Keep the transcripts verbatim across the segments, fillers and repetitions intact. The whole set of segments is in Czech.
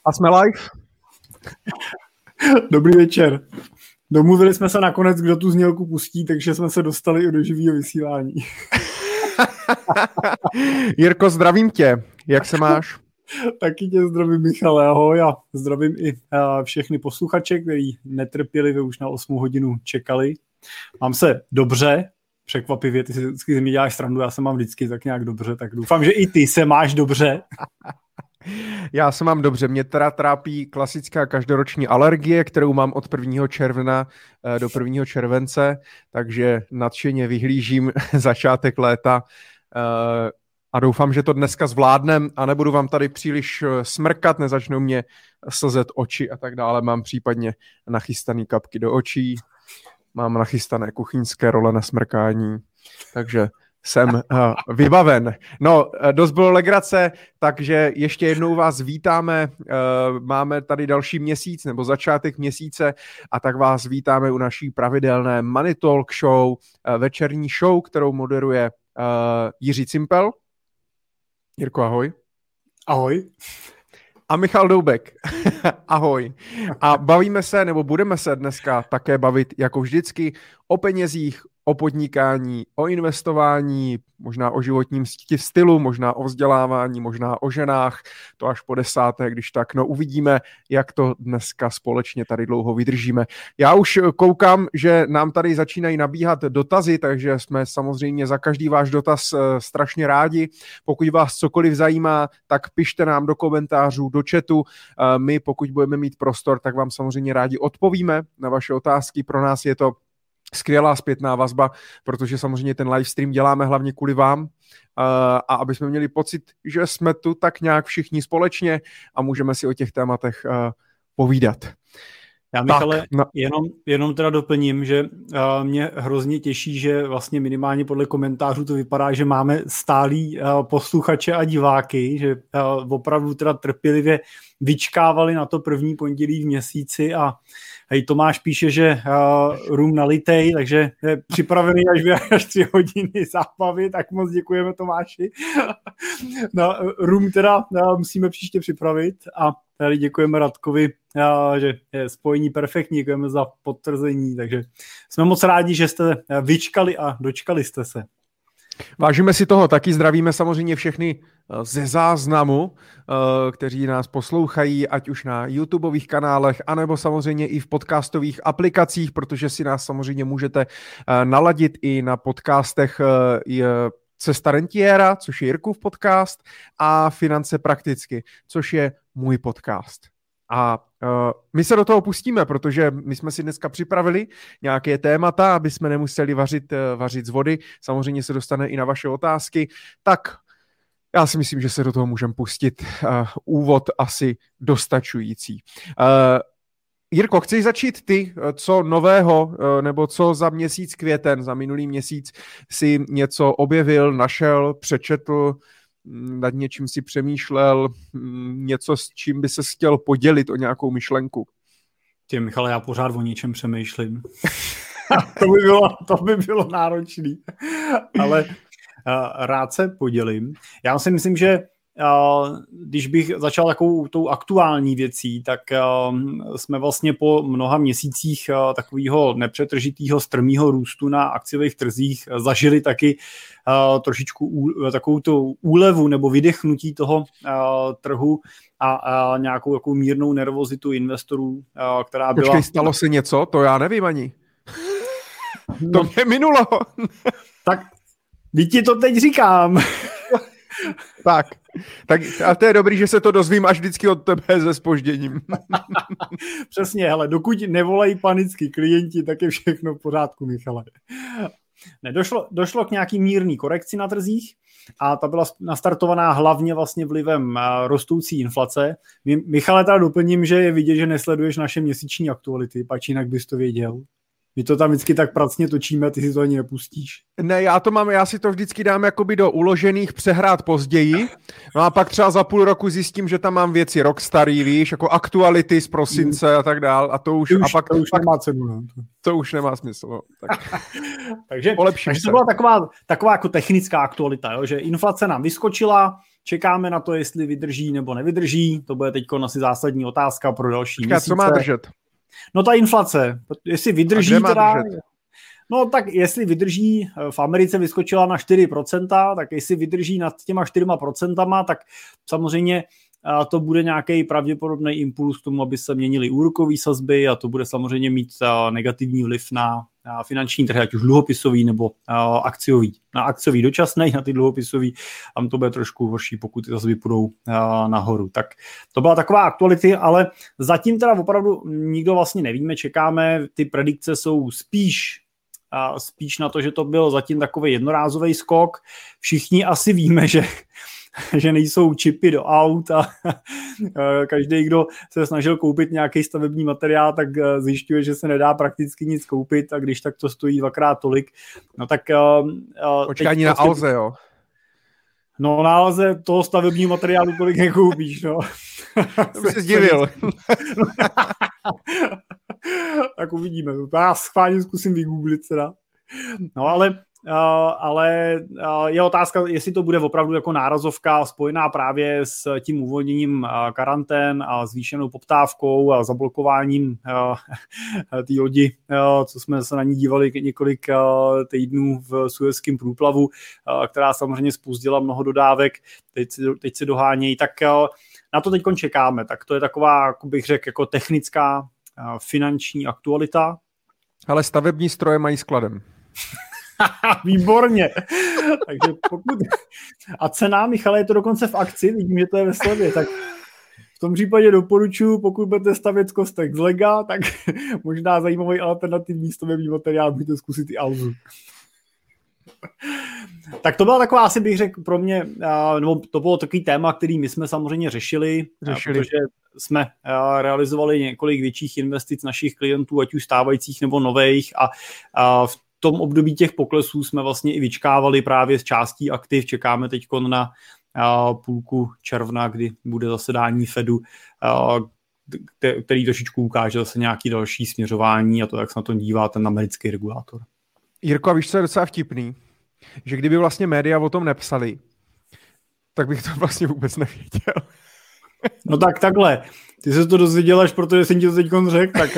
A jsme live? Dobrý večer. Domluvili jsme se nakonec, kdo tu znělku pustí, takže jsme se dostali i do živého vysílání. Jirko, zdravím tě. Jak se máš? Taky tě zdravím, Michale, ahoj, a zdravím i všechny posluchače, kteří netrpělivě už na osmou hodinu čekali. Mám se dobře, překvapivě, ty si vždycky mi děláš srandu, já se mám vždycky tak nějak dobře, tak doufám, že i ty se máš dobře. Já se mám dobře, mě teda trápí klasická každoroční alergie, kterou mám od prvního června do prvního července, takže nadšeně vyhlížím začátek léta a doufám, že to dneska zvládnem a nebudu vám tady příliš smrkat, nezačnou mě slzet oči a tak dále. Mám případně nachystaný kapky do očí, mám nachystané kuchyňské role na smrkání, takže jsem uh, vybaven. No, dost bylo legrace, takže ještě jednou vás vítáme. Uh, máme tady další měsíc, nebo začátek měsíce, a tak vás vítáme u naší pravidelné Money Talk Show, uh, večerní show, kterou moderuje uh, Jiří Cimpel. Jirko, ahoj. Ahoj. A Michal Doubek. Ahoj. A bavíme se, nebo budeme se dneska také bavit, jako vždycky, o penězích, o podnikání, o investování, možná o životním stylu, možná o vzdělávání, možná o ženách, to až po desáté, když tak. No uvidíme, jak to dneska společně tady dlouho vydržíme. Já už koukám, že nám tady začínají nabíhat dotazy, takže jsme samozřejmě za každý váš dotaz strašně rádi. Pokud vás cokoliv zajímá, tak pište nám do komentářů, do chatu. My, pokud budeme mít prostor, tak vám samozřejmě rádi odpovíme na vaše otázky. Pro nás je to skvělá zpětná vazba, protože samozřejmě ten livestream děláme hlavně kvůli vám a aby jsme měli pocit, že jsme tu tak nějak všichni společně a můžeme si o těch tématech povídat. Já, Michale, tak, no. jenom, jenom teda doplním, že uh, mě hrozně těší, že vlastně minimálně podle komentářů to vypadá, že máme stálí uh, posluchače a diváky, že uh, opravdu teda trpělivě vyčkávali na to první pondělí v měsíci a hej, Tomáš píše, že uh, room nalitej, takže je připravený až, až tři hodiny zábavy, tak moc děkujeme, Tomáši. No, room teda uh, musíme příště připravit a tady děkujeme Radkovi, uh, že je spojení perfektní, děkujeme za potvrzení, takže jsme moc rádi, že jste vyčkali a dočkali jste se. Vážíme si toho, taky zdravíme samozřejmě všechny ze záznamu, kteří nás poslouchají, ať už na YouTubeových kanálech, anebo samozřejmě i v podcastových aplikacích, protože si nás samozřejmě můžete naladit i na podcastech Cesta rentiéra, což je Jirkův podcast, a Finance prakticky, což je můj podcast. A uh, my se do toho pustíme, protože my jsme si dneska připravili nějaké témata, aby jsme nemuseli vařit, uh, vařit z vody. Samozřejmě se dostane i na vaše otázky. Tak já si myslím, že se do toho můžeme pustit. Uh, úvod asi dostačující. Uh, Jirko, chceš začít ty, co nového, uh, nebo co za měsíc květen, za minulý měsíc si něco objevil, našel, přečetl, nad něčím si přemýšlel, něco, s čím by se chtěl podělit o nějakou myšlenku? Tě, Michale, já pořád o něčem přemýšlím. to, by bylo, to by bylo náročný. Ale uh, rád se podělím. Já si myslím, že uh, když bych začal takovou tou aktuální věcí, tak uh, jsme vlastně po mnoha měsících uh, takového nepřetržitého strmého růstu na akciových trzích uh, zažili taky Uh, trošičku ú, takovou tu úlevu nebo vydechnutí toho uh, trhu a, a nějakou takovou mírnou nervozitu investorů, uh, která byla... Počkej, stalo se něco? To já nevím ani. To mě minulo. Tak, teď ti to teď říkám. Tak, tak a to je dobrý, že se to dozvím až vždycky od tebe se zpožděním. Přesně, hele, dokud nevolají panicky klienti, tak je všechno v pořádku, Michale. Ne, došlo, došlo k nějaký mírný korekci na trzích a ta byla nastartovaná hlavně vlastně vlivem rostoucí inflace. Michale, teda doplním, že je vidět, že nesleduješ naše měsíční aktuality, pač jinak bys to věděl. My to tam vždycky tak pracně točíme, ty si to ani nepustíš. Ne, já to mám, já si to vždycky dám jakoby do uložených přehrát později, no a pak třeba za půl roku zjistím, že tam mám věci rok starý, víš, jako aktuality z prosince a tak dál a to už, už a pak to už pak, nemá cenu. No. To už nemá smysl. No. Tak. takže, takže to byla taková, taková jako technická aktualita, jo, že inflace nám vyskočila, čekáme na to, jestli vydrží nebo nevydrží, to bude teď asi zásadní otázka pro další Počká, měsíce. Co má držet? No ta inflace, jestli vydrží teda... Držet? No tak jestli vydrží, v Americe vyskočila na čtyři procenta, tak jestli vydrží nad těma čtyřma procentama, tak samozřejmě to bude nějaký pravděpodobný impuls k tomu, aby se měnily úrokové sazby a to bude samozřejmě mít negativní vliv na finanční trhy, ať už dluhopisový nebo akciový. Na akciový dočasný, na ty dluhopisový, tam to bude trošku horší, pokud ty sazby půjdou nahoru. Tak to byla taková aktuality, ale zatím teda opravdu nikdo vlastně nevíme, čekáme, ty predikce jsou spíš A spíš na to, že to byl zatím takový jednorázový skok. Všichni asi víme, že, že nejsou čipy do aut a každý, kdo se snažil koupit nějaký stavební materiál, tak zjišťuje, že se nedá prakticky nic koupit a když tak to stojí dvakrát tolik. No tak... Počkej, ani na prostě... Alze, jo? No na Alze toho stavebního materiálu tolik nekoupíš, no. To by se zdivil. Tak uvidíme. Já schválně zkusím vygooglit teda. No ale, uh, ale uh, je otázka, jestli to bude opravdu jako nárazovka spojená právě s tím uvolněním uh, karantén a zvýšenou poptávkou a zablokováním uh, té lodi, uh, co jsme se na ní dívali několik uh, týdnů v Suezském průplavu, uh, která samozřejmě zpozdila mnoho dodávek, teď se, teď se dohánějí, tak uh, na to teď čekáme. Tak to je taková, jak bych řekl, jako technická finanční aktualita. Ale stavební stroje mají skladem. Výborně. Takže pokud... A cena, Michale, je to dokonce v akci, vidím, že to je ve slevě, tak v tom případě doporučuji, pokud budete stavět kostek z lega, tak možná zajímavý alternativní stavební materiál, můžete zkusit i Alzu. Tak to byla taková, asi bych řekl pro mě, nebo to bylo takový téma, který my jsme samozřejmě řešili, řešili. protože jsme realizovali několik větších investic našich klientů, ať už stávajících nebo nových a, a v tom období těch poklesů jsme vlastně i vyčkávali právě z částí aktiv, čekáme teď na a, půlku června, kdy bude zasedání Fedu, a, který trošičku ukáže zase nějaký další směřování a to, jak se na to dívá ten americký regulátor. Jirko, a víš, co je docela vtipný? Že kdyby vlastně média o tom nepsali, tak bych to vlastně vůbec nevěděl. No tak takhle. Ty se to dozvěděl až protože jsem ti to teď řekl, tak...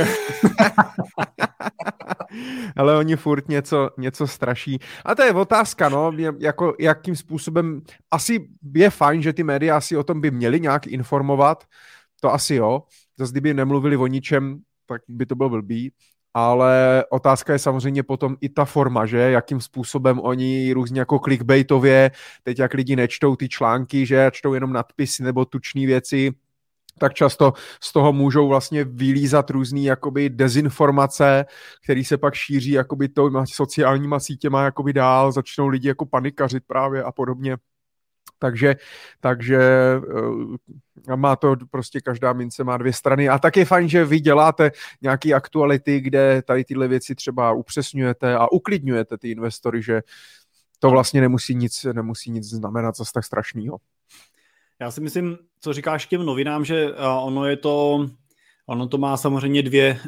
Ale oni furt něco, něco straší. A to je otázka, no, jako, jakým způsobem... Asi je fajn, že ty média asi o tom by měly nějak informovat. To asi jo. Zase kdyby nemluvili o ničem, tak by to bylo blbý. Ale otázka je samozřejmě potom i ta forma, že? Jakým způsobem oni různě jako clickbaitově, teď jak lidi nečtou ty články, že čtou jenom nadpisy nebo tučné věci, tak často z toho můžou vlastně vylízat různý jakoby dezinformace, které se pak šíří jakoby to sociálníma sítěma jakoby dál, začnou lidi jako panikařit právě a podobně. Takže, takže má to prostě každá mince má dvě strany a tak je fajn, že vy děláte nějaké aktuality, kde tady tyhle věci třeba upřesňujete a uklidňujete ty investory, že to vlastně nemusí nic, nemusí nic znamenat zase tak strašného. Já si myslím, co říkáš těm novinám, že ono je to, ono to má samozřejmě dvě,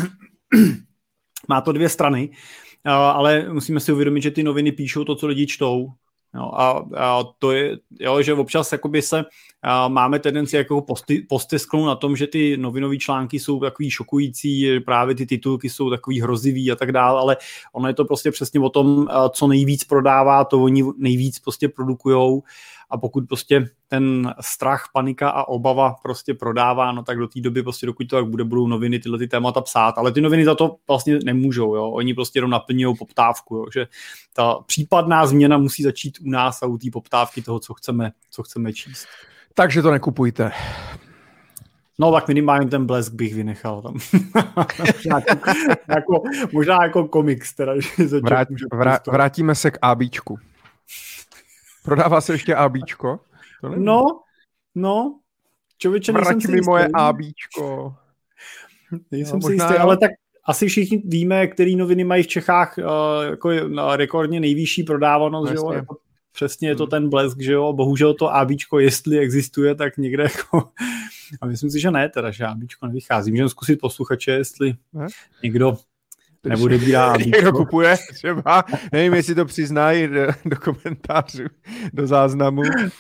má to dvě strany, ale musíme si uvědomit, že ty noviny píšou to, co lidi čtou. No a, a to je, jo, že občas jakoby se a, máme tendenci jako posty, postesknout na tom, že ty novinové články jsou takový šokující, právě ty titulky jsou takový hrozivý a tak dále, ale ono je to prostě přesně o tom, co nejvíc prodává, to oni nejvíc prostě produkujou a pokud prostě ten strach, panika a obava prostě prodává, no tak do té doby prostě dokud to tak bude, budou noviny tyhle ty témata psát, ale ty noviny za to vlastně nemůžou, jo, oni prostě jenom naplňují poptávku, jo, že ta případná změna musí začít u nás a u té poptávky toho, co chceme, co chceme číst. Takže to nekupujte. No tak minimálně ten blesk bych vynechal tam. jako, jako, možná jako komiks. Teda, že Vrát, vrá, vrátíme se k ABčku. Prodává se ještě ABčko? No, no. Člověče, nejsem si mi moje ABčko. Nejsem no, si jistý, ale tak asi všichni víme, který noviny mají v Čechách uh, jako rekordně nejvyšší prodávanost, že jo? Jako, přesně je to hmm. ten Blesk, že jo? Bohužel to ABčko, jestli existuje, tak někde jako... A myslím si, že ne, teda, že ABčko nevychází. Můžeme zkusit posluchače, jestli ne? někdo nebude bírat ABčko. Někdo kupuje třeba, nevím, jestli to přiznají do, do komentářů, do záznamu.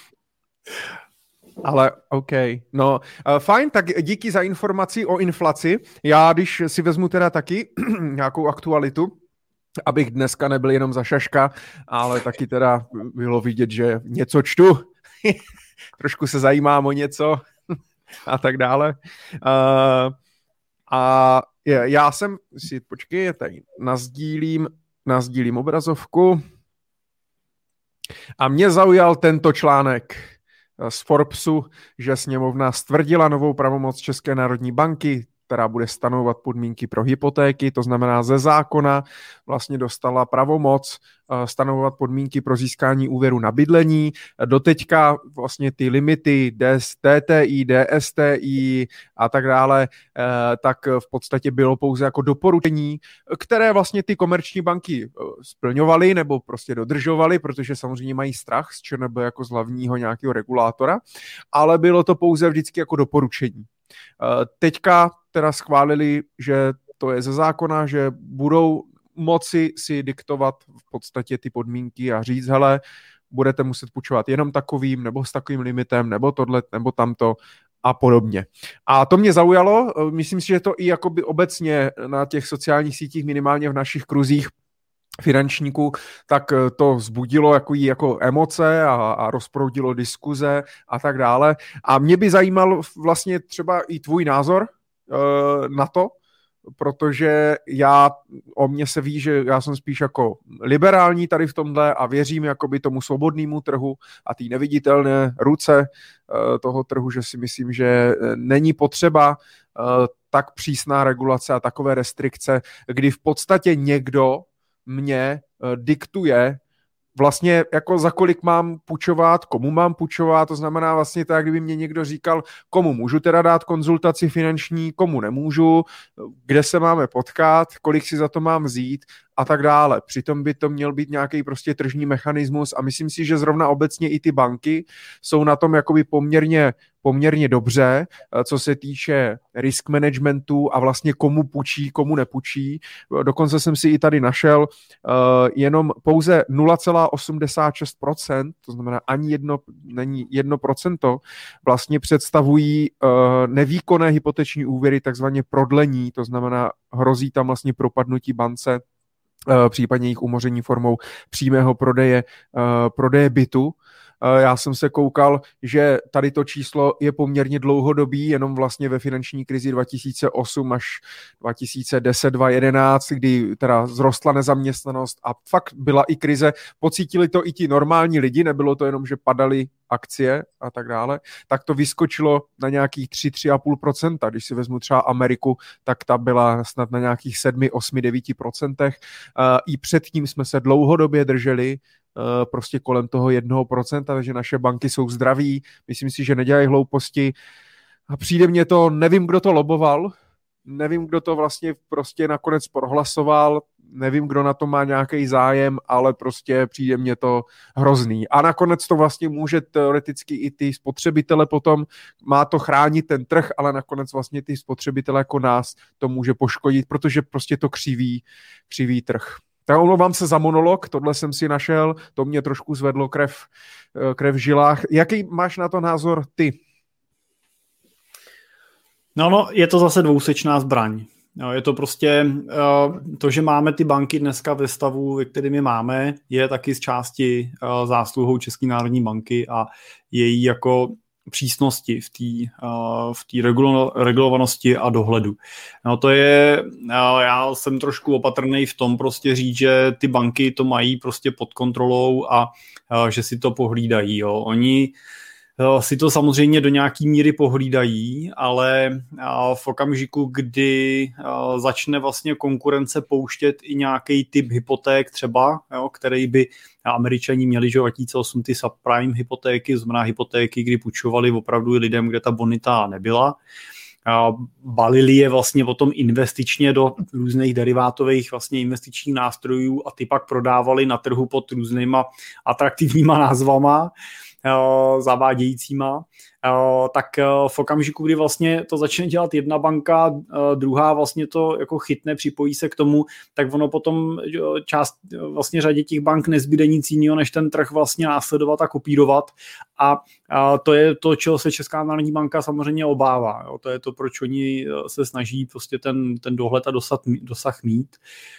Ale OK, no uh, fajn, tak díky za informaci o inflaci. Já, když si vezmu teda taky nějakou aktualitu, abych dneska nebyl jenom za šaška, ale taky teda bylo vidět, že něco čtu, trošku se zajímám o něco a tak dále. Uh, a je, já jsem si, počkej, tady nazdílím, nazdílím obrazovku a mě zaujal tento článek z Forbesu, že sněmovna stvrdila novou pravomoc České národní banky, která bude stanovovat podmínky pro hypotéky, to znamená ze zákona vlastně dostala pravomoc stanovovat podmínky pro získání úvěru na bydlení. Doteďka vlastně ty limity D T I, D S T I a tak dále, tak v podstatě bylo pouze jako doporučení, které vlastně ty komerční banky splňovaly nebo prostě dodržovaly, protože samozřejmě mají strach z ČNB jako z hlavního nějakého regulátora, ale bylo to pouze vždycky jako doporučení. Teďka teda schválili, že to je ze zákona, že budou moci si diktovat v podstatě ty podmínky a říct, hele, budete muset půjčovat jenom takovým, nebo s takovým limitem, nebo tohle, nebo tamto a podobně. A to mě zaujalo, myslím si, že to i jakoby obecně na těch sociálních sítích, minimálně v našich kruzích finančníků, tak to vzbudilo jako, jako emoce a, a rozproudilo diskuze a tak dále. A mě by zajímal vlastně třeba i tvůj názor uh, na to, protože já, o mně se ví, že já jsem spíš jako liberální tady v tomhle a věřím jakoby tomu svobodnému trhu a té neviditelné ruce uh, toho trhu, že si myslím, že není potřeba uh, tak přísná regulace a takové restrikce, kdy v podstatě někdo mě uh, diktuje vlastně jako za kolik mám půjčovat, komu mám půjčovat, to znamená vlastně tak, kdyby mě někdo říkal, komu můžu teda dát konzultaci finanční, komu nemůžu, kde se máme potkat, kolik si za to mám vzít a tak dále. Přitom by to měl být nějaký prostě tržní mechanismus a myslím si, že zrovna obecně i ty banky jsou na tom jakoby poměrně, poměrně dobře, co se týče risk managementu a vlastně komu půjčí, komu nepůjčí. Dokonce jsem si i tady našel uh, jenom pouze nula celá osmdesát šest procent, to znamená ani jedno, není jedno procento, vlastně představují uh, nevýkonné hypoteční úvěry, takzvaně prodlení, to znamená hrozí tam vlastně propadnutí bance, případně jejich umoření formou přímého prodeje, prodeje bytu. Já jsem se koukal, že tady to číslo je poměrně dlouhodobý, jenom vlastně ve finanční krizi dva tisíce osm až dva tisíce deset, dva tisíce jedenáct, kdy teda zrostla nezaměstnanost a fakt byla i krize. Pocítili to i ti normální lidi, nebylo to jenom, že padaly akcie a tak dále, tak to vyskočilo na nějakých tři, tři celá pět procenta. Když si vezmu třeba Ameriku, tak ta byla snad na nějakých sedm, osm, devět procentech. I předtím jsme se dlouhodobě drželi prostě kolem toho jednoho procenta, takže naše banky jsou zdraví, myslím si, že nedělají hlouposti a přijde mně to, nevím, kdo to loboval, nevím, kdo to vlastně prostě nakonec prohlasoval, nevím, kdo na to má nějaký zájem, ale prostě přijde mně to hrozný. A nakonec to vlastně může teoreticky i ty spotřebitele potom, má to chránit ten trh, ale nakonec vlastně ty spotřebitele jako nás to může poškodit, protože prostě to křiví, křiví trh. Tak omlouvám se za monolog, tohle jsem si našel, to mě trošku zvedlo krev, krev v žilách. Jaký máš na to názor ty? No, no, je to zase dvousečná zbraň. No, je to prostě to, že máme ty banky dneska ve stavu, ve kterém je máme, je taky z části zásluhou České národní banky a její jako přísnosti v té v té regulovanosti a dohledu. No to je, já jsem trošku opatrný v tom prostě říct, že ty banky to mají prostě pod kontrolou a že si to pohlídají. Jo. Oni si to samozřejmě do nějaký míry pohlídají, ale v okamžiku, kdy začne vlastně konkurence pouštět i nějaký typ hypoték třeba, jo, který by Američani měli, že dva tisíce osm ty subprime hypotéky, znamená hypotéky, kdy půjčovali opravdu lidem, kde ta bonita nebyla, balili je vlastně potom investičně do různých derivátových vlastně investičních nástrojů a ty pak prodávali na trhu pod různýma atraktivníma názvama, zavádějícíma, tak v okamžiku, kdy vlastně to začne dělat jedna banka, druhá vlastně to jako chytne, připojí se k tomu, tak ono potom část vlastně řadě těch bank nezbyde nic jiného, než ten trh vlastně následovat a kopírovat a to je to, čeho se Česká národní banka samozřejmě obává. Jo. To je to, proč oni se snaží prostě ten, ten dohled a dosah, dosah mít.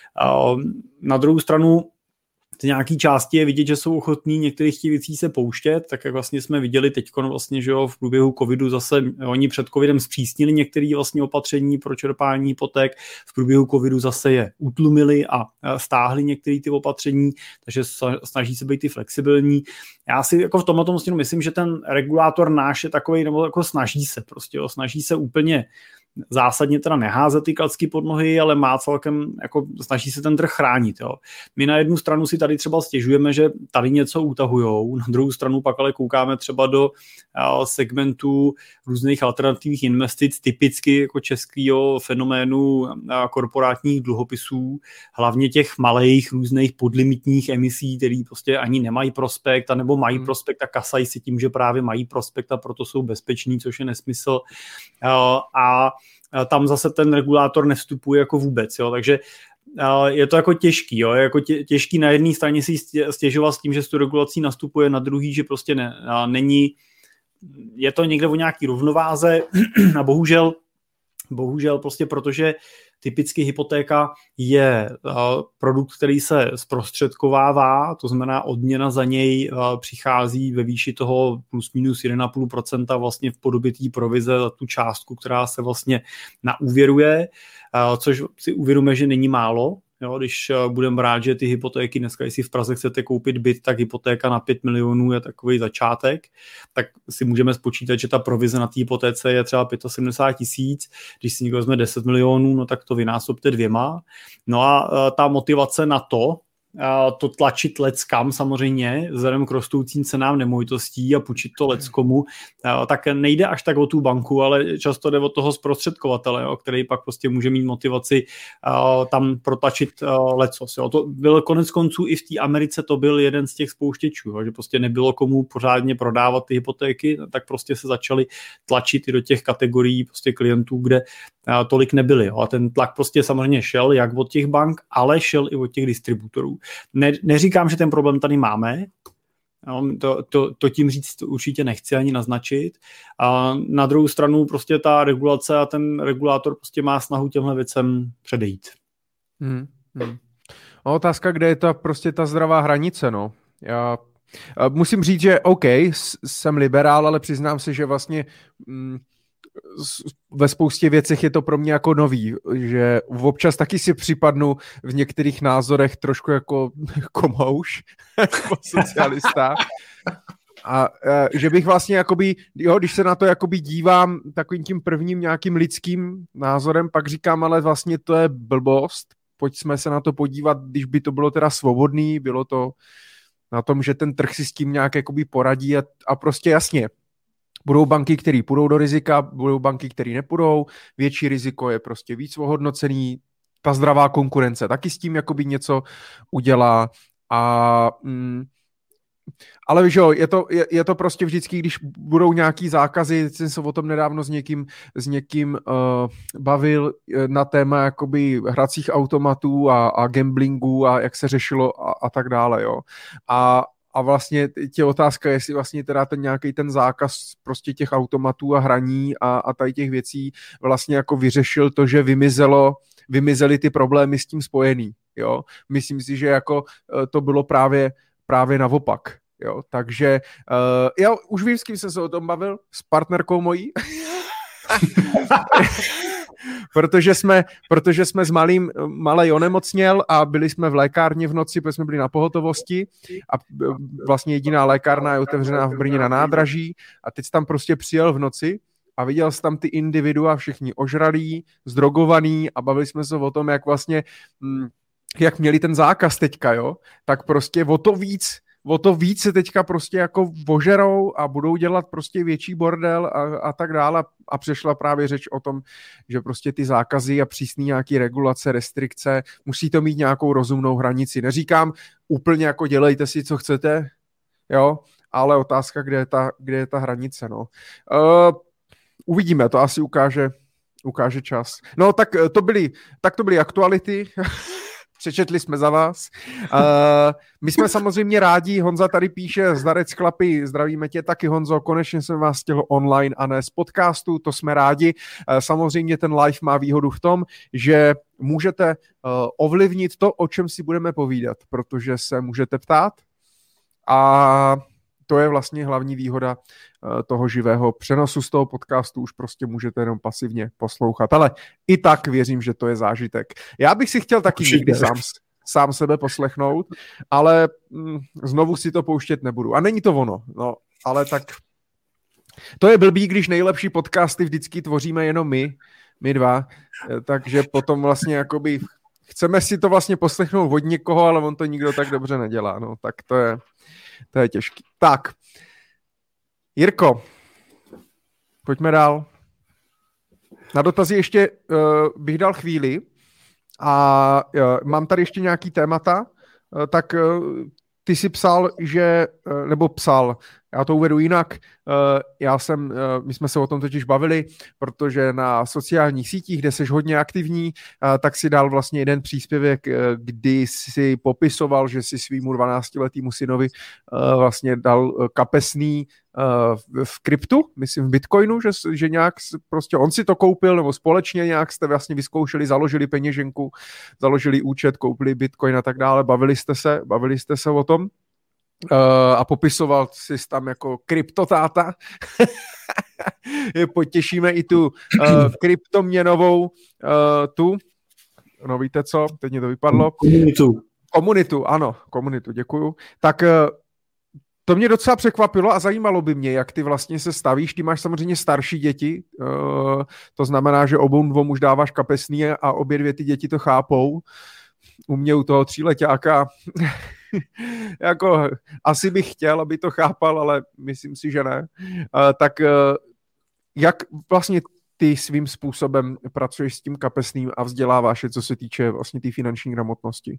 Na druhou stranu z nějaký části je vidět, že jsou ochotní některých těch věcí se pouštět, tak jak vlastně jsme viděli teď vlastně, že jo, v průběhu covidu zase oni před covidem zpřísnili některé vlastně opatření pro čerpání hypoték, v průběhu covidu zase je utlumili a stáhli některé ty opatření, takže snaží se být i flexibilní. Já si jako v tomhle tomu myslím, že ten regulátor náš je takovej, nebo jako snaží se prostě, jo, snaží se úplně zásadně teda neházet ty klacky pod nohy, ale má celkem, jako snaží se ten trh chránit. Jo. My na jednu stranu si tady třeba stěžujeme, že tady něco utahujou, na druhou stranu pak ale koukáme třeba do segmentu různých alternativních investic, typicky jako českého fenoménu korporátních dluhopisů, hlavně těch malých různých podlimitních emisí, který prostě ani nemají prospekt, anebo mají hmm. prospekt a kasají si tím, že právě mají prospekt a proto jsou bezpeční, což je nesmysl. A tam zase ten regulátor nevstupuje jako vůbec, jo, takže je to jako těžký, jo, je jako tě, těžký na jedné straně si stěžovat s tím, že s tu regulací nastupuje, na druhý, že prostě ne, není, je to někde o nějaký rovnováze a bohužel, bohužel prostě protože typicky hypotéka je produkt, který se zprostředkovává, to znamená odměna za něj přichází ve výši toho plus minus jedna celá pět procenta vlastně v podobě té provize za tu částku, která se vlastně naúvěruje, což si uvědomíme, že není málo. Jo, když budeme brát, že ty hypotéky dneska, jestli v Praze chcete koupit byt, tak hypotéka na pět milionů je takový začátek, tak si můžeme spočítat, že ta provize na té hypotéce je třeba sedmdesát pět tisíc, když si někdo vezme deset milionů, no tak to vynásobte dvěma. No a ta motivace na to, to tlačit leckam samozřejmě, vzhledem k rostoucím cenám nemovitostí a půjčit to leckomu, tak nejde až tak o tu banku, ale často jde o toho zprostředkovatele, jo, který pak prostě může mít motivaci tam protlačit lecos. Jo. To byl konec konců i v té Americe, to byl jeden z těch spouštěčů, jo, že prostě nebylo komu pořádně prodávat ty hypotéky, tak prostě se začali tlačit i do těch kategorií prostě klientů, kde tolik nebyly. Jo. A ten tlak prostě samozřejmě šel jak od těch bank, ale šel i od těch distributorů. Ne, neříkám, že ten problém tady máme, to, to, to tím říct určitě nechci ani naznačit. A na druhou stranu prostě ta regulace a ten regulátor prostě má snahu těmhle věcem předejít. Hmm, hmm. A otázka, kde je ta prostě ta zdravá hranice, no. Já musím říct, že OK, jsem liberál, ale přiznám se, že vlastně mm, ve spoustě věcech je to pro mě jako nový, že občas taky si připadnu v některých názorech trošku jako komouš, jako socialista. A že bych vlastně jakoby, jo, když se na to jakoby dívám takovým tím prvním nějakým lidským názorem, pak říkám, ale vlastně to je blbost, pojďme se na to podívat, když by to bylo teda svobodný, bylo to na tom, že ten trh si s tím nějak jakoby poradí a, a prostě jasně, budou banky, které půjdou do rizika, budou banky, které nepůjdou, větší riziko je prostě víc ohodnocený, ta zdravá konkurence taky s tím jakoby něco udělá a mm, ale že jo, je to, je, je to prostě vždycky, když budou nějaký zákazy, jsem se o tom nedávno s někým, s někým uh, bavil na téma jakoby hracích automatů a, a gamblingu a jak se řešilo a, a tak dále, jo. A A vlastně tě otázka, jestli vlastně teda ten nějaký ten zákaz prostě těch automatů a hraní a, a tady těch věcí vlastně jako vyřešil to, že vymizelo, vymizely ty problémy s tím spojený, jo. Myslím si, že jako to bylo právě, právě naopak, jo. Takže uh, já už vím, s kým jsem se o tom bavil, s partnerkou mojí. Protože jsme, protože jsme s malým, malej onemocněl a byli jsme v lékárně v noci, protože jsme byli na pohotovosti a vlastně jediná lékárna je otevřená v Brně na nádraží a teď tam prostě přijel v noci a viděl jsi tam ty individua všichni ožralí, zdrogovaný a bavili jsme se o tom, jak vlastně, jak měli ten zákaz teďka, jo, tak prostě o to víc o to víc se teďka prostě jako ožerou a budou dělat prostě větší bordel a, a tak dále. A přešla právě řeč o tom, že prostě ty zákazy a přísný nějaký regulace, restrikce, musí to mít nějakou rozumnou hranici. Neříkám úplně jako dělejte si, co chcete, jo, ale otázka, kde je ta, kde je ta hranice, no. Uh, uvidíme, to asi ukáže, ukáže čas. No, tak to byly, tak to byly aktuality. Přečetli jsme za vás. Uh, my jsme samozřejmě rádi, Honza tady píše, Zdarec chlapi, zdravíme tě taky, Honzo, konečně jsem vás chtěl online a ne z podcastu, to jsme rádi. Uh, samozřejmě ten live má výhodu v tom, že můžete uh, ovlivnit to, o čem si budeme povídat, protože se můžete ptát a to je vlastně hlavní výhoda uh, toho živého přenosu z toho podcastu, už prostě můžete jenom pasivně poslouchat, ale i tak věřím, že to je zážitek. Já bych si chtěl taky někdy sám, sám sebe poslechnout, ale mm, znovu si to pouštět nebudu. A není to ono, no, ale tak to je blbý, když nejlepší podcasty vždycky tvoříme jenom my, my dva, takže potom vlastně jakoby chceme si to vlastně poslechnout od někoho, ale on to nikdo tak dobře nedělá, no, tak to je To je těžký. Tak. Jirko, pojďme dál. Na dotazy ještě uh, bych dal chvíli a uh, mám tady ještě nějaký témata, uh, tak uh, ty jsi psal, že, uh, nebo psal, já to uvedu jinak, uh, já jsem, uh, my jsme se o tom totiž bavili, protože na sociálních sítích, kde jsi hodně aktivní, uh, tak si dal vlastně jeden příspěvek, uh, kdy si popisoval, že si svýmu dvanáctiletýmu synovi uh, vlastně dal uh, kapesný uh, v kryptu, myslím v Bitcoinu, že, že nějak prostě on si to koupil, nebo společně nějak jste vlastně vyzkoušeli, založili peněženku, založili účet, koupili Bitcoin a tak dále, bavili jste se, bavili jste se o tom. Uh, a popisoval jsi tam jako kryptotáta. Potěšíme i tu uh, kryptoměnovou uh, tu, no víte co, teď mě to vypadlo. Komunitu. Komunitu, ano, komunitu, děkuju. Tak uh, to mě docela překvapilo a zajímalo by mě, jak ty vlastně se stavíš. Ty máš samozřejmě starší děti, uh, to znamená, že obou dvou už dáváš kapesný a obě dvě ty děti to chápou. U mě u toho tříleťáka jako asi bych chtěl, aby to chápal, ale myslím si, že ne. Uh, tak uh, jak vlastně ty svým způsobem pracuješ s tím kapesným a vzděláváš je, co se týče vlastně té finanční gramotnosti?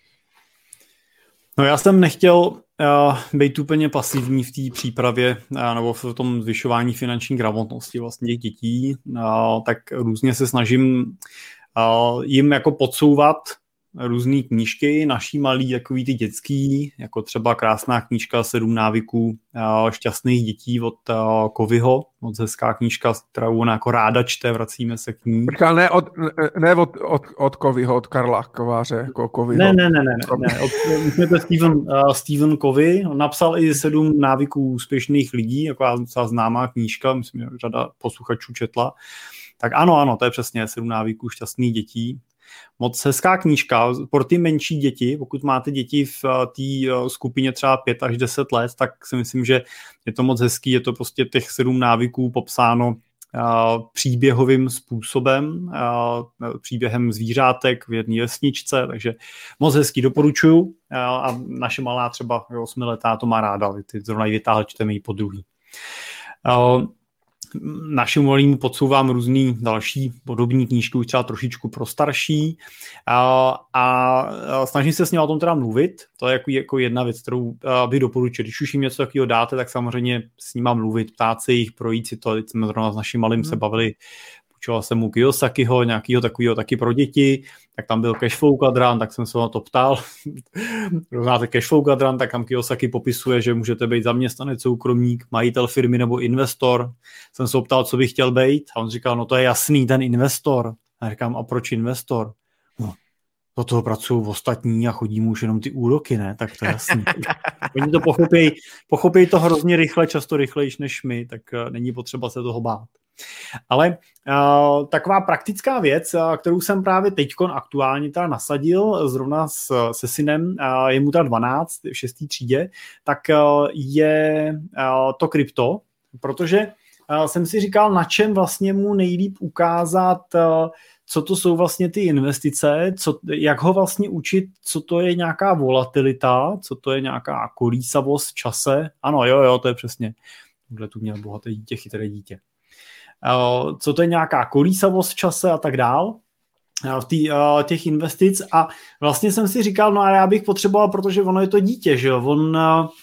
No já jsem nechtěl uh, být úplně pasivní v té přípravě uh, nebo v tom zvyšování finanční gramotnosti vlastně těch dětí, uh, tak různě se snažím uh, jim jako podsouvat různý knížky, naší malý, takový ty dětský, jako třeba krásná knížka Sedm návyků uh, šťastných dětí od uh, Covyho, moc hezká knížka, kterou ona jako ráda čte, vracíme se k ní. Počká, ne od, ne od, od, od Covyho, od Karla Kováře, jako Covyho. Ne, ne, ne, ne, ne, ne. Od, myslím, to je Stephen, uh, Stephen Covey, on napsal i Sedm návyků úspěšných lidí, jako docela známá knížka, myslím, že řada posluchačů četla. Tak ano, ano, to je přesně Sedm návyků šťastných dětí. Moc hezká knížka pro ty menší děti, pokud máte děti v té skupině třeba pět až deset let, tak si myslím, že je to moc hezký, je to prostě těch sedm návyků popsáno uh, příběhovým způsobem, uh, příběhem zvířátek v jedné vesničce, takže moc hezký, doporučuju uh, a naše malá třeba osmiletá to má ráda, ty zrovna ji vytáhl, čteme ji po druhý. Uh, Našim malým podsouvám různý další podobní knížky, už třeba trošičku pro starší a, a snažím se s ním o tom teda mluvit. To je jako, jako jedna věc, kterou bych doporučil. Když už jim něco takového dáte, tak samozřejmě s nima mluvit, ptát se jich, projít si to. Teď jsme zrovna s naším malým hmm. se bavili, půjčoval jsem mu Kiyosakiho, nějakýho takového taky pro děti, tak tam byl cashflow kvadrant, tak jsem se na to ptal. Znáte cashflow kvadrant, tak tam Kiyosaki popisuje, že můžete být zaměstnanec, soukromník, majitel firmy nebo investor. Jsem se optal, co bych chtěl být a on říkal, no to je jasný, ten investor. A říkám, a proč investor? No, do toho pracují ostatní a chodí mu už jenom ty úroky, ne? Tak to je jasný. Oni to pochopí, pochopí to hrozně rychle, často rychlejš než my, tak není potřeba se toho bát. Ale uh, taková praktická věc, uh, kterou jsem právě teďkon aktuálně teda nasadil, zrovna s, se synem, uh, je mu teda dvanáct, v šestý třídě, tak uh, je uh, to krypto, protože uh, jsem si říkal, na čem vlastně mu nejlíp ukázat, uh, co to jsou vlastně ty investice, co, jak ho vlastně učit, co to je nějaká volatilita, co to je nějaká kolísavost v čase. Ano, jo, jo, to je přesně. Tohle tu měl bohaté dítě, chytré dítě. Co to je nějaká kolísavost v čase a tak dál v tý, těch investic. A vlastně jsem si říkal, no a já bych potřeboval, protože ono je to dítě, že jo, on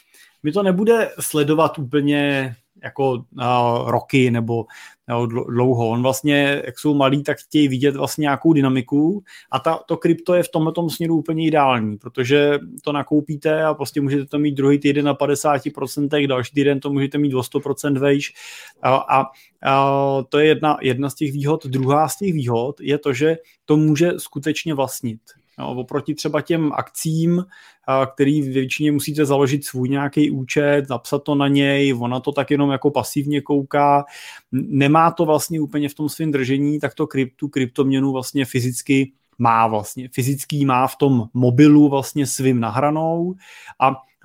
mi to nebude sledovat úplně jako uh, roky nebo uh, dlouho. On vlastně, jak jsou malí, tak chtějí vidět vlastně nějakou dynamiku a ta, to krypto je v tomto směru úplně ideální, protože to nakoupíte a prostě můžete to mít druhý týden na padesát procent, další týden to můžete mít o sto procent vejš a, a, a to je jedna, jedna z těch výhod. Druhá z těch výhod je to, že to může skutečně vlastnit. No, oproti třeba těm akcím, který většině musíte založit svůj nějaký účet, napsat to na něj, ona to tak jenom jako pasivně kouká, nemá to vlastně úplně v tom svém držení, tak to krypt, tu kryptoměnu vlastně fyzicky má vlastně, fyzický má v tom mobilu vlastně svým nahranou a,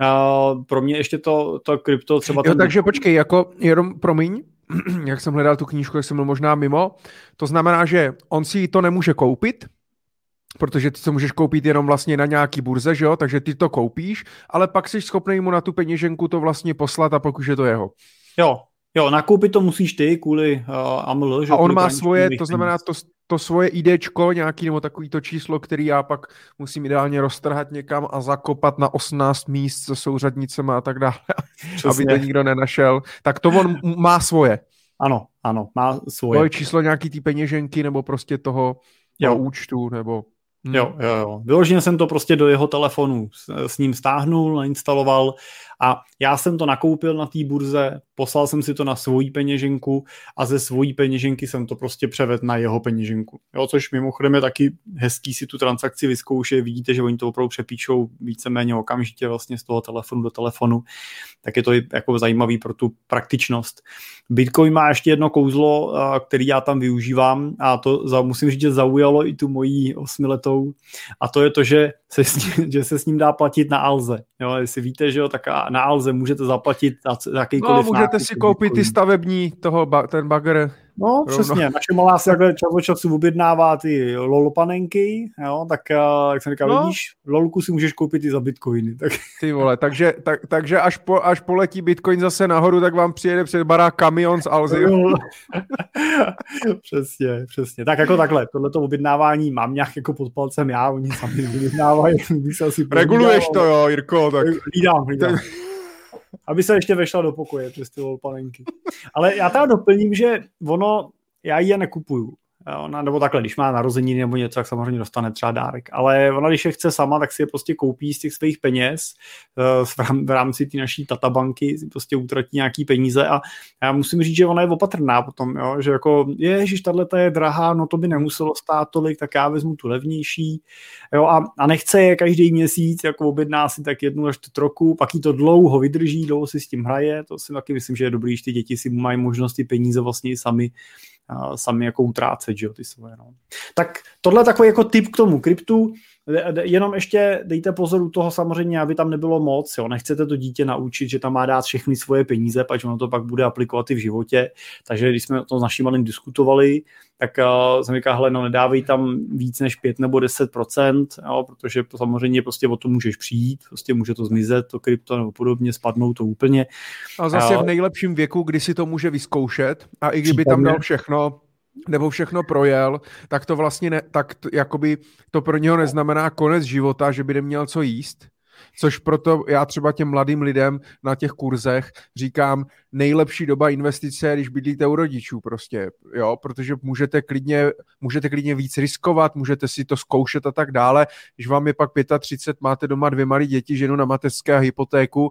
a pro mě ještě to, to krypto třeba... Jo, takže počkej, jako jenom promiň, jak jsem hledal tu knížku, jak jsem byl možná mimo, to znamená, že on si to nemůže koupit, protože ty to můžeš koupit jenom vlastně na nějaký burze, že jo, takže ty to koupíš, ale pak jsi schopný mu na tu peněženku to vlastně poslat a pak už je to jeho. Jo, jo, nakoupit to musíš ty kvůli uh, A M L, že? A on má svoje, to znamená to, to svoje IDčko nějaký nebo takový to číslo, který já pak musím ideálně roztrhat někam a zakopat na osmnáct míst se souřadnicema a tak dále, aby to nikdo nenašel. Tak to on má svoje. Ano, ano, má svoje. To je číslo nějaký té peněženky nebo prostě toho, toho účtu nebo... Hmm. Jo, jo, jo. Vyloženě jsem to prostě do jeho telefonu s, s ním stáhnul, nainstaloval a já jsem to nakoupil na té burze, poslal jsem si to na svoji peněženku a ze svojí peněženky jsem to prostě převedl na jeho peněženku. Jo, což mimochodem je taky hezký si tu transakci vyzkoušet, vidíte, že oni to opravdu přepíčou víceméně okamžitě vlastně z toho telefonu do telefonu, tak je to jako zajímavý pro tu praktičnost. Bitcoin má ještě jedno kouzlo, který já tam využívám a to musím říct, že zaujalo i tu mojí osmiletou a to je to, že se s ním, že se s ním dá platit na Alze. Jo, jestli víte, že jo, tak na Alze můžete zaplatit za jakýkoliv no, můžete si koupit ty stavební, toho, ten bagger. No, rovno. Přesně. Naše malá si takhle čas od času objednává ty lolopanenky, jo, tak jak jsem říkal, no. Vidíš, lolku si můžeš koupit i za bitcoiny. Tak. Ty vole, takže, tak, takže až, po, až poletí bitcoin zase nahoru, tak vám přijede před barák kamion z Alzy. Přesně, přesně. Tak jako takhle, tohleto objednávání mám nějak jako pod palcem já, oni sami objednávají. Reguluješ to, jo, Jirko, tak. Lídám, lídám. Aby se ještě vešla do pokoje přes ty lolpanenky. Ale já teda doplním, že ono, já ji je nekupuju. Ona, nebo takhle, když má narozeniny nebo něco, tak samozřejmě dostane třeba dárek. Ale ona, když je chce sama, tak si je prostě koupí z těch svých peněz v rámci té naší tatabanky, si prostě utratí nějaký peníze a já musím říct, že ona je opatrná potom, jo? Že jako, ježiš, tato je drahá, no to by nemuselo stát tolik, tak já vezmu tu levnější. Jo? A, a nechce je každý měsíc, jako objedná si tak jednu až trochu, pak jí to dlouho vydrží, dlouho si s tím hraje, to si taky myslím, že je dobrý, že ty děti si mají možnost ty peníze vlastně sami Uh, sami jako utrácet, že jo, ty svoje, no. Tak tohle je takový jako tip k tomu kryptu, jenom ještě dejte pozor u toho samozřejmě, aby tam nebylo moc, jo, nechcete to dítě naučit, že tam má dát všechny svoje peníze, pač ono to pak bude aplikovat i v životě, takže když jsme to s naším malým diskutovali, tak uh, jsem říkal, hele, no nedávej tam víc než pět nebo deset procent, jo, protože samozřejmě prostě o to můžeš přijít, prostě může to zmizet, to krypto nebo podobně, spadnou to úplně. A zase uh, v nejlepším věku, kdy si to může vyzkoušet a i kdyby tam dal všechno, nebo všechno projel, tak to vlastně ne, tak to, jakoby to pro něho neznamená konec života, že by neměl co jíst, což proto já třeba těm mladým lidem na těch kurzech říkám, nejlepší doba investice, když bydlíte u rodičů prostě, jo, protože můžete klidně, můžete klidně víc riskovat, můžete si to zkoušet a tak dále, když vám je pak třicet pět, máte doma dvě malé děti, ženu na mateřské a hypotéku,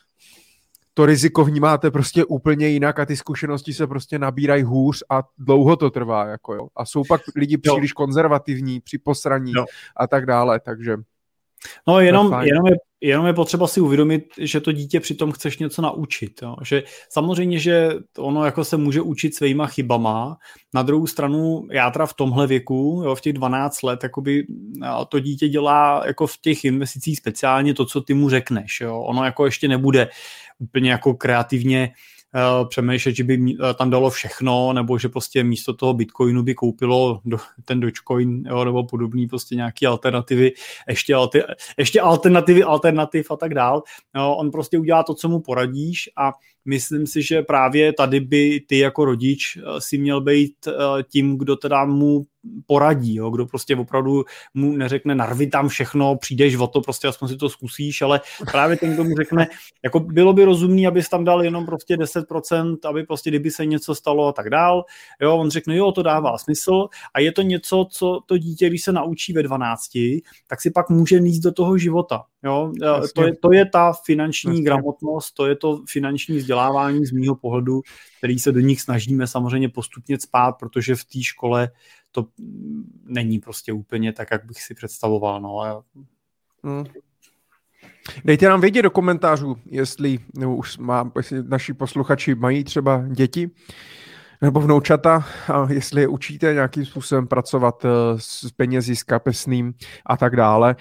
to riziko vnímáte prostě úplně jinak a ty zkušenosti se prostě nabírají hůř a dlouho to trvá, jako jo. A jsou pak lidi příliš jo. konzervativní při posraní jo. a tak dále, takže... No jenom, jenom, je, jenom je potřeba si uvědomit, že to dítě přitom chceš něco naučit. Jo? Že samozřejmě, že ono jako se může učit svýma chybama. Na druhou stranu, já teda v tomhle věku, jo, v těch dvanáct let, jakoby, to dítě dělá jako v těch investicích speciálně to, co ty mu řekneš. Jo? Ono jako ještě nebude úplně jako kreativně přemýšlet, že by tam dalo všechno, nebo že prostě místo toho Bitcoinu by koupilo do, ten Dogecoin, jo, nebo podobný prostě nějaký alternativy, ještě, alter, ještě alternativy, alternativ a tak dál. Jo, on prostě udělá to, co mu poradíš a myslím si, že právě tady by ty jako rodič si měl být tím, kdo teda mu poradí, jo, kdo prostě opravdu mu neřekne narvi tam všechno, přijdeš o to, prostě aspoň si to zkusíš, ale právě ten, kdo mu řekne, jako bylo by rozumný, abys tam dal jenom prostě deset procent, aby prostě kdyby se něco stalo a tak dál, jo, on řekne, jo, to dává smysl a je to něco, co to dítě, když se naučí ve dvanácti, tak si pak může níst do toho života, jo, to je, to je ta finanční Jasně. gramotnost, to je to finanční vzdělávání z mýho pohledu, který se do nich snažíme samozřejmě postupně cpát, protože v té škole to není prostě úplně tak, jak bych si představoval. No. Hmm. Dejte nám vědět do komentářů, jestli, nebo už má, jestli naši posluchači mají třeba děti nebo vnoučata, a jestli je učíte nějakým způsobem pracovat s penězi, s kapesným a tak dále.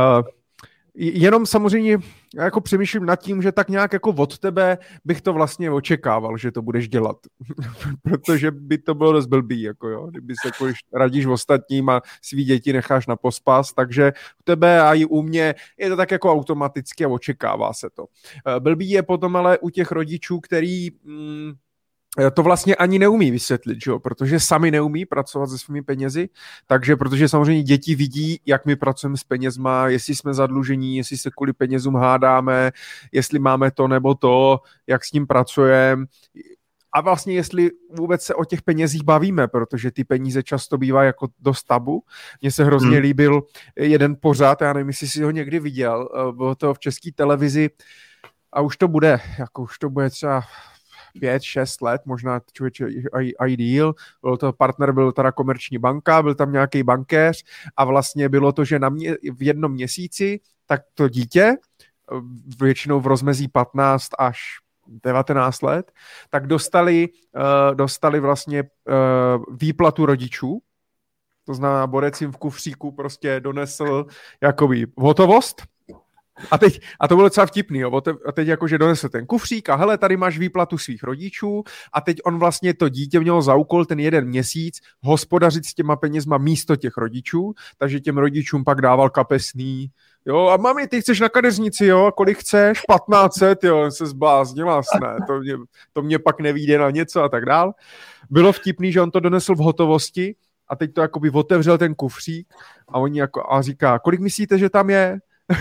Jenom samozřejmě jako přemýšlím nad tím, že tak nějak jako od tebe bych to vlastně očekával, že to budeš dělat. Protože by to bylo dost blbý, jako jo, kdyby se jako radíš ostatním a svý děti necháš na pospas, takže u tebe a i u mě je to tak jako automaticky a očekává se to. Blbý je potom ale u těch rodičů, který... Mm, to vlastně ani neumí vysvětlit, že jo? Protože sami neumí pracovat se svými penězi, takže protože samozřejmě děti vidí, jak my pracujeme s penězma, jestli jsme zadlužení, jestli se kvůli penězům hádáme, jestli máme to nebo to, jak s ním pracujeme a vlastně jestli vůbec se o těch penězích bavíme, protože ty peníze často bývají jako dost tabu. Mně se hrozně hmm. líbil jeden pořad, já nevím, jestli jsi ho někdy viděl, bylo to v české televizi a už to bude, jako už to bude třeba pět, šest let, možná člověče i díl. Byl to partner, byl teda Komerční banka, byl tam nějaký bankéř a vlastně bylo to, že na mě, v jednom měsíci tak to dítě, většinou v rozmezí patnáct až devatenáct let, tak dostali, uh, dostali vlastně uh, výplatu rodičů. To znamená, borec jim v kufříku prostě donesl jakoby hotovost. A teď, a to bylo docela vtipný, jo, a teď jakože donesl ten kufřík a hele, tady máš výplatu svých rodičů a teď on vlastně to dítě mělo za úkol ten jeden měsíc hospodařit s těma penězma místo těch rodičů, takže těm rodičům pak dával kapesný, jo, a mami, ty chceš na kadeřnici, jo, kolik chceš, patnáct set, jo, se zbláznila, ne, to mě, to mě pak nevíde na něco a tak dál. Bylo vtipný, že on to donesl v hotovosti a teď to jakoby otevřel ten kufřík a oni jako, a říká, kolik myslíte, že tam je?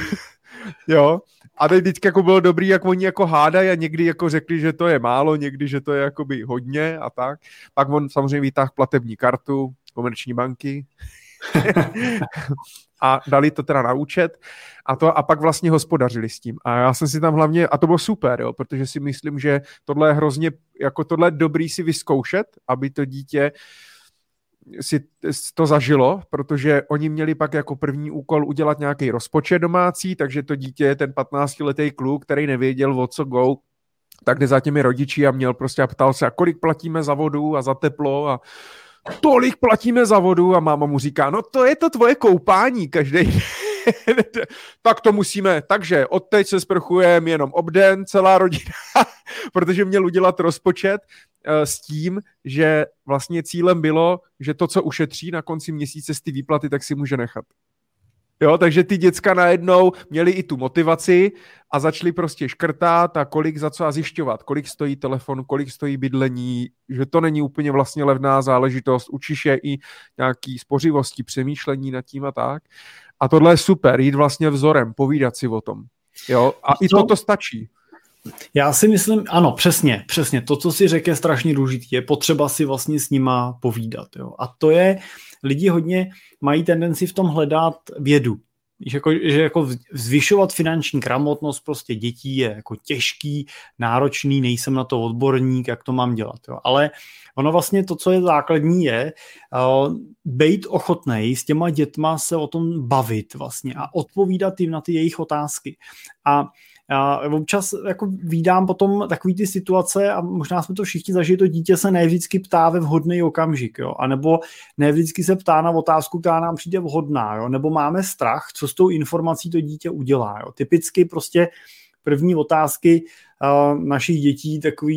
Jo, a teď vždycky jako bylo dobrý, jak oni jako hádají a někdy jako řekli, že to je málo, někdy, že to je jakoby hodně a tak. Pak on samozřejmě vytáhl platební kartu Komerční banky a dali to teda na účet a, to, a pak vlastně hospodařili s tím. A já jsem si tam hlavně, a to bylo super, jo, protože si myslím, že tohle je hrozně, jako tohle je dobrý si vyzkoušet, aby to dítě si to zažilo, protože oni měli pak jako první úkol udělat nějaký rozpočet domácí, takže to dítě je ten patnáctiletý kluk, který nevěděl, o co go, tak jde za těmi rodiči a měl prostě a ptal se, a kolik platíme za vodu a za teplo a tolik platíme za vodu a máma mu říká, no to je to tvoje koupání každý tak to musíme, takže odteď se sprchujeme jenom obden, celá rodina, protože měl udělat rozpočet uh, s tím, že vlastně cílem bylo, že to, co ušetří na konci měsíce z ty výplaty, tak si může nechat. Jo, takže ty děcka najednou měli i tu motivaci a začali prostě škrtat a kolik za co a zjišťovat, kolik stojí telefon, kolik stojí bydlení, že to není úplně vlastně levná záležitost, učíš je i nějaký spořivosti, přemýšlení nad tím a tak. A tohle je super, jít vlastně vzorem, povídat si o tom. Jo, a i toto stačí. Já si myslím, ano, přesně, přesně, to, co si řekl, je strašně důležitý, je potřeba si vlastně s nima povídat, jo. A to je, lidi hodně mají tendenci v tom hledat vědu, že jako, že jako zvyšovat finanční gramotnost prostě dětí je jako těžký, náročný, nejsem na to odborník, jak to mám dělat, jo. Ale ono vlastně to, co je základní, je uh, být ochotnej s těma dětma se o tom bavit vlastně a odpovídat jim na ty jejich otázky. A Já občas jako vídám potom takový ty situace a možná jsme to všichni zažili, to dítě se ne vždycky ptá ve vhodný okamžik, jo, a nebo ne vždycky se ptá na otázku, která nám přijde vhodná, jo, nebo máme strach, co s tou informací to dítě udělá, jo. Typicky prostě první otázky uh, našich dětí takový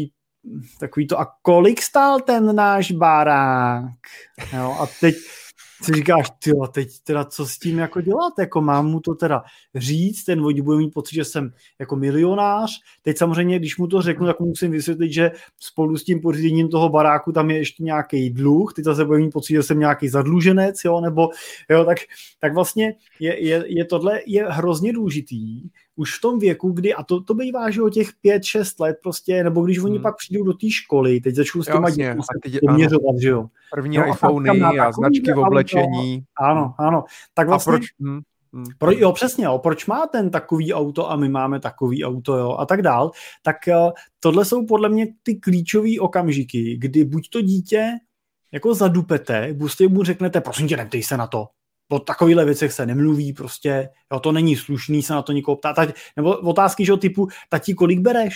takový to, a kolik stál ten náš barák? Jo, a teď si říkáš, tyjo, teď teda co s tím jako dělat, jako mám mu to teda říct, ten vodí bude mít pocit, že jsem jako milionář, teď samozřejmě, když mu to řeknu, tak musím vysvětlit, že spolu s tím pořízením toho baráku tam je ještě nějaký dluh, teď zase bude mít pocit, že jsem nějaký zadluženec, jo, nebo, jo, tak, tak vlastně je, je, je tohle je hrozně důležitý, už v tom věku, kdy, a to, to bývá, že o těch pět šest let prostě, nebo když oni hmm. pak přijdou do té školy, teď začnou s těma dětmi se poměřovat, že jo. První no, iPhony a, a značky v oblečení. Ano, ano. Tak vlastně, a proč? Hmm. Hmm. Pro, jo, přesně, jo, proč má ten takový auto a my máme takový auto, jo, a tak dál. Tak uh, tohle jsou podle mě ty klíčové okamžiky, kdy buď to dítě jako zadupete, prostě mu řeknete, prosím tě, neptej se na to. O takovýchhle věcech se nemluví prostě, jo, to není slušný se na to někoho ptát. Nebo otázky, že typu, tati, kolik bereš?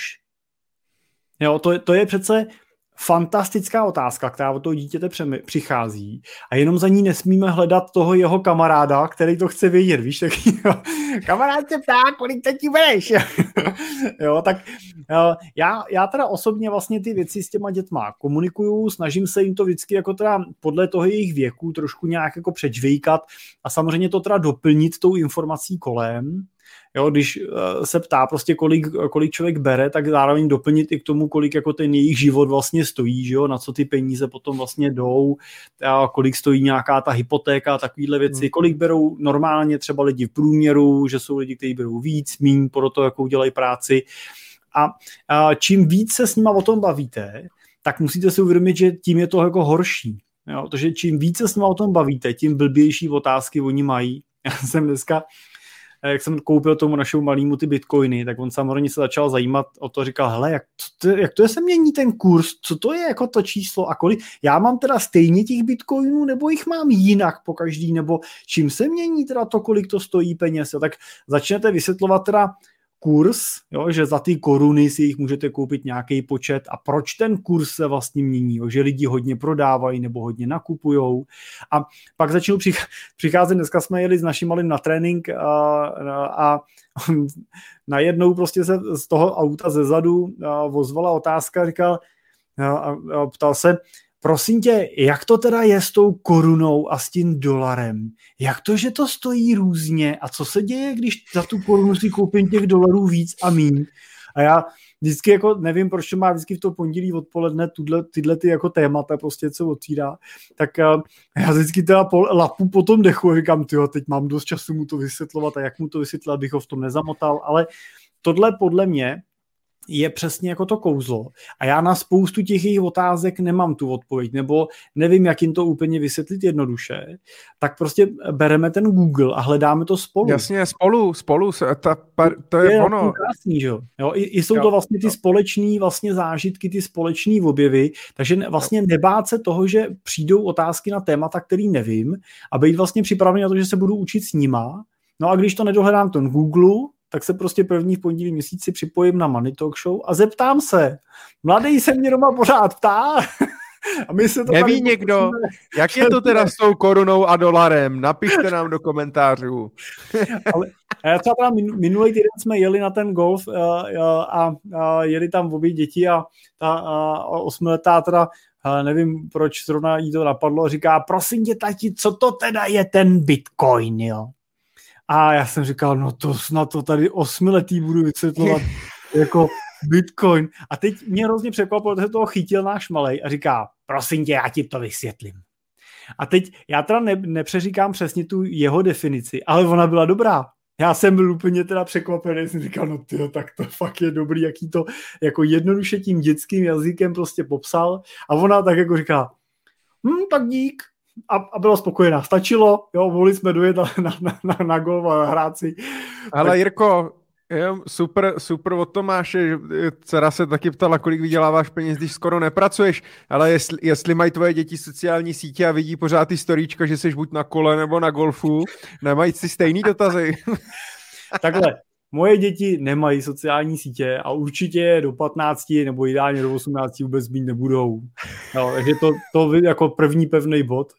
Jo, to, to je přece fantastická otázka, která od toho dítěte přichází a jenom za ní nesmíme hledat toho jeho kamaráda, který to chce vědět, víš, tak kamarád se ptá, kolik tati bereš? Jo, tak já, já teda osobně vlastně ty věci s těma dětma komunikuju, snažím se jim to vždycky jako teda podle toho jejich věku trošku nějak jako předžvejkat a samozřejmě to teda doplnit tou informací kolem. Jo, když se ptá prostě, kolik, kolik člověk bere, tak zároveň doplnit i k tomu, kolik jako ten jejich život vlastně stojí, že jo, na co ty peníze potom vlastně jdou, a kolik stojí nějaká ta hypotéka a takovýhle věci, hmm. kolik berou normálně třeba lidi v průměru, že jsou lidi, kteří berou víc, míň pro to, jakou dělají práci. A, a čím víc se s nima o tom bavíte, tak musíte si uvědomit, že tím je to jako horší. Jo, protože čím více s nima o tom bavíte, tím blbější otázky oni mají. Já jsem dneska jak jsem koupil tomu našemu malému ty bitcoiny, tak on samozřejmě se začal zajímat o to, říkal, hele, jak to, jak to je, se mění ten kurz, co to je jako to číslo a kolik, já mám teda stejně těch bitcoinů, nebo jich mám jinak po každý, nebo čím se mění teda to, kolik to stojí peněz, jo? Tak začnete vysvětlovat teda kurz, jo, že za ty koruny si jich můžete koupit nějaký počet a proč ten kurz se vlastně mění, jo, že lidi hodně prodávají nebo hodně nakupujou a pak začnou přicházet, dneska jsme jeli s naším malým na trénink a, a, a najednou prostě se z toho auta ze zadu ozvala otázka, říkal a, a ptal se, prosím tě, jak to teda je s tou korunou a s tím dolarem? Jak to, že to stojí různě? A co se děje, když za tu korunu si koupím těch dolarů víc a míň? A já vždycky jako nevím, proč to má vždycky v to pondělí odpoledne tuhle, tyhle ty jako témata prostě co otvírá. Tak uh, já vždycky teda po, lapu po tom dechu a říkám, tyjo, teď mám dost času mu to vysvětlovat a jak mu to vysvětlit, abych ho v tom nezamotal. Ale tohle podle mě je přesně jako to kouzlo. A já na spoustu těch jejich otázek nemám tu odpověď, nebo nevím, jak jim to úplně vysvětlit jednoduše, tak prostě bereme ten Google a hledáme to spolu. Jasně, spolu, spolu, ta, to je, je ono. Krásný, že jo? jo i, I jsou jo, to vlastně ty jo. společný vlastně zážitky, ty společný objevy, takže vlastně nebát se toho, že přijdou otázky na témata, který nevím, a být vlastně připravený na to, že se budu učit s nima. No a když to nedohledám ten Google, tak se prostě první v pondělí měsíci připojím na Money Talk Show a zeptám se. Mladý se mě doma pořád ptá. A my se to Neví někdo, musíme... jak je to teda s tou korunou a dolarem? Napište nám do komentářů. Ale já třeba teda minulý týden jsme jeli na ten golf a, a, a jeli tam obě děti a ta a osmiletá teda nevím, proč zrovna jí to napadlo, říká, prosím tě, tati, co to teda je ten Bitcoin, jo? A já jsem říkal, no to snad to tady osmiletý budu vysvětlovat jako Bitcoin. A teď mě hrozně překvapilo, že toho chytil náš malej a říká, prosím tě, já ti to vysvětlím. A teď já teda ne, nepřeříkám přesně tu jeho definici, ale ona byla dobrá. Já jsem byl úplně teda překvapený, jsem říkal, no tyjo, tak to fakt je dobrý, jaký to jako jednoduše tím dětským jazykem prostě popsal. A ona tak jako říká, hm, tak dík. A, a byla spokojená. Stačilo, jo, mohli jsme dojet na, na, na, na golf a hrát si. Ale tak... Jirko, jo, super, super od Tomáše, dcera se taky ptala, kolik vyděláváš peněz, když skoro nepracuješ, ale jestli, jestli mají tvoje děti sociální sítě a vidí pořád ty storíčka, že jsi buď na kole nebo na golfu, nemají si stejný dotazy. Takhle, moje děti nemají sociální sítě a určitě do patnácti nebo ideálně do osmnácti vůbec mít nebudou. No, takže to, to jako první pevný bod.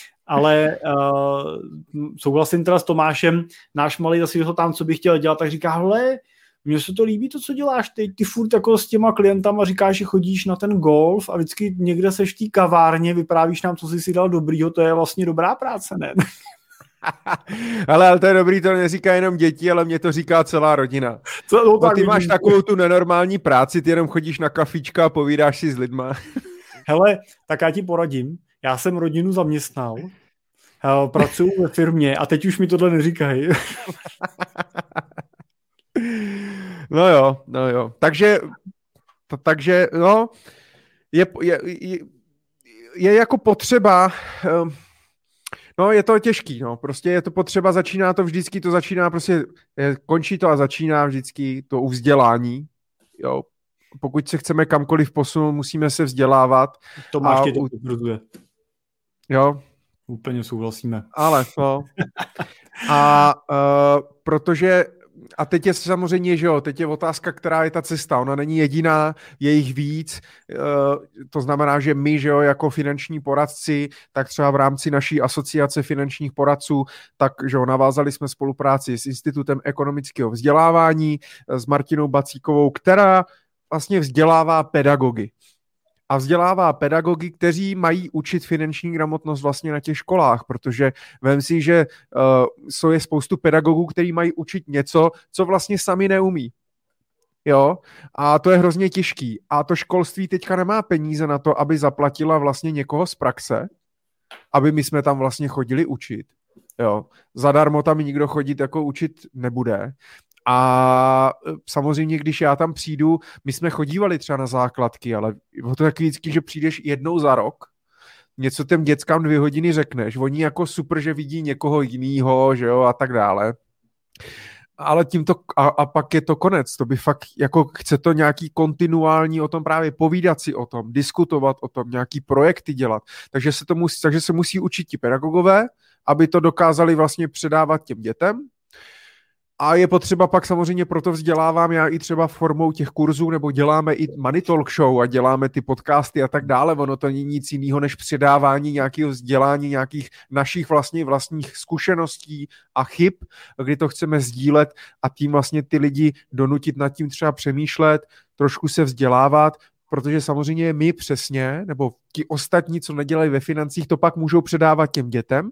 Ale uh, souhlasím teda s Tomášem, náš malý zase to tam, co by chtěl dělat, tak říká, hele, mně se to líbí, to, co děláš ty, ty furt jako s těma klientama říkáš, že chodíš na ten golf a vždycky někde seš v té kavárně, vyprávíš nám, co jsi si dal dobrýho, to je vlastně dobrá práce, ne? ale, ale to je dobrý, to neříká jenom děti, ale mě to říká celá rodina. Co, no, tak ty máš vidím. Takovou tu nenormální práci, ty jenom chodíš na kafička a povídáš si s lidma. Hele, tak já ti poradím, já jsem rodinu zaměstnal, pracuju ve firmě a teď už mi tohle neříkají. No jo, no jo. Takže, takže no, je, je, je, je jako potřeba, no je to těžký, no, prostě je to potřeba, začíná to vždycky, to začíná prostě, je, končí to a začíná vždycky to u vzdělání, jo. Pokud se chceme kamkoliv posunout, musíme se vzdělávat. Tomáš tě to potvrzuje. Jo. Úplně souhlasíme. Ale, no. A uh, protože A teď je samozřejmě, že jo, teď je otázka, která je ta cesta. Ona není jediná, je jich víc. To znamená, že my, že jo, jako finanční poradci, tak třeba v rámci naší asociace finančních poradců, tak, že jo, navázali jsme spolupráci s Institutem ekonomického vzdělávání, s Martinou Bacíkovou, která vlastně vzdělává pedagogy. A vzdělává pedagogy, kteří mají učit finanční gramotnost vlastně na těch školách, protože vem si, že uh, jsou je spoustu pedagogů, kteří mají učit něco, co vlastně sami neumí. Jo? A to je hrozně těžký. A to školství teďka nemá peníze na to, aby zaplatila vlastně někoho z praxe, aby my jsme tam vlastně chodili učit. Jo? Zadarmo tam nikdo chodit jako učit nebude. A samozřejmě, když já tam přijdu, my jsme chodívali třeba na základky, ale je to taky vždycky, že přijdeš jednou za rok, něco těm dětskám dvě hodiny řekneš, oni jako super, že vidí někoho jinýho, že jo, a tak dále. Ale tímto, a, a pak je to konec, to by fakt, jako chce to nějaký kontinuální o tom právě povídat si o tom, diskutovat o tom, nějaký projekty dělat, takže se, to musí, takže se musí učit ti pedagogové, aby to dokázali vlastně předávat těm dětem. A je potřeba pak samozřejmě, proto vzdělávám já i třeba formou těch kurzů, nebo děláme i Money Talk Show a děláme ty podcasty a tak dále. Ono to není nic jiného než předávání nějakého vzdělání, nějakých našich vlastně vlastních zkušeností a chyb, kdy to chceme sdílet a tím vlastně ty lidi donutit nad tím třeba přemýšlet, trošku se vzdělávat, protože samozřejmě my přesně, nebo ti ostatní, co nedělají ve financích, to pak můžou předávat těm dětem.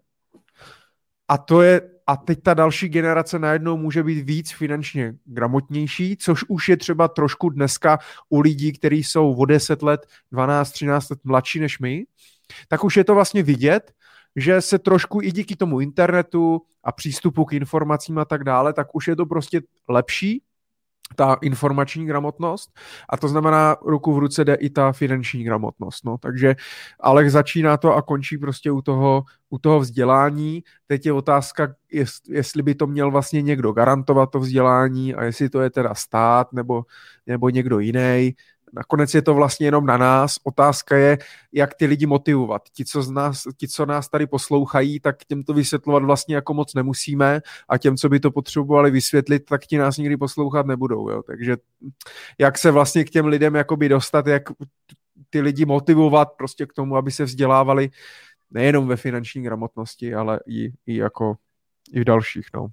A to je A teď ta další generace najednou může být víc finančně gramotnější, což už je třeba trošku dneska u lidí, kteří jsou o deset let, dvanáct, třináct let mladší než my, tak už je to vlastně vidět, že se trošku i díky tomu internetu a přístupu k informacím a tak dále, tak už je to prostě lepší, ta informační gramotnost, a to znamená, ruku v ruce jde i ta finanční gramotnost. No. Takže ale začíná to a končí prostě u toho, u toho vzdělání. Teď je otázka, jest, jestli by to měl vlastně někdo garantovat to vzdělání a jestli to je teda stát nebo, nebo někdo jiný. Nakonec je to vlastně jenom na nás. Otázka je, jak ty lidi motivovat. Ti, co, z nás, ti, co nás tady poslouchají, tak těm to vysvětlovat vlastně jako moc nemusíme a těm, co by to potřebovali vysvětlit, tak ti nás nikdy poslouchat nebudou. Jo? Takže jak se vlastně k těm lidem jakoby dostat, jak ty lidi motivovat prostě k tomu, aby se vzdělávali nejenom ve finanční gramotnosti, ale i, i, jako, i v dalších. No.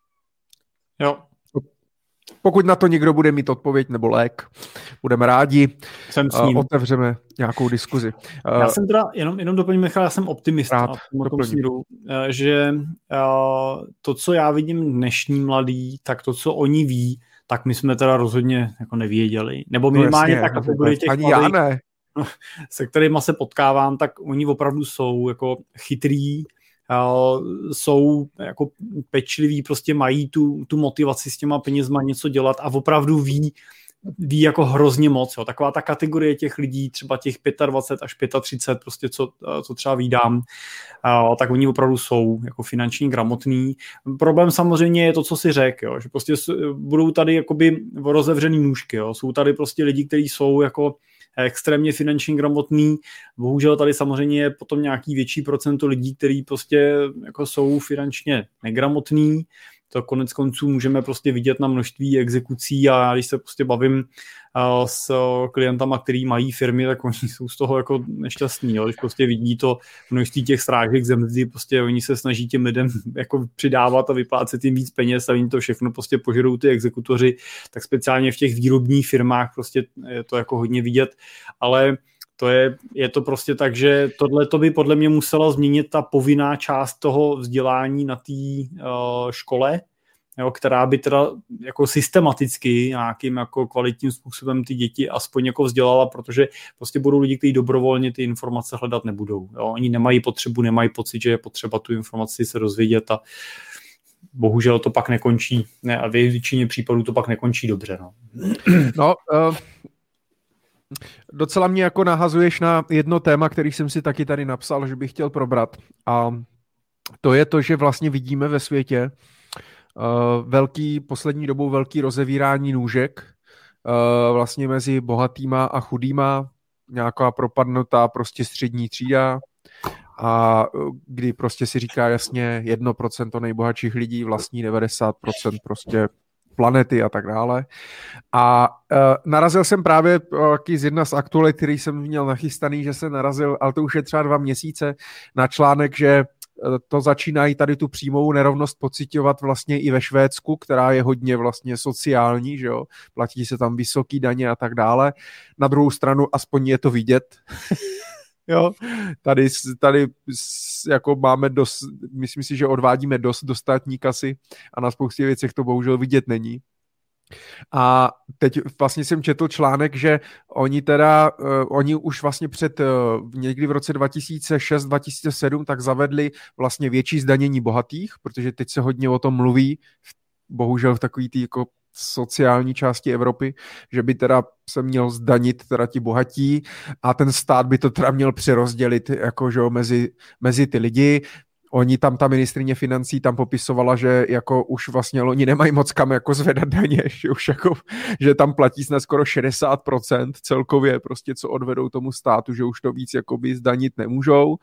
Jo. Pokud na to někdo bude mít odpověď nebo lék, budeme rádi, jsem s ním. Uh, otevřeme nějakou diskuzi. Uh, já jsem teda, jenom, jenom doplním, Michal, já jsem optimista v tom směru, že uh, to, co já vidím dnešní mladý, tak to, co oni ví, tak my jsme teda rozhodně jako nevěděli. Nebo minimálně no jasně, tak kategorie těch ani já ne. se kterýma se potkávám, tak oni opravdu jsou jako chytrý, Uh, jsou jako pečliví, prostě mají tu, tu motivaci s těma penězma něco dělat a opravdu ví, ví jako hrozně moc. Jo. Taková ta kategorie těch lidí, třeba těch dvacet pět až třicet pět, prostě co, co třeba vídám, uh, tak oni opravdu jsou jako finanční gramotní. Problém samozřejmě je to, co si řekl, že prostě budou tady jakoby rozevřený nůžky. Jo. Jsou tady prostě lidi, kteří jsou jako extrémně finančně gramotný. Bohužel tady samozřejmě je potom nějaký větší procento lidí, kteří prostě jako jsou finančně negramotní To konec konců můžeme prostě vidět na množství exekucí a když se prostě bavím s klientama, který mají firmy, tak oni jsou z toho jako nešťastní, jo? Když prostě vidí to množství těch srážek zemdy, prostě oni se snaží těm lidem jako přidávat a vyplácet jim víc peněz a oni to všechno prostě požerou ty exekutoři, tak speciálně v těch výrobních firmách prostě je to jako hodně vidět, ale to je, je to prostě tak, že tohle to by podle mě musela změnit ta povinná část toho vzdělání na té uh, škole, jo, která by teda jako systematicky nějakým jako kvalitním způsobem ty děti aspoň jako vzdělala, protože prostě budou lidi, kteří dobrovolně ty informace hledat nebudou. Jo. Oni nemají potřebu, nemají pocit, že je potřeba tu informaci se dozvědět a bohužel to pak nekončí, ne, a v většině případů to pak nekončí dobře. No, no uh... Docela mě jako nahazuješ na jedno téma, který jsem si taky tady napsal, že bych chtěl probrat. A to je to, že vlastně vidíme ve světě uh, velký, poslední dobou velký rozevírání nůžek uh, vlastně mezi bohatýma a chudýma, nějaká propadnutá prostě střední třída a kdy prostě si říká jasně jedno procento nejbohatších lidí vlastní devadesát procent prostě planety a tak dále. A uh, narazil jsem právě uh, z jedna z aktualit, který jsem měl nachystaný, že se narazil, ale to už je třeba dva měsíce, na článek, že uh, to začínají tady tu přímou nerovnost pociťovat vlastně i ve Švédsku, která je hodně vlastně sociální, že jo, platí se tam vysoký daně a tak dále. Na druhou stranu aspoň je to vidět. Jo, tady, tady jako máme dost, myslím si, že odvádíme dost do státní kasy a na spoustě věcech to bohužel vidět není. A teď vlastně jsem četl článek, že oni teda, uh, oni už vlastně před uh, někdy v roce dva tisíce šest dva tisíce sedm tak zavedli vlastně větší zdanění bohatých, protože teď se hodně o tom mluví, bohužel v takový tý jako sociální části Evropy, že by teda se měl zdanit teda ti bohatí a ten stát by to teda měl přerozdělit jako, že, mezi, mezi ty lidi. Oni tam, ta ministryně financí tam popisovala, že jako už vlastně oni nemají moc kam jako zvedat daně, že už jako, že tam platí snad skoro šedesát procent celkově prostě, co odvedou tomu státu, že už to víc jakoby zdanit nemůžou.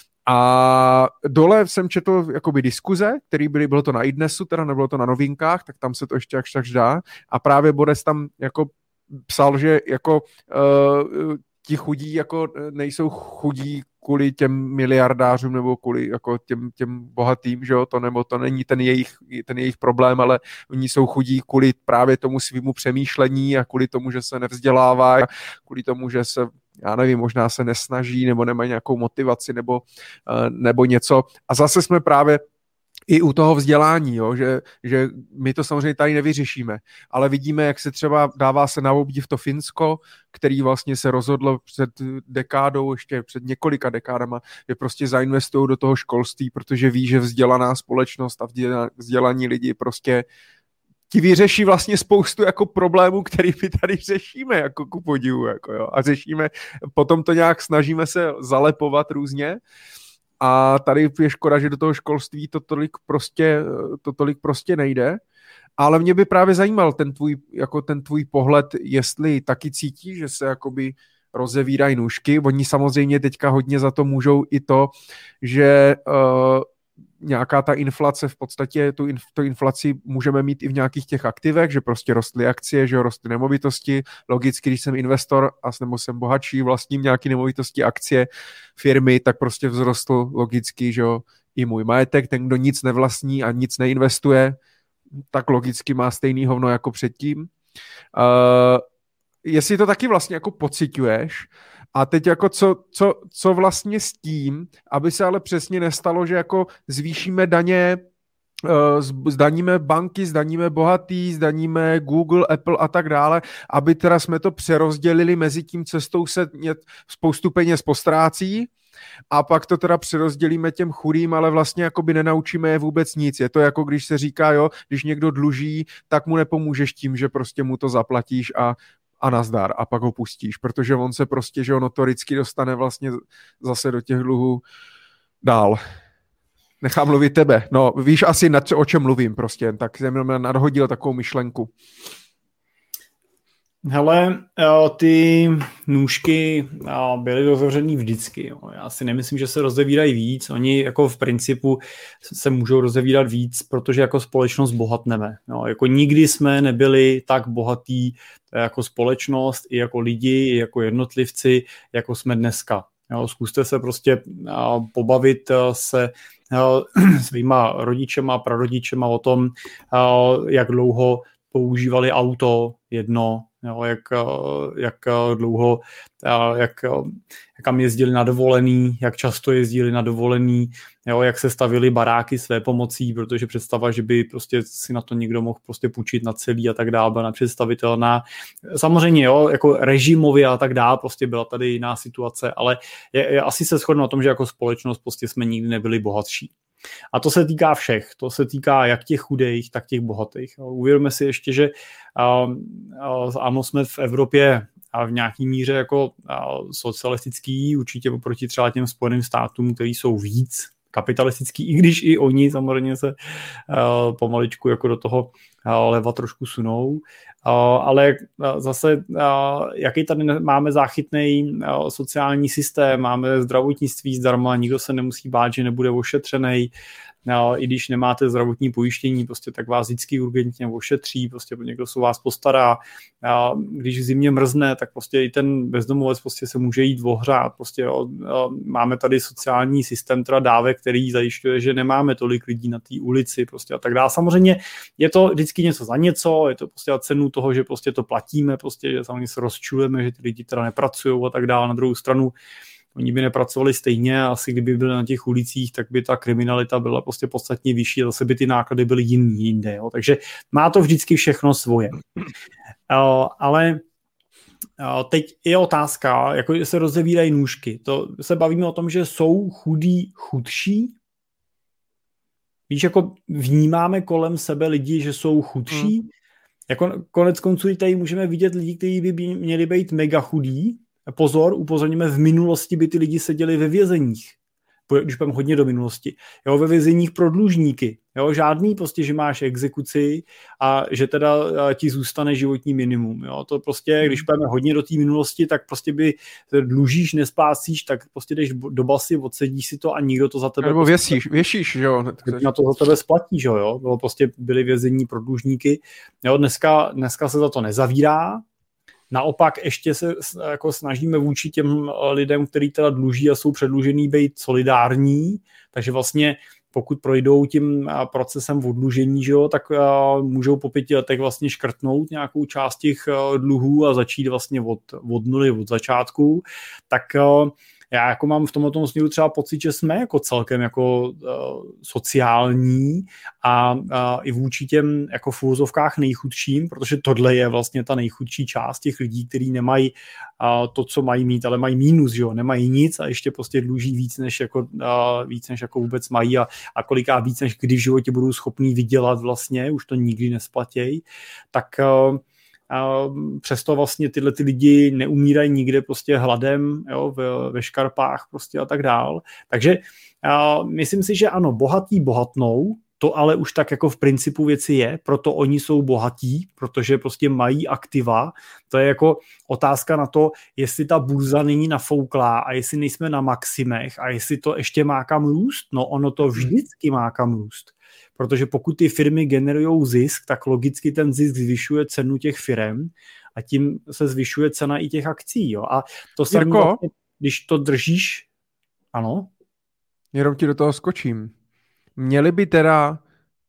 A dole jsem četl jakoby diskuze, který byly, bylo to na iDnesu, teda nebylo to na Novinkách, tak tam se to ještě až tak dá. A právě Boris tam jako psal, že jako uh, ti chudí jako nejsou chudí kvůli těm miliardářům nebo kvůli jako těm, těm bohatým, že jo, to nebo to není ten jejich, ten jejich problém, ale oni jsou chudí kvůli právě tomu svýmu přemýšlení a kvůli tomu, že se nevzdělávají, kvůli tomu, že se já nevím, možná se nesnaží nebo nemají nějakou motivaci nebo, nebo něco. A zase jsme právě i u toho vzdělání, jo, že, že my to samozřejmě tady nevyřešíme, ale vidíme, jak se třeba dává se na obdiv to Finsko, který vlastně se rozhodlo před dekádou, ještě před několika dekádama, že prostě zainvestují do toho školství, protože ví, že vzdělaná společnost a vzdělaní lidi prostě ti vyřeší vlastně spoustu jako problémů, který my tady řešíme, jako ku podivu, jako jo, a řešíme, potom to nějak snažíme se zalepovat různě a tady je škoda, že do toho školství to tolik prostě, to tolik prostě nejde, ale mě by právě zajímal ten tvůj, jako ten tvůj pohled, jestli taky cítí, že se jakoby rozevírají nůžky, oni samozřejmě teďka hodně za to můžou i to, že uh, nějaká ta inflace, v podstatě tu, inf, tu inflaci můžeme mít i v nějakých těch aktivech, že prostě rostly akcie, že rostly nemovitosti. Logicky, když jsem investor a nebo jsem bohatší, vlastním nějaké nemovitosti, akcie, firmy, tak prostě vzrostl logicky, že i můj majetek. Ten, kdo nic nevlastní a nic neinvestuje, tak logicky má stejný hovno jako předtím. Uh, jestli to taky vlastně jako pociťuješ, a teď jako co, co, co vlastně s tím, aby se ale přesně nestalo, že jako zvýšíme daně, zdaníme banky, zdaníme bohatý, zdaníme Google, Apple a tak dále, aby teda jsme to přerozdělili mezi tím cestou se spoustu peněz postrácí a pak to teda přerozdělíme těm chudým, ale vlastně jakoby nenaučíme je vůbec nic. Je to jako když se říká, jo, když někdo dluží, tak mu nepomůžeš tím, že prostě mu to zaplatíš a a nazdar a pak ho pustíš, protože on se prostě, že on notoricky dostane vlastně zase do těch dluhů dál. Nechám mluvit tebe. No, víš asi, o čem mluvím prostě, tak jsem nadhodil takovou myšlenku. Hele, ty nůžky byly rozevřený vždycky. Jo. Já si nemyslím, že se rozevírají víc. Oni jako v principu se můžou rozevírat víc, protože jako společnost bohatneme. Jo. Jako nikdy jsme nebyli tak bohatí jako společnost, i jako lidi, i jako jednotlivci, jako jsme dneska. Jo. Zkuste se prostě pobavit se svýma rodičema, prarodičema o tom, jak dlouho používali auto jedno, jo, jak, jak dlouho, jak, jak kam jezdili na dovolený, jak často jezdili na dovolený, jo, jak se stavili baráky své pomocí, protože představa, že by prostě si na to někdo mohl prostě půjčit na celý a tak dále, byla nepředstavitelná. Samozřejmě, jo, jako režimově a tak dále, prostě byla tady jiná situace, ale je, je, asi se shodnu na tom, že jako společnost prostě jsme nikdy nebyli bohatší. A to se týká všech, to se týká jak těch chudých, tak těch bohatých. Uvědomme si ještě, že uh, uh, ano, jsme v Evropě a v nějaký míře jako uh, socialistický, určitě oproti třeba těm Spojeným státům, který jsou víc kapitalistický, i když i oni samozřejmě se uh, pomaličku jako do toho uh, leva trošku sunou. Uh, ale uh, zase, uh, jaký tady máme záchytný uh, sociální systém, máme zdravotnictví zdarma, nikdo se nemusí bát, že nebude ošetřenej. No, i když nemáte zdravotní pojištění, prostě tak vás vždycky urgentně ošetří, prostě někdo se vás postará. A když v zimě mrzne, tak prostě i ten bezdomovec prostě se může jít ohřát. Prostě, jo, máme tady sociální systém teda dávek, který zajišťuje, že nemáme tolik lidí na té ulici prostě a tak dále. Samozřejmě je to vždycky něco za něco, je to prostě cenu toho, že prostě to platíme, prostě, že samozřejmě se rozčulujeme, že ty lidi teda nepracují a tak dále. Na druhou stranu oni by nepracovali stejně a asi kdyby byli na těch ulicích, tak by ta kriminalita byla prostě podstatně vyšší, zase by ty náklady byly jiný jinde. Jo. Takže má to vždycky všechno svoje. Uh, ale uh, teď je otázka, jako se rozevírají nůžky. To se bavíme o tom, že jsou chudí chudší. Víš, jako vnímáme kolem sebe lidi, že jsou chudší. Hmm. Jako konec konců tady můžeme vidět lidi, kteří by měli být mega chudí. Pozor, upozorněme, v minulosti by ty lidi seděli ve vězeních, když půjdeme hodně do minulosti, jo, ve vězeních pro dlužníky, jo, žádný prostě, že máš exekuci a že teda ti zůstane životní minimum, jo, to prostě, když půjdeme hodně do té minulosti, tak prostě by dlužíš, nesplácíš, tak prostě jdeš do basy, odsedíš si to a nikdo to za tebe... Nebo prostě, věsíš, věšíš, jo. Na to za tebe splatí, že jo, bylo prostě byly vězení pro dlužníky, jo, dneska, dneska se za to nezavírá. Naopak ještě se jako snažíme vůči těm lidem, kteří teda dluží a jsou předlužený, být solidární, takže vlastně pokud projdou tím procesem odlužení, že jo, tak můžou po pěti letech vlastně škrtnout nějakou část těch dluhů a začít vlastně od, od nuly, od začátku, tak já jako mám v tomto směru třeba pocit, že jsme jako celkem jako uh, sociální a uh, i vůči těm jako v úvozovkách nejchudším, protože tohle je vlastně ta nejchudší část těch lidí, kteří nemají uh, to, co mají mít, ale mají mínus, že jo, nemají nic a ještě prostě dluží víc, než jako, uh, víc, než jako vůbec mají a, a koliká víc, než kdy v životě budou schopní vydělat vlastně, už to nikdy nesplatějí, tak uh, a přesto vlastně tyhle ty lidi neumírají nikde prostě hladem, jo, ve, ve škarpách prostě a tak dál. Takže a myslím si, že ano, bohatí bohatnou, to ale už tak jako v principu věci je, proto oni jsou bohatí, protože prostě mají aktiva. To je jako otázka na to, jestli ta burza není nafouklá a jestli nejsme na maximech a jestli to ještě má kam růst. No ono to vždycky má kam růst. Protože pokud ty firmy generují zisk, tak logicky ten zisk zvyšuje cenu těch firm a tím se zvyšuje cena i těch akcí. Jo? A to se vlastně, když to držíš, ano? Jenom ti do toho skočím. Měli by teda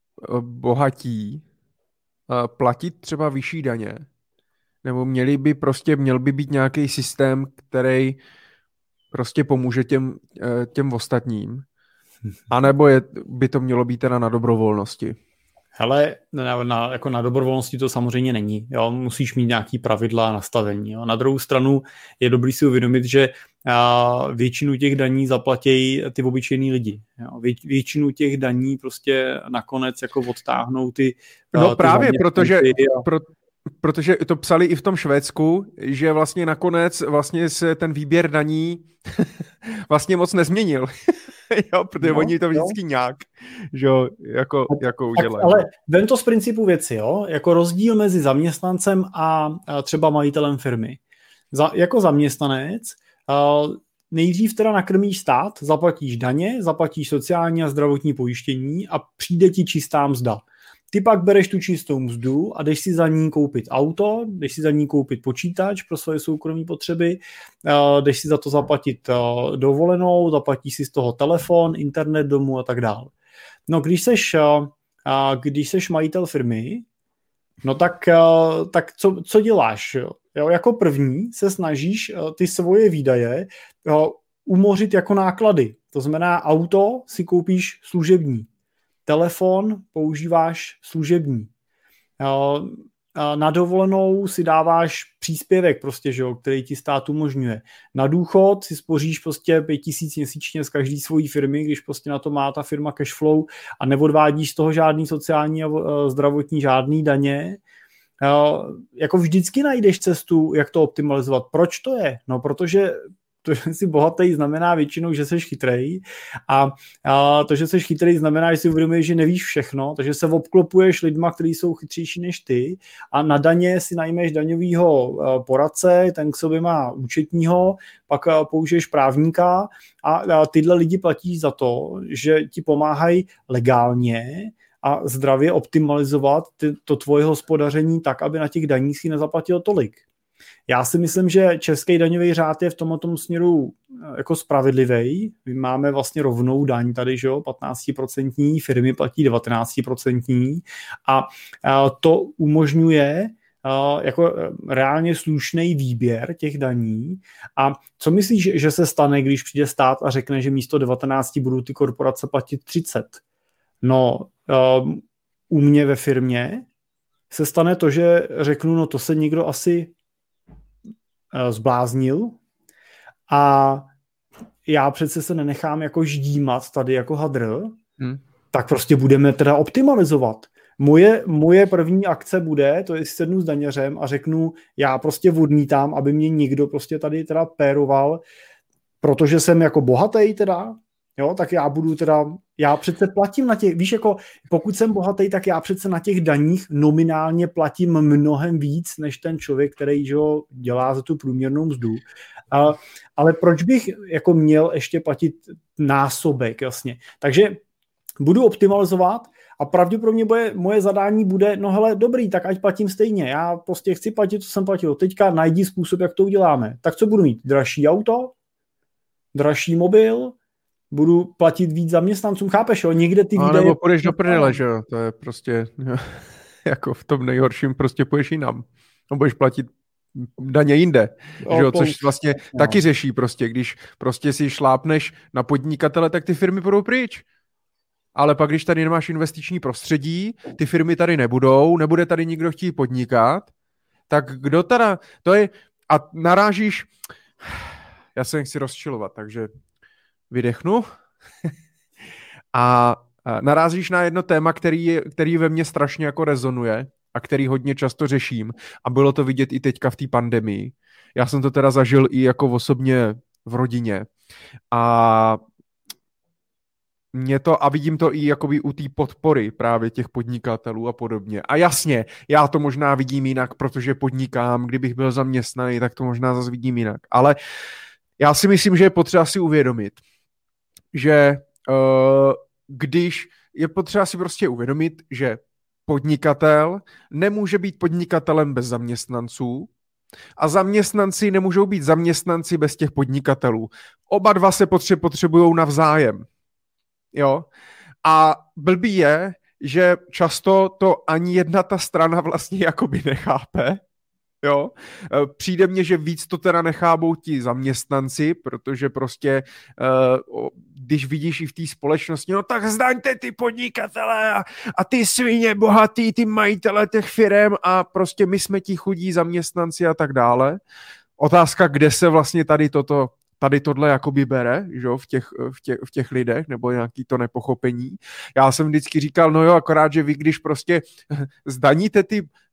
bohatí platit třeba vyšší daně? Nebo měli by prostě, měl by být nějaký systém, který prostě pomůže těm, těm ostatním? A nebo je, by to mělo být teda na dobrovolnosti? Hele, na, na, jako na dobrovolnosti to samozřejmě není. Jo? Musíš mít nějaký pravidla a nastavení. Jo? Na druhou stranu je dobrý si uvědomit, že a, většinu těch daní zaplatí ty obyčejní lidi. Jo? Vě, většinu těch daní prostě nakonec jako odtáhnou ty... No ty právě, protože... A... Pro... Protože to psali i v tom Švédsku, že vlastně nakonec vlastně se ten výběr daní vlastně moc nezměnil. Jo, protože no, oni to vždycky jo. nějak, že jo, jako, jako udělají. Ale vem to z principu věci, jo, jako rozdíl mezi zaměstnancem a, a třeba majitelem firmy. Za, jako zaměstnanec uh, nejdřív teda nakrmíš stát, zaplatíš daně, zaplatíš sociální a zdravotní pojištění a přijde ti čistá mzda. Ty pak bereš tu čistou mzdu a jdeš si za ní koupit auto, jdeš si za ní koupit počítač pro svoje soukromé potřeby, jdeš si za to zaplatit dovolenou, zaplatíš si z toho telefon, internet domů a tak dále. No když seš, když seš majitel firmy, no tak, tak co, co děláš? Jo, jako první se snažíš ty svoje výdaje umořit jako náklady. To znamená, auto si koupíš služební. Telefon používáš služební. Na dovolenou si dáváš příspěvek, prostě, že jo, který ti stát umožňuje. Na důchod si spoříš prostě pět tisíc měsíčně z každé svojí firmy, když prostě na to má ta firma cash flow a neodvádíš z toho žádný sociální a zdravotní, žádný daně. Jako vždycky najdeš cestu, jak to optimalizovat. Proč to je? No, protože to, že jsi bohatý, znamená většinou, že jsi chytrej a, a to, že jsi chytrej, znamená, že si uvědomuješ, že nevíš všechno, takže se obklopuješ lidma, kteří jsou chytřejší než ty a na daně si najmeš daňovýho poradce, ten k sobě má účetního, pak použiješ právníka a, a tyhle lidi platíš za to, že ti pomáhají legálně a zdravě optimalizovat ty, to tvoje hospodaření tak, aby na těch daních si nezaplatil tolik. Já si myslím, že český daňový řád je v tomto směru jako spravedlivý. My máme vlastně rovnou daň tady, že jo, patnáct procent, firmy platí devatenáct procent a to umožňuje jako reálně slušný výběr těch daní. A co myslíš, že se stane, když přijde stát a řekne, že místo devatenáct budou ty korporace platit třicet? No, u mě ve firmě se stane to, že řeknu, no to se někdo asi zbláznil a já přece se nenechám jako ždímat tady jako hadr, hmm. tak prostě budeme teda optimalizovat. Moje, moje první akce bude, to je sednu s daněřem a řeknu, já prostě odmítám, aby mě někdo prostě tady teda péroval, protože jsem jako bohatý teda, jo, tak já budu teda, já přece platím na těch, víš, jako pokud jsem bohatý, tak já přece na těch daních nominálně platím mnohem víc, než ten člověk, který, že jo, dělá za tu průměrnou mzdu. A, ale proč bych jako měl ještě platit násobek, jasně. Takže budu optimalizovat a pravděpodobně bude, moje zadání bude, no hele, dobrý, tak ať platím stejně. Já prostě chci platit, co jsem platil. Teďka najdi způsob, jak to uděláme. Tak co budu mít? Dražší auto? Dražší mobil? Budu platit víc zaměstnancům, chápeš, jo? Někde ty výdaje... A nebo půjdeš do prdele, že jo? To je prostě, jako v tom nejhorším prostě půjdeš jinam. No budeš platit daně jinde, o, že jo? Což vlastně no. taky řeší prostě, když prostě si šlápneš na podnikatele, tak ty firmy budou pryč. Ale pak, když tady nemáš investiční prostředí, ty firmy tady nebudou, nebude tady nikdo chtít podnikat, tak kdo teda, to je, a narážíš, já se nechci rozčilovat, takže vydechnu a narazíš na jedno téma, který, který ve mně strašně jako rezonuje a který hodně často řeším a bylo to vidět i teďka v té pandemii. Já jsem to teda zažil i jako osobně v rodině a mě to, a vidím to i jakoby u té podpory právě těch podnikatelů a podobně. A jasně, já to možná vidím jinak, protože podnikám, kdybych byl zaměstnaný, tak to možná zase vidím jinak. Ale já si myslím, že je potřeba si uvědomit, že uh, když je potřeba si prostě uvědomit, že podnikatel nemůže být podnikatelem bez zaměstnanců a zaměstnanci nemůžou být zaměstnanci bez těch podnikatelů. Oba dva se potře- potřebují navzájem. Jo? A blbý je, že často to ani jedna ta strana vlastně jakoby nechápe. Jo, přijde mně, že víc to teda nechápou ti zaměstnanci, protože prostě uh, když vidíš i v té společnosti, no tak zdaňte ty podnikatele a, a ty svině bohatý, ty majitele těch firem a prostě my jsme ti chudí zaměstnanci a tak dále. Otázka, kde se vlastně tady toto tady tohle jakoby bere, že jo, v těch, v, těch, v těch lidech, nebo nějaký to nepochopení. Já jsem vždycky říkal, no jo, akorát, že vy, když prostě zdaníte ty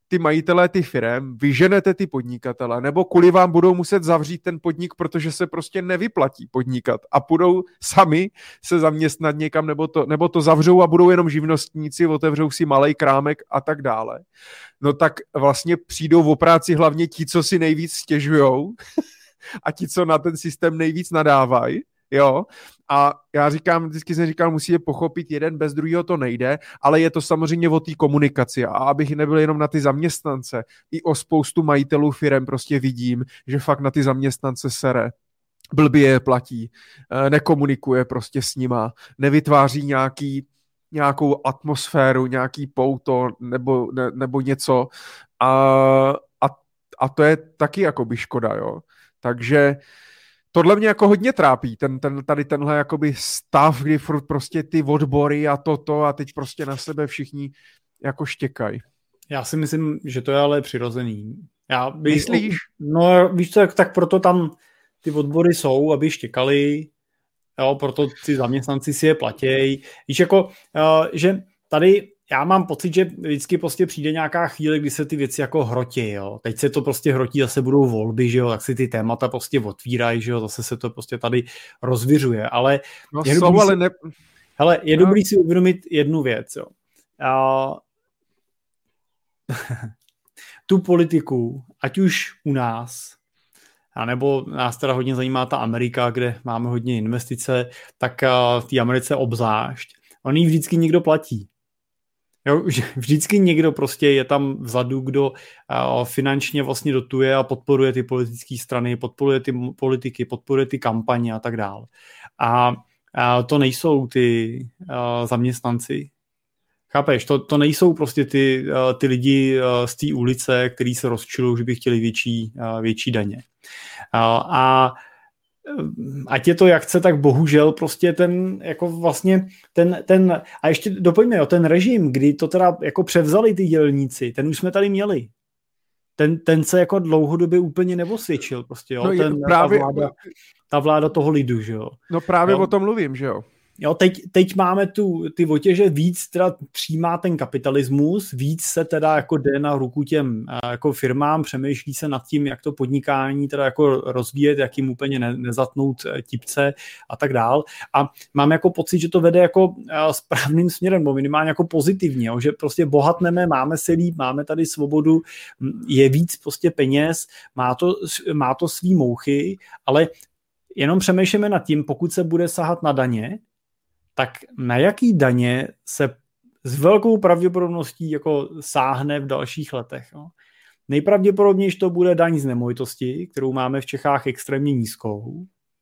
ty majitelé ty firem, vyženete ty podnikatele, nebo kvůli vám budou muset zavřít ten podnik, protože se prostě nevyplatí podnikat a budou sami se zaměstnat někam, nebo to, nebo to zavřou a budou jenom živnostníci, otevřou si malej krámek a tak dále. No tak vlastně přijdou o práci hlavně ti, co si nejvíc stěžujou a ti, co na ten systém nejvíc nadávají. Jo, a já říkám, vždycky jsem říkal, musí je pochopit, jeden bez druhého to nejde, ale je to samozřejmě o té komunikaci a abych nebyl jenom na ty zaměstnance, i o spoustu majitelů firem prostě vidím, že fakt na ty zaměstnance sere, blbě je platí, nekomunikuje prostě s nima, nevytváří nějaký, nějakou atmosféru, nějaký pouto nebo, ne, nebo něco a, a, a to je taky jakoby škoda, jo, takže tohle mě jako hodně trápí, ten, ten, tady tenhle jakoby stav, kdy furt prostě ty odbory a toto a teď prostě na sebe všichni jako štěkají. Já si myslím, že to je ale přirozený. Já bych, Myslíš? No víš co, tak proto tam ty odbory jsou, aby štěkali, jo, proto ty zaměstnanci si je platějí. Víš jako, uh, že tady já mám pocit, že vždycky prostě přijde nějaká chvíle, kdy se ty věci jako hrotí, jo. Teď se to prostě hrotí, zase budou volby, že jo, tak si ty témata prostě otvírají, že jo, zase se to prostě tady rozviřuje, ale no je, jsou, dobrý, ale si, ne... hele, je no. dobrý si uvědomit jednu věc, jo. A... tu politiku, ať už u nás, a nebo nás teda hodně zajímá ta Amerika, kde máme hodně investice, tak v té Americe obzvlášť, on jí vždycky někdo platí. Jo, vždycky někdo prostě je tam vzadu, kdo uh, finančně vlastně dotuje a podporuje ty politické strany, podporuje ty politiky, podporuje ty kampaně a tak dále. A, a to nejsou ty uh, zaměstnanci. Chápeš? To, to nejsou prostě ty, uh, ty lidi uh, z té ulice, který se rozčilují, že by chtěli větší, uh, větší daně. Uh, a ať je to jak chce, tak bohužel prostě ten, jako vlastně ten, ten a ještě doplňme, jo, ten režim, kdy to teda jako převzali ty dělníci, ten už jsme tady měli. Ten, ten se jako dlouhodobě úplně neosvědčil prostě, jo, no ten, právě, ta, vláda, ta vláda toho lidu, že jo. No právě jo. O tom mluvím, že jo. Jo, teď, teď máme tu, ty otěže, víc teda přijímá ten kapitalismus, víc se teda jako jde na ruku těm jako firmám, přemýšlí se nad tím, jak to podnikání teda jako rozvíjet, jak jim úplně ne, nezatnout tipce a tak dál. A mám jako pocit, že to vede jako správným směrem, bo minimálně jako pozitivně, jo, že prostě bohatneme, máme se líp, máme tady svobodu, je víc prostě peněz, má to, má to svý mouchy, ale jenom přemýšlíme nad tím, pokud se bude sahat na daně, tak na jaký daně se s velkou pravděpodobností jako sáhne v dalších letech. Jo? Nejpravděpodobněji to bude daň z nemovitosti, kterou máme v Čechách extrémně nízkou.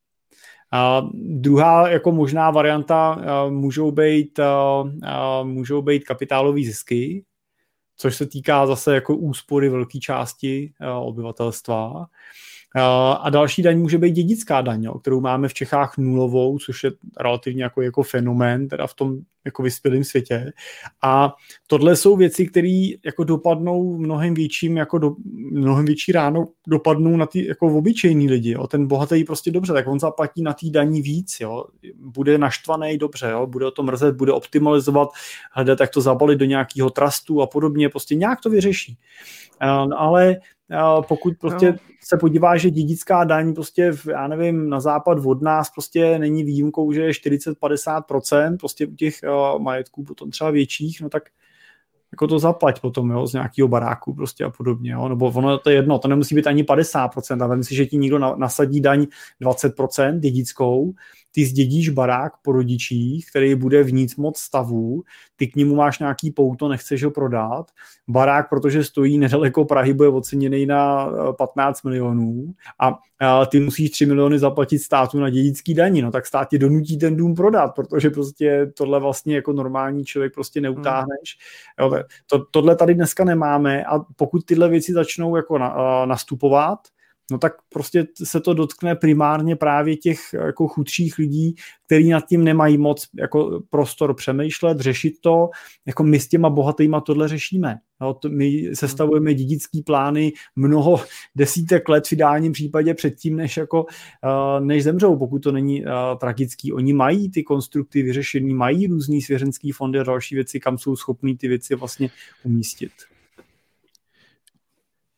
A druhá jako možná varianta můžou být, můžou být kapitálové zisky, což se týká zase jako úspory velké části obyvatelstva. A další daň může být dědická daň, jo, kterou máme v Čechách nulovou, což je relativně jako, jako fenomén teda v tom jako vyspělém světě. A tohle jsou věci, které jako dopadnou mnohem větším, jako do, mnohem větší ráno dopadnou na ty jako obyčejný lidi. Jo. Ten bohatý prostě dobře, tak on zaplatí na té daní víc, jo. Bude naštvaný dobře, jo. Bude o to mrzet, bude optimalizovat, hledat, jak to zabalit do nějakého trustu a podobně, prostě nějak to vyřeší. Ale pokud prostě no. se podívá, že dědická daň prostě, v, já nevím, na západ od nás prostě není výjimkou, že je čtyřicet až padesát procent prostě u těch uh, majetků potom třeba větších, no tak jako to zaplať potom, jo, z nějakého baráku prostě a podobně, jo, nebo ono to je jedno, to nemusí být ani padesát procent, ale myslím, že ti někdo na, nasadí daň dvacet procent dědickou, ty zdědíš barák po rodičích, který bude v nic moc stavu, ty k němu máš nějaký pouto, nechceš ho prodat, barák, protože stojí nedaleko Prahy, bude oceněný na patnáct milionů a, a ty musíš tři miliony zaplatit státu na dědický daní, no tak stát tě donutí ten dům prodat, protože prostě tohle vlastně jako normální člověk prostě neutáhneš. Hmm. Jo, to, tohle tady dneska nemáme a pokud tyhle věci začnou jako na, a, nastupovat, no tak prostě se to dotkne primárně právě těch jako chudších lidí, kteří nad tím nemají moc jako prostor přemýšlet, řešit to, jako my s těma bohatýma tohle řešíme. No, to my sestavujeme dědický plány mnoho desítek let v ideálním případě předtím, než, jako, uh, než zemřou, pokud to není uh, tragický. Oni mají ty konstrukty vyřešený, mají různý svěřenský fondy a další věci, kam jsou schopní ty věci vlastně umístit.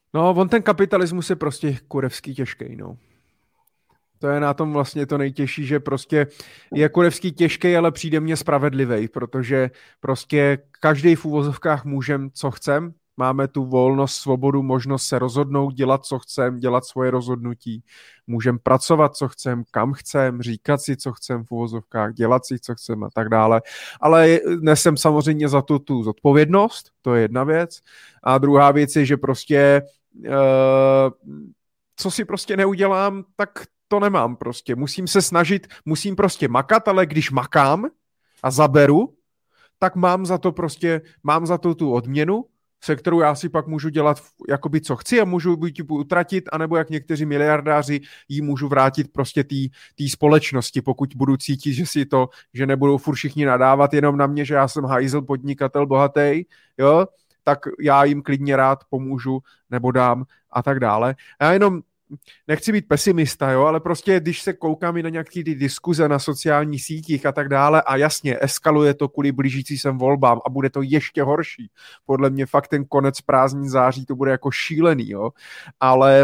No, on ten kapitalismus je prostě kurevský těžký, no. To je na tom vlastně to nejtěžší, že prostě je kurevský těžký, ale přijde mně spravedlivý, protože prostě každý v úvozovkách můžem, co chcem. Máme tu volnost, svobodu, možnost se rozhodnout, dělat, co chcem, dělat svoje rozhodnutí. Můžem pracovat, co chcem, kam chcem, říkat si, co chcem v úvozovkách, dělat si, co chcem a tak dále. Ale nesem samozřejmě za to tu zodpovědnost, to je jedna věc. A druhá věc je, že prostě uh, co si prostě neudělám, tak to nemám prostě. Musím se snažit, musím prostě makat, ale když makám a zaberu, tak mám za to prostě, mám za to tu odměnu, se kterou já si pak můžu dělat jakoby co chci a můžu buď utratit, anebo jak někteří miliardáři ji můžu vrátit prostě té společnosti, pokud budu cítit, že si to, že nebudou furt všichni nadávat jenom na mě, že já jsem hajzl, podnikatel, bohatý, jo, tak já jim klidně rád pomůžu nebo dám a tak dále. Já jenom nechci být pesimista, jo, ale prostě když se koukám i na nějaké ty diskuze na sociálních sítích a tak dále a jasně, eskaluje to kvůli blížící sem volbám a bude to ještě horší. Podle mě fakt ten konec prázdnin září to bude jako šílený, jo, ale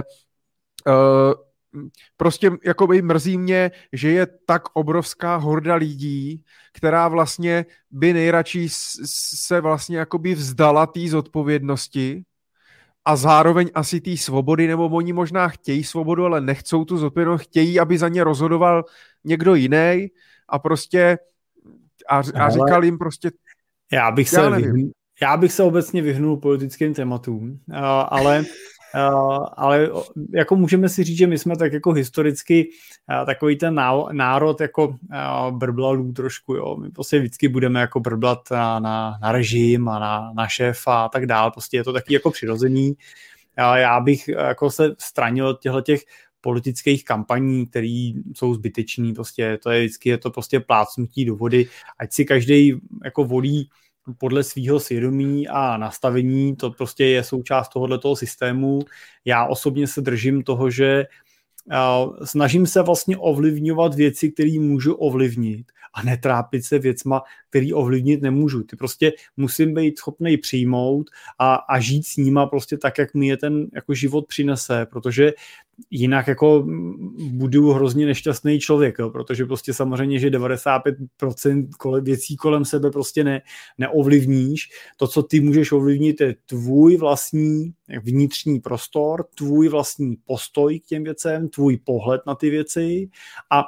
uh, prostě jakoby mrzí mě, že je tak obrovská horda lidí, která vlastně by nejradši se vlastně jakoby vzdala té zodpovědnosti a zároveň asi té svobody, nebo oni možná chtějí svobodu, ale nechcou tu zodpovědnost, chtějí, aby za ně rozhodoval někdo jiný a prostě a, a říkal jim prostě já bych se já, vyhnul, já bych se obecně vyhnul politickým tématům, ale ale jako můžeme si říct, že my jsme tak jako historicky takový ten národ jako brblalů trošku, jo. My prostě vždycky budeme jako brblat na, na, na režim a na, na šéfa a tak dál, prostě je to taky jako přirozený. Já bych jako se stranil od těchto těch politických kampaní, které jsou zbytečný, prostě to je vždycky je to prostě plácnutí do vody, ať si každý jako volí podle svýho svědomí a nastavení, to prostě je součást tohoto systému. Já osobně se držím toho, že uh, snažím se vlastně ovlivňovat věci, které můžu ovlivnit a netrápit se věcma, který ovlivnit nemůžu. Ty prostě musím být schopný přijmout a, a žít s nima prostě tak, jak mi je ten jako život přinese, protože jinak jako budu hrozně nešťastný člověk, jo, protože prostě samozřejmě, že devadesát pět procent kolem, věcí kolem sebe prostě ne, neovlivníš. To, co ty můžeš ovlivnit, je tvůj vlastní vnitřní prostor, tvůj vlastní postoj k těm věcem, tvůj pohled na ty věci a,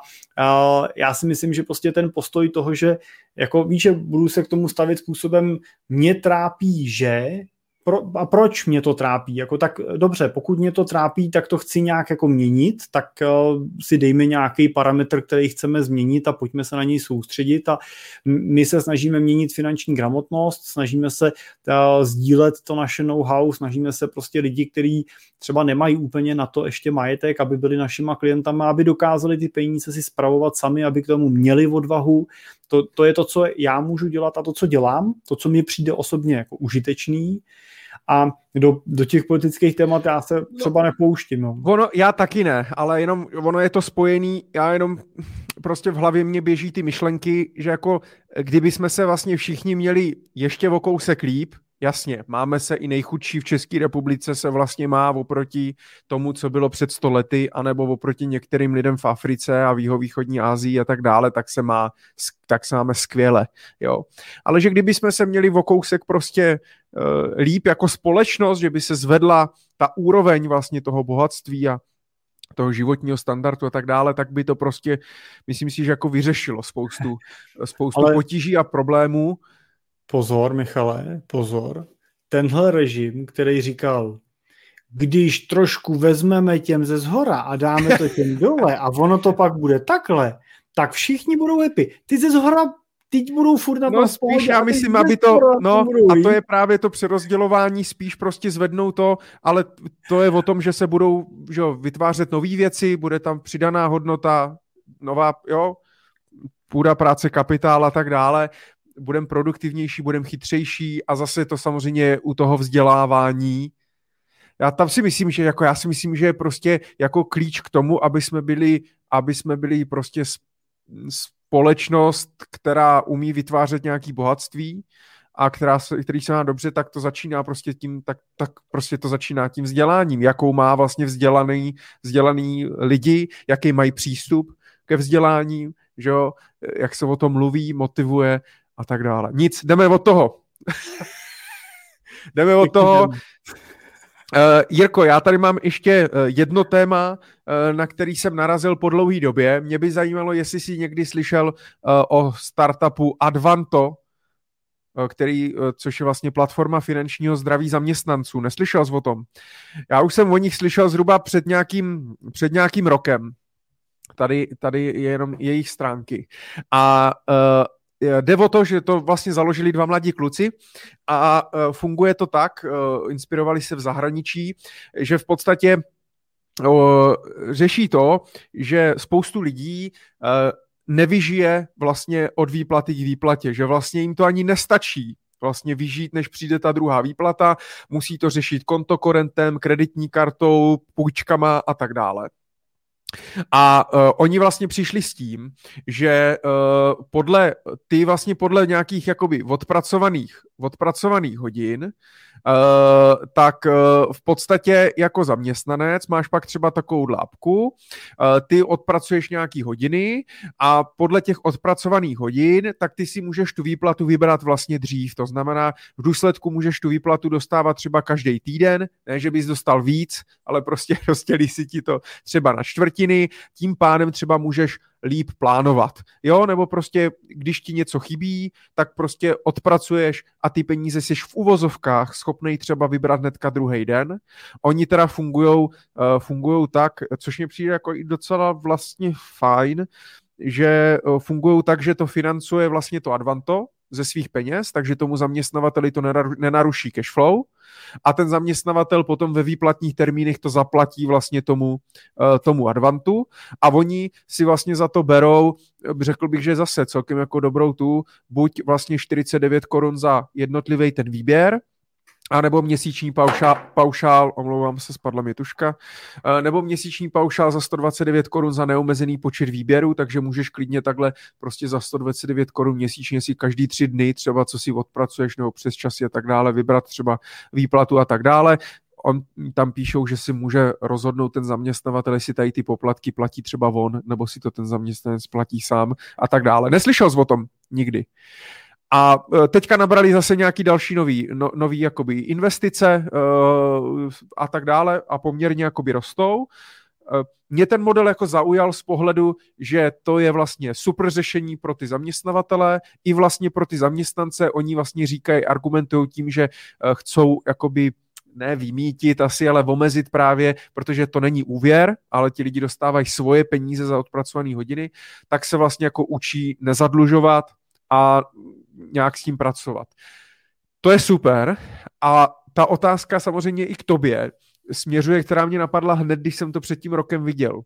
a já si myslím, že prostě ten postoj toho, že jako víš, že budu se k tomu stavit způsobem mě trápí, že Pro, a proč mě to trápí? Jako tak dobře, pokud mě to trápí, tak to chci nějak jako měnit, tak uh, si dejme nějaký parametr, který chceme změnit a pojďme se na něj soustředit a my se snažíme měnit finanční gramotnost, snažíme se uh, sdílet to naše know-how, snažíme se prostě lidi, kteří třeba nemají úplně na to ještě majetek, aby byli našima klientama, aby dokázali ty peníze si spravovat sami, aby k tomu měli odvahu. To, to je to, co já můžu dělat a to, co dělám, to, co mi přijde osobně jako užitečný. A do, do těch politických témat já se třeba nepouštím. No. Ono, já taky ne, ale jenom ono je to spojený, já jenom prostě v hlavě mě běží ty myšlenky, že jako kdyby jsme se vlastně všichni měli ještě o kousek líp, jasně, máme se i nejchudší v České republice se vlastně má oproti tomu, co bylo před sto lety, anebo oproti některým lidem v Africe a v jihovýchodní Asii a tak dále, tak se má, tak se máme skvěle, jo. Ale že kdyby jsme se měli o kousek prostě uh, líp jako společnost, že by se zvedla ta úroveň vlastně toho bohatství a toho životního standardu a tak dále, tak by to prostě, myslím si, že jako vyřešilo spoustu, spoustu Ale... potíží a problémů. Pozor, Michale, pozor. Tenhle režim, který říkal, když trošku vezmeme těm ze zhora a dáme to těm dole a ono to pak bude takhle, tak všichni budou happy. Ty ze zhora teď budou furt na no spíš já myslím, aby to, no a to je právě to přerozdělování, spíš prostě zvednou to, ale to je o tom, že se budou že jo, vytvářet nové věci, bude tam přidaná hodnota, nová, jo, půda, práce, kapitál a tak dále, budem produktivnější, budem chytřejší a zase to samozřejmě u toho vzdělávání. Já tam si myslím, že jako já si myslím, že je prostě jako klíč k tomu, aby jsme byli, aby jsme byli prostě společnost, která umí vytvářet nějaké bohatství a která se, který se má dobře, tak to začíná prostě tím, tak, tak prostě to začíná tím vzděláním, jakou má vlastně vzdělaný, vzdělaný lidi, jaký mají přístup ke vzdělání, že jo, jak se o tom mluví, motivuje a tak dále. Nic, jdeme od toho. jdeme od toho. Uh, Jirko, já tady mám ještě uh, jedno téma, uh, na který jsem narazil po dlouhé době. Mě by zajímalo, jestli jsi někdy slyšel uh, o startupu Advanto, uh, který, uh, což je vlastně platforma finančního zdraví zaměstnanců. Neslyšel jsi o tom? Já už jsem o nich slyšel zhruba před nějakým, před nějakým rokem. Tady, tady je jenom jejich stránky. A uh, jde o to, že to vlastně založili dva mladí kluci a funguje to tak, inspirovali se v zahraničí, že v podstatě řeší to, že spoustu lidí nevyžije vlastně od výplaty k výplatě, že vlastně jim to ani nestačí vlastně vyžít, než přijde ta druhá výplata, musí to řešit kontokorentem, kreditní kartou, půjčkama a tak dále. A uh, oni vlastně přišli s tím, že uh, podle, ty vlastně podle nějakých jakoby odpracovaných, odpracovaných hodin, uh, tak uh, v podstatě jako zaměstnanec máš pak třeba takovou lápku, uh, ty odpracuješ nějaký hodiny a podle těch odpracovaných hodin, tak ty si můžeš tu výplatu vybrat vlastně dřív. To znamená, v důsledku můžeš tu výplatu dostávat třeba každý týden, ne, že bys dostal víc, ale prostě rozdělí si ti to třeba na čtvrtiny, tím pádem třeba můžeš líp plánovat, jo, nebo prostě, když ti něco chybí, tak prostě odpracuješ a ty peníze jsi v uvozovkách schopnej třeba vybrat hnedka druhý den. Oni teda fungujou, uh, fungujou tak, což mi přijde jako i docela vlastně fajn, že uh, fungujou tak, že to financuje vlastně to Advanto ze svých peněz, takže tomu zaměstnavateli to nenaruší cash flow a ten zaměstnavatel potom ve výplatních termínech to zaplatí vlastně tomu, uh, tomu Advantu a oni si vlastně za to berou, řekl bych, že zase celkem jako dobrou tu, buď vlastně čtyřicet devět korun za jednotlivý ten výběr, a nebo měsíční paušál, paušál, omlouvám se, spadla mi tuška, nebo měsíční paušál za sto dvacet devět korun za neomezený počet výběrů, takže můžeš klidně takhle prostě za sto dvacet devět korun měsíčně si každý tři dny, třeba co si odpracuješ nebo přes časy a tak dále, vybrat třeba výplatu a tak dále. On tam píšou, že si může rozhodnout ten zaměstnavatel, jestli tady ty poplatky platí třeba on, nebo si to ten zaměstnanec platí sám a tak dále. Neslyšel jsi o tom nikdy. A teďka nabrali zase nějaký další nový, no, nový jakoby investice uh, a tak dále a poměrně jakoby rostou. Uh, mě ten model jako zaujal z pohledu, že to je vlastně super řešení pro ty zaměstnavatele i vlastně pro ty zaměstnance. Oni vlastně říkají, argumentují tím, že uh, chcou jakoby ne vymítit asi, ale omezit právě, protože to není úvěr, ale ti lidi dostávají svoje peníze za odpracované hodiny, tak se vlastně jako učí nezadlužovat a nějak s tím pracovat. To je super a ta otázka samozřejmě i k tobě směřuje, která mě napadla hned, když jsem to před tím rokem viděl.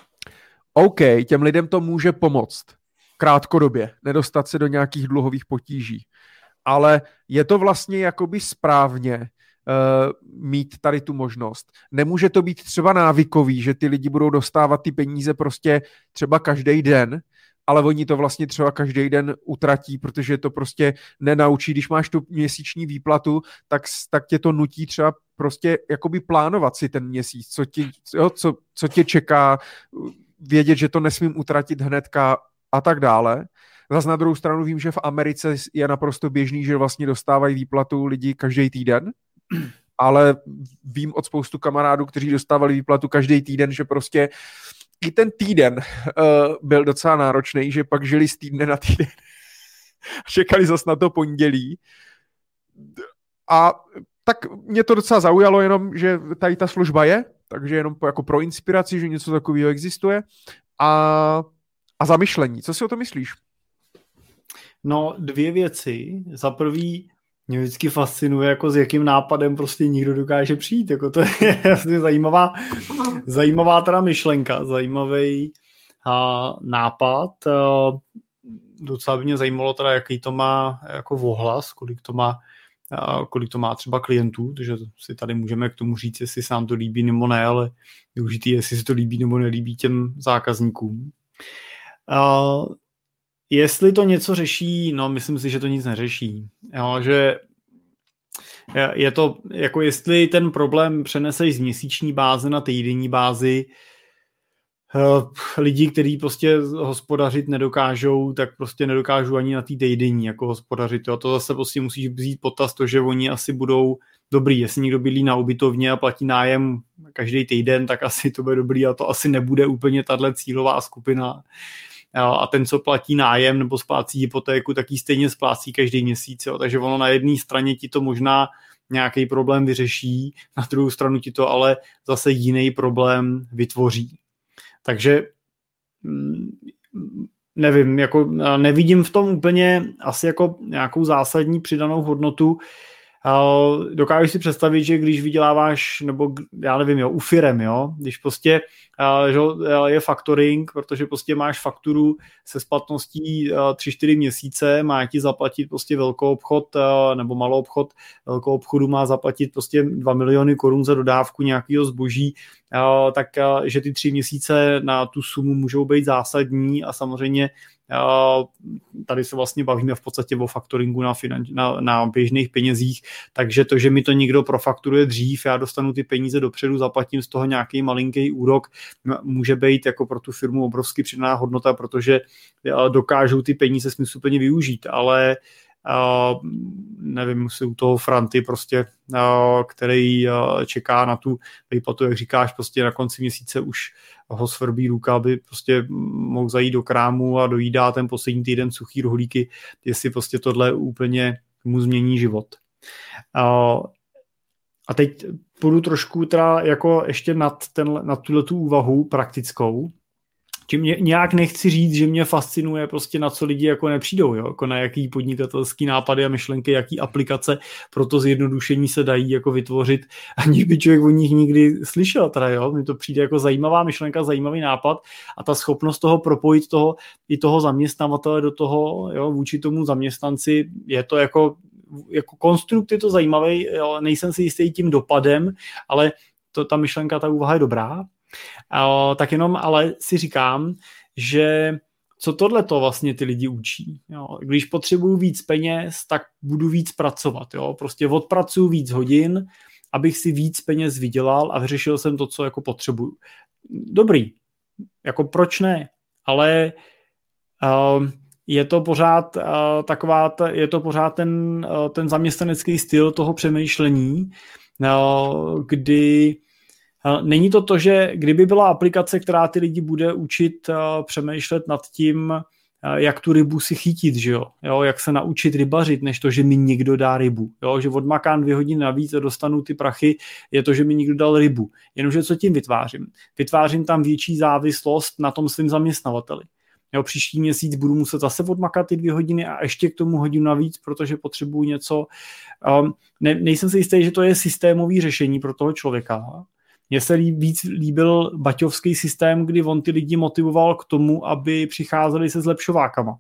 OK, těm lidem to může pomoct krátkodobě, nedostat se do nějakých dluhových potíží, ale je to vlastně jakoby správně uh, mít tady tu možnost. Nemůže to být třeba návykový, že ty lidi budou dostávat ty peníze prostě třeba každý den, ale oni to vlastně třeba každý den utratí, protože to prostě nenaučí. Když máš tu měsíční výplatu, tak, tak tě to nutí třeba prostě jakoby plánovat si ten měsíc, co, ti, jo, co, co tě čeká, vědět, že to nesmím utratit hnedka a tak dále. Zase na druhou stranu vím, že v Americe je naprosto běžný, že vlastně dostávají výplatu lidi každý týden, ale vím od spoustu kamarádů, kteří dostávali výplatu každý týden, že prostě i ten týden uh, byl docela náročný, že pak žili z týdne na týden a čekali zas na to pondělí. A tak mě to docela zaujalo jenom, že tady ta služba je, takže jenom jako pro inspiraci, že něco takového existuje a, a zamyšlení. Co si o to myslíš? No, dvě věci. Za prvý, mě vždycky fascinuje, jako s jakým nápadem prostě nikdo dokáže přijít. Jako to je vlastně zajímavá, zajímavá teda myšlenka, zajímavý a, nápad. A, docela by mě zajímalo teda, jaký to má jako ohlas, kolik to má, a, kolik to má třeba klientů, takže si tady můžeme k tomu říct, jestli se nám to líbí nebo ne, ale důležitý, jestli se to líbí nebo nelíbí těm zákazníkům. A, jestli to něco řeší, no myslím si, že to nic neřeší. Jo, že je to, jako jestli ten problém přeneseš z měsíční báze na týdenní bázi, lidi, kteří prostě hospodařit nedokážou, tak prostě nedokážou ani na té týdenní jako hospodařit. Jo. To zase prostě musíš vzít potaz to, že oni asi budou dobrý. Jestli někdo bydlí na ubytovně a platí nájem každý týden, tak asi to bude dobrý a to asi nebude úplně tahle cílová skupina. A ten, co platí nájem nebo splácí hypotéku, tak ji stejně splácí každý měsíc. Jo. Takže ono na jedné straně ti to možná nějaký problém vyřeší, na druhou stranu ti to ale zase jiný problém vytvoří. Takže nevím, jako nevidím v tom úplně asi jako nějakou zásadní přidanou hodnotu. Dokážu si představit, že když vyděláváš, nebo já nevím, jo, u firem, jo, když prostě že je factoring, protože prostě máš fakturu se splatností tři čtyři měsíce, má ti zaplatit prostě velkou obchod nebo malou obchod, velkou obchodu má zaplatit prostě dva miliony korun za dodávku nějakého zboží, tak že ty tři měsíce na tu sumu můžou být zásadní a samozřejmě tady se vlastně bavíme v podstatě o faktoringu na, finanč, na, na běžných penězích, takže to, že mi to někdo profakturuje dřív, já dostanu ty peníze dopředu, zaplatím z toho nějaký malinký úrok, může být jako pro tu firmu obrovsky přidaná hodnota, protože dokážou ty peníze smysluplně využít, ale Uh, nevím, jestli u toho Franty prostě, uh, který uh, čeká na tu výplatu, jak říkáš, prostě na konci měsíce už ho svrbí ruka, aby prostě mohl zajít do krámu a dojídá ten poslední týden suchý rohlíky, jestli prostě tohle úplně mu změní život. Uh, a teď půjdu trošku teda jako ještě nad, ten, nad tuhletu úvahu praktickou. Čím nějak nechci říct, že mě fascinuje prostě na co lidi jako nepřijdou, jo? Jako na jaký podnikatelský nápady a myšlenky, jaký aplikace pro to zjednodušení se dají jako vytvořit, aniž by člověk o nich nikdy slyšel. Teda, jo? Mně to přijde jako zajímavá myšlenka, zajímavý nápad a ta schopnost toho propojit toho, i toho zaměstnavatele do toho, jo? Vůči tomu zaměstnanci, je to jako, jako konstrukt, je to zajímavý, jo? Nejsem si jistý tím dopadem, ale to, ta myšlenka, ta úvaha je dobrá. Uh, tak jenom ale si říkám, že co tohleto vlastně ty lidi učí. Jo? Když potřebuju víc peněz, tak budu víc pracovat. Jo? Prostě odpracuju víc hodin, abych si víc peněz vydělal a vyřešil jsem to, co jako potřebuju. Dobrý, jako proč ne? Ale uh, je to pořád uh, taková, ta, je to pořád ten, uh, ten zaměstnanecký styl toho přemýšlení, uh, kdy není to to, že kdyby byla aplikace, která ty lidi bude učit uh, přemýšlet nad tím, uh, jak tu rybu si chytit, že jo? Jo, jak se naučit rybařit, než to, že mi někdo dá rybu. Jo? Že odmakám dvě hodiny navíc a dostanu ty prachy, je to, že mi někdo dal rybu. Jenomže co tím vytvářím? Vytvářím tam větší závislost na tom svým zaměstnavateli. Jo, příští měsíc budu muset zase odmakat ty dvě hodiny a ještě k tomu hodinu navíc, protože potřebuji něco. Um, ne, nejsem si jistý, že to je systémový řešení pro toho člověka. Mně se víc líbil baťovský systém, kdy on ty lidi motivoval k tomu, aby přicházeli se zlepšovákama.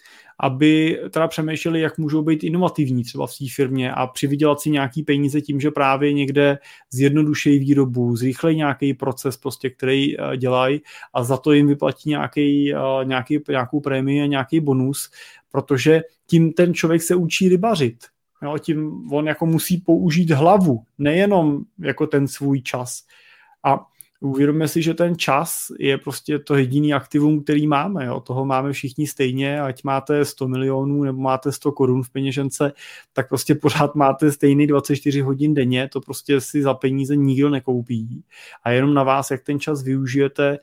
Aby teda přemýšleli, jak můžou být inovativní třeba v té firmě a přivydělat si nějaký peníze tím, že právě někde zjednodušejí výrobu, zrychlejí nějaký proces, prostě, který dělají a za to jim vyplatí nějaký, nějaký, nějakou prémii a nějaký bonus, protože tím ten člověk se učí rybařit. Jo, tím on jako musí použít hlavu, nejenom jako ten svůj čas. A uvědomme si, že ten čas je prostě to jediný aktivum, který máme. Jo. Toho máme všichni stejně, ať máte sto milionů nebo máte sto korun v peněžence, tak prostě pořád máte stejný dvacet čtyři hodin denně, to prostě si za peníze nikdo nekoupí. A jenom na vás, jak ten čas využijete.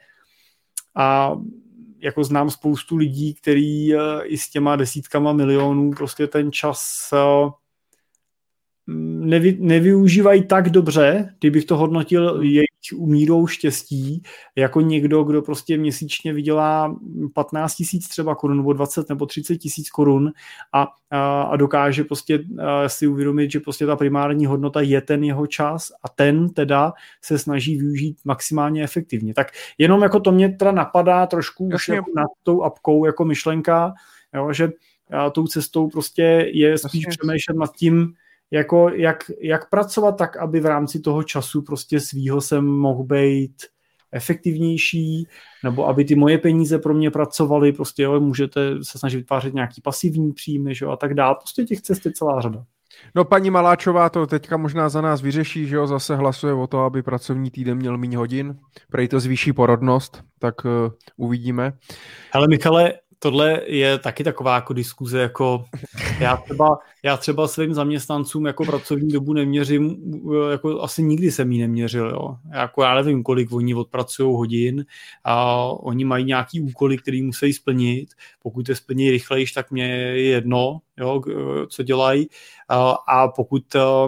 A jako znám spoustu lidí, kteří i s těma desítkama milionů prostě ten čas Nevy, nevyužívají tak dobře, kdybych to hodnotil jejich mírou štěstí, jako někdo, kdo prostě měsíčně vydělá patnáct tisíc třeba korun, nebo dvacet nebo třicet tisíc korun a, a, a dokáže prostě si uvědomit, že prostě ta primární hodnota je ten jeho čas a ten teda se snaží využít maximálně efektivně. Tak jenom jako to mě teda napadá trošku už jako nad tou apkou jako myšlenka, jo, že tou cestou prostě je spíš přemýšlet nad tím, jako jak, jak pracovat tak, aby v rámci toho času prostě svýho jsem mohl být efektivnější, nebo aby ty moje peníze pro mě pracovaly, prostě jo, můžete se snažit vytvářet nějaký pasivní příjmy, že jo, a tak dále. Prostě těch cest je celá řada. No paní Maláčová to teďka možná za nás vyřeší, že jo, zase hlasuje o to, aby pracovní týden měl méně hodin, prej to zvýší porodnost, tak uh, uvidíme. Hele Michale, tohle je taky taková jako diskuze, jako já třeba, já třeba svým zaměstnancům jako pracovní dobu neměřím, jako asi nikdy jsem ji neměřil, jo. Jako já nevím, kolik oni odpracují hodin a oni mají nějaký úkoly, který musí splnit. Pokud je splní rychlejš, tak mě je jedno, jo, co dělají. A, a pokud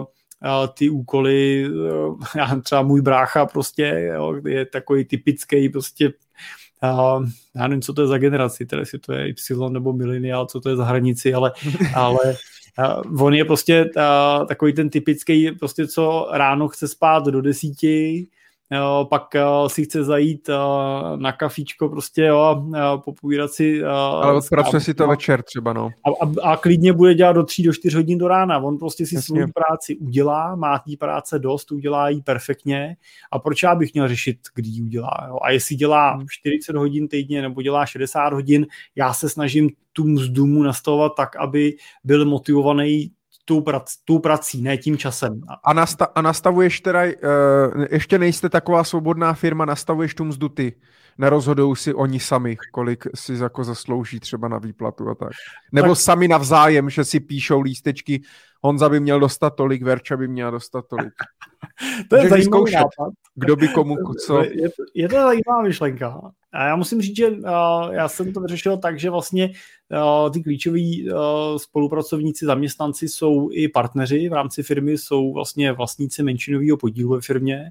ty úkoly, já třeba můj brácha prostě, jo, je takový typický prostě. Uh, já nevím, co to je za generaci, tedy jestli to je Y nebo mileniál, co to je za hranici, ale, ale uh, on je prostě uh, takový ten typický, prostě co ráno chce spát do desíti, uh, pak uh, si chce zajít uh, na kafičko prostě, jo, uh, popovídat si. Uh, ale odpracuje si to večer třeba, no. A, a, a klidně bude dělat do tří, do čtyř hodin do rána. On prostě si svou práci udělá, má tý práce dost, udělá ji perfektně. A proč já bych měl řešit, kdy ji udělá? Jo? A jestli dělá čtyřicet hodin týdně nebo dělá šedesát hodin, já se snažím tu mzdu mu nastavovat tak, aby byl motivovaný tou, prac, tou prací, ne tím časem. A, nasta- a nastavuješ teda, uh, ještě nejste taková svobodná firma, nastavuješ tu mzdu ty. Nerozhodou si oni sami, kolik si jako zaslouží třeba na výplatu a tak. Nebo tak sami navzájem, že si píšou lístečky, Honza by měl dostat tolik, Verča by měla dostat tolik. To je zajímavý nápad. Kdo by komu co. Je to, je to zajímavá myšlenka. A já musím říct, že uh, já jsem to vyřešil tak, že vlastně uh, ty klíčoví uh, spolupracovníci, zaměstnanci jsou i partneři v rámci firmy, jsou vlastně vlastníci menšinového podílu ve firmě,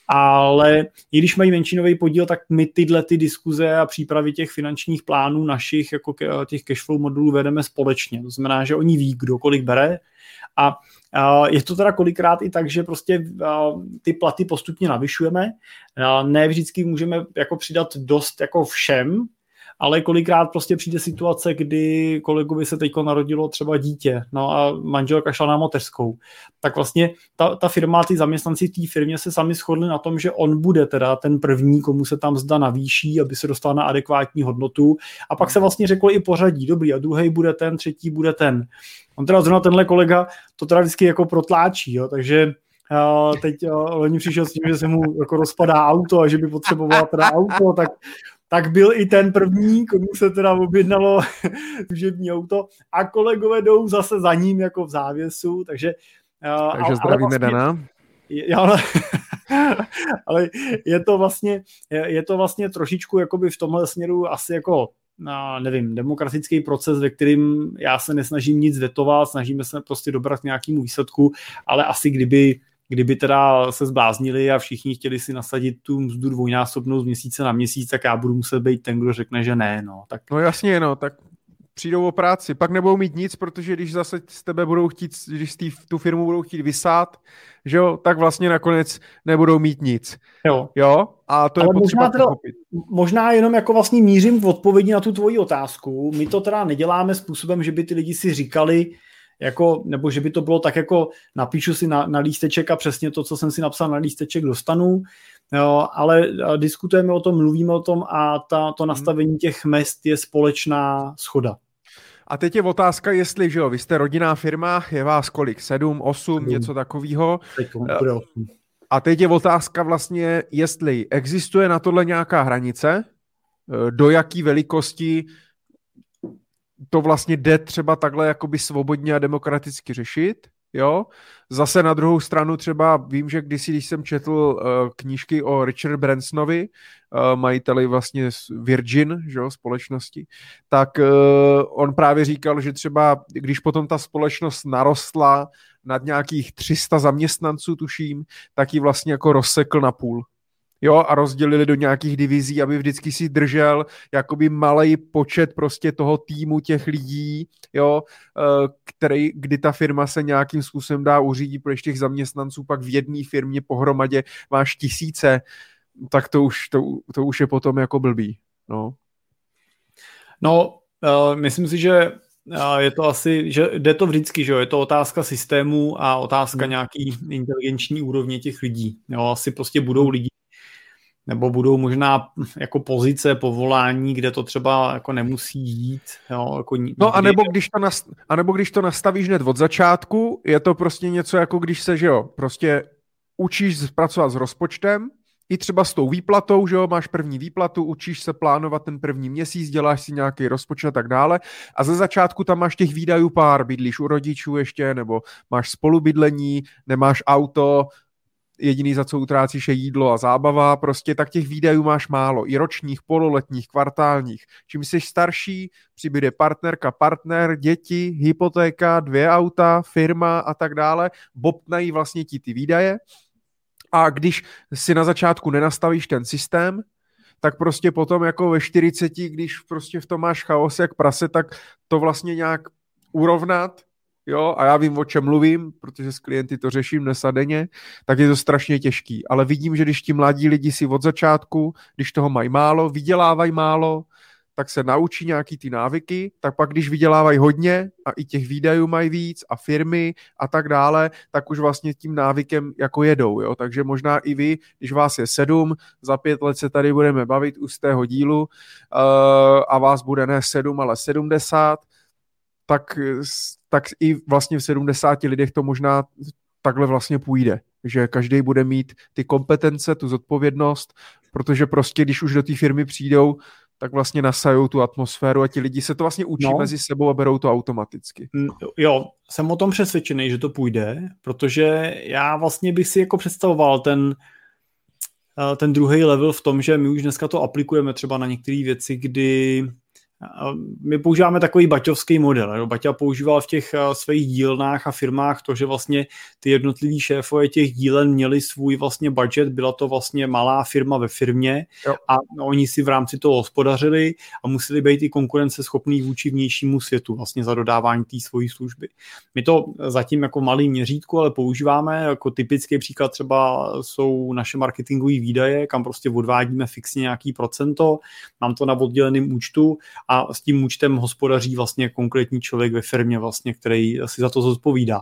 ale i když mají menšinový podíl, tak my tyhle ty diskuze a přípravy těch finančních plánů našich, jako ke, těch cashflow modulů vedeme společně. To znamená, že oni ví, kdo kolik bere. A uh, je to teda kolikrát i tak, že prostě uh, ty platy postupně navyšujeme. Uh, ne vždycky můžeme jako přidat dost jako všem, ale kolikrát prostě přijde situace, kdy kolegovi se teďko narodilo třeba dítě, no a manželka šla na mateřskou. Tak vlastně ta, ta firma, ty zaměstnanci v té firmě se sami shodli na tom, že on bude teda ten první, komu se tam mzda navýší, aby se dostal na adekvátní hodnotu. A pak se vlastně řeklo i pořadí, dobrý, a druhý bude ten, třetí bude ten. On teda zrovna tenhle kolega to teda vždycky jako protláčí, jo, takže uh, teď uh, loni přišel s tím, že se mu jako rozpadá auto a že by potřeboval teda auto, tak tak byl i ten první, komu se teda objednalo služební auto a kolegové jdou zase za ním jako v závěsu, takže... Takže ale, zdravíme vlastně, Dana. Je, ale, ale je to vlastně, je, je to vlastně trošičku jakoby v tomhle směru asi jako, no, nevím, demokratický proces, ve kterým já se nesnažím nic vetovat, snažíme se prostě dobrat k nějakému výsledku, ale asi kdyby Kdyby teda se zbláznili a všichni chtěli si nasadit tu mzdu dvojnásobnou z měsíce na měsíc, tak já budu muset být ten, kdo řekne, že ne. No, tak... no jasně, no, tak přijdou o práci. Pak nebudou mít nic, protože když zase z tebe budou chtít, když tý, tu firmu budou chtít vysát, že jo, tak vlastně nakonec nebudou mít nic. Jo. Jo? A to ale je potřeba možná, teda, možná jenom jako vlastně mířím v odpovědi na tu tvoji otázku. My to teda neděláme způsobem, že by ty lidi si říkali, jako, nebo že by to bylo tak jako napíšu si na, na lísteček a přesně to, co jsem si napsal na lísteček, dostanu, jo, ale diskutujeme o tom, mluvíme o tom a ta, to nastavení těch mezd je společná shoda. A teď je otázka, jestli, že jo, vy jste rodinná firma, je vás kolik, sedm, osm, sedm. Něco takového. A teď je otázka vlastně, jestli existuje na tohle nějaká hranice, do jaký velikosti to vlastně jde třeba takhle jakoby svobodně a demokraticky řešit, jo. Zase na druhou stranu třeba vím, že kdysi, když jsem četl uh, knížky o Richard Bransonovi, uh, majiteli vlastně Virgin, že jo, společnosti, tak uh, on právě říkal, že třeba když potom ta společnost narostla nad nějakých tři sta zaměstnanců, tuším, tak ji vlastně jako rozsekl na půl. Jo, a rozdělili do nějakých divizí, aby vždycky si držel jakoby malej počet prostě toho týmu těch lidí, jo, který, kdy ta firma se nějakým způsobem dá uřídit, protože těch zaměstnanců pak v jedné firmě pohromadě máš tisíce, tak to už, to, to už je potom jako blbý, no. No, uh, myslím si, že je to asi, že jde to vždycky, že jo, je to otázka systému a otázka hmm. nějaký inteligenční úrovně těch lidí, jo, asi prostě budou lidi, nebo budou možná jako pozice, povolání, kde to třeba jako nemusí jít. Jo, jako nikdy. No a nebo, když to nast- a nebo když to nastavíš hned od začátku, je to prostě něco jako když se, že jo, prostě učíš pracovat s rozpočtem, i třeba s tou výplatou, že jo, máš první výplatu, učíš se plánovat ten první měsíc, děláš si nějaký rozpočet a tak dále a ze začátku tam máš těch výdajů pár, bydlíš u rodičů ještě, nebo máš spolubydlení, nemáš auto, jediný, za co utrácíš, je jídlo a zábava, prostě tak těch výdajů máš málo, i ročních, pololetních, kvartálních. Čím jsi starší, přibude partnerka, partner, děti, hypotéka, dvě auta, firma a tak dále, bobtnají vlastně ti ty výdaje. A když si na začátku nenastavíš ten systém, tak prostě potom jako ve čtyřiceti, když prostě v tom máš chaos jak prase, tak to vlastně nějak urovnat, jo, a já vím, o čem mluvím, protože s klienty to řeším dnes a denně, tak je to strašně těžký. Ale vidím, že když ti mladí lidi si od začátku, když toho mají málo, vydělávají málo, tak se naučí nějaký ty návyky, tak pak když vydělávají hodně a i těch výdajů mají víc a firmy a tak dále, tak už vlastně tím návykem jako jedou, jo. Takže možná i vy, když vás je sedm, za pět let se tady budeme bavit už z tého dílu uh, a vás bude ne sedm, ale sedmdesát, tak, tak i vlastně v sedmdesáti lidech to možná takhle vlastně půjde, že každý bude mít ty kompetence, tu zodpovědnost, protože prostě když už do té firmy přijdou, tak vlastně nasajou tu atmosféru a ti lidi se to vlastně učí no. mezi sebou a berou to automaticky. Jo, jsem o tom přesvědčený, že to půjde, protože já vlastně bych si jako představoval ten, ten druhý level v tom, že my už dneska to aplikujeme třeba na některé věci, kdy my používáme takový baťovský model. Baťa používal v těch svých dílnách a firmách to, že vlastně ty jednotliví šéfové těch dílen měli svůj vlastně budget, byla to vlastně malá firma ve firmě jo. a oni si v rámci toho hospodařili a museli být i konkurenceschopný vůči vnějšímu světu vlastně za dodávání té svojí služby. My to zatím jako malý měřítku, ale používáme, jako typický příklad třeba jsou naše marketingové výdaje, kam prostě odvádíme fixně nějaký procento, mám to na odděleném účtu a s tím účtem hospodaří vlastně konkrétní člověk ve firmě, vlastně, který si za to zodpovídá.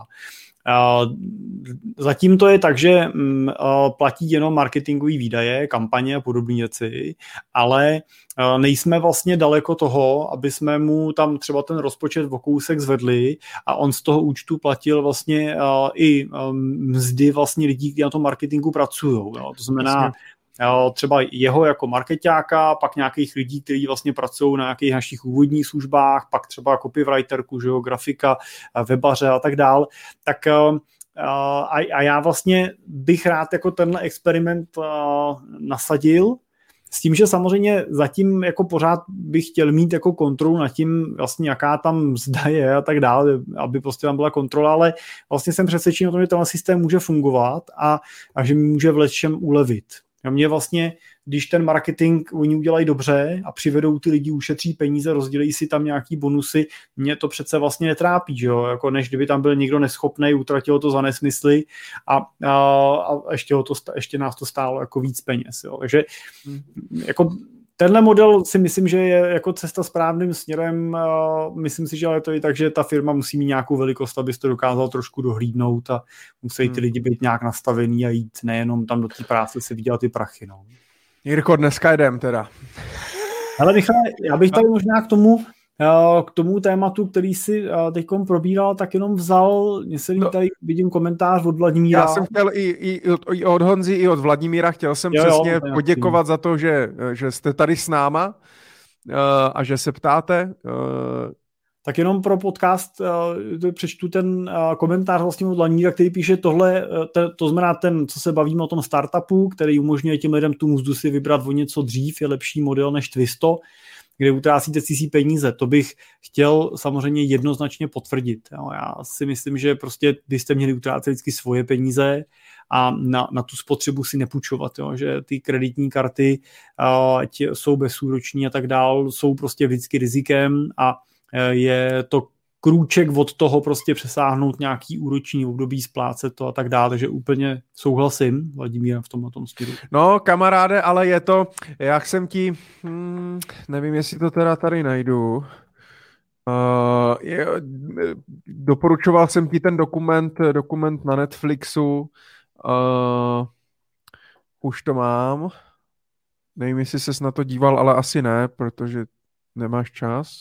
Zatím to je tak, že platí jenom marketingové výdaje, kampaně a podobné věci, ale nejsme vlastně daleko toho, aby jsme mu tam třeba ten rozpočet o kousek zvedli a on z toho účtu platil vlastně i mzdy vlastně lidí, kteří na tom marketingu pracují. To znamená, třeba jeho jako markeťáka, pak nějakých lidí, kteří vlastně pracují na nějakých našich úvodních službách, pak třeba copywriterku, že jo, grafika, webaře a tak dál, tak a, a já vlastně bych rád jako tenhle experiment nasadil, s tím, že samozřejmě zatím jako pořád bych chtěl mít jako kontrolu nad tím, vlastně jaká tam mzda je a tak dále, aby prostě tam byla kontrola, ale vlastně jsem přesvědčený o tom, že tenhle systém může fungovat a, a že mi může v lecčem ulevit. A mě vlastně, když ten marketing oni udělají dobře a přivedou ty lidi, ušetří peníze, rozdělí si tam nějaký bonusy, mě to přece vlastně netrápí, že jo? Jako než kdyby tam byl někdo neschopný, utratil to za nesmysly a, a, a ještě, ho to, ještě nás to stálo jako víc peněz. Jo? Takže jako tenhle model si myslím, že je jako cesta správným směrem. Myslím si, že ale to je tak, že ta firma musí mít nějakou velikost, aby to dokázal trošku dohlídnout a musí ty lidi být nějak nastavený a jít nejenom tam do té práce si vydělat ty prachy. No. Jirko, dneska jdem teda. Ale Michale, já bych tady možná k tomu k tomu tématu, který si teďkom probíral, tak jenom vzal, mně se no, tady vidím komentář od Vladimíra. Já jsem chtěl i, i, i od Honzy, i od Vladimíra, chtěl jsem jo, přesně jo, poděkovat za to, že, že jste tady s náma uh, a že se ptáte. Uh, Tak jenom pro podcast uh, přečtu ten uh, komentář vlastně od Vladimíra, který píše tohle, uh, te, to znamená ten, co se bavíme o tom startupu, který umožňuje těm lidem tu mzdu si vybrat o něco dřív, je lepší model než Twisto, kde utrácíte cizí peníze. To bych chtěl samozřejmě jednoznačně potvrdit. Jo. Já si myslím, že prostě byste měli utrácet vždycky svoje peníze a na, na tu spotřebu si nepůjčovat. Jo. Že ty kreditní karty ať jsou bezúroční a tak dál, jsou prostě vždycky rizikem a je to krůček od toho prostě přesáhnout nějaký úroční období, splácet to a tak dále, takže úplně souhlasím, Vladimír, v tomhle tom směru. No, kamaráde, ale je to, jak jsem ti, hmm, nevím, jestli to teda tady najdu, uh, je, doporučoval jsem ti ten dokument, dokument na Netflixu, uh, už to mám, nevím, jestli ses na to díval, ale asi ne, protože nemáš čas.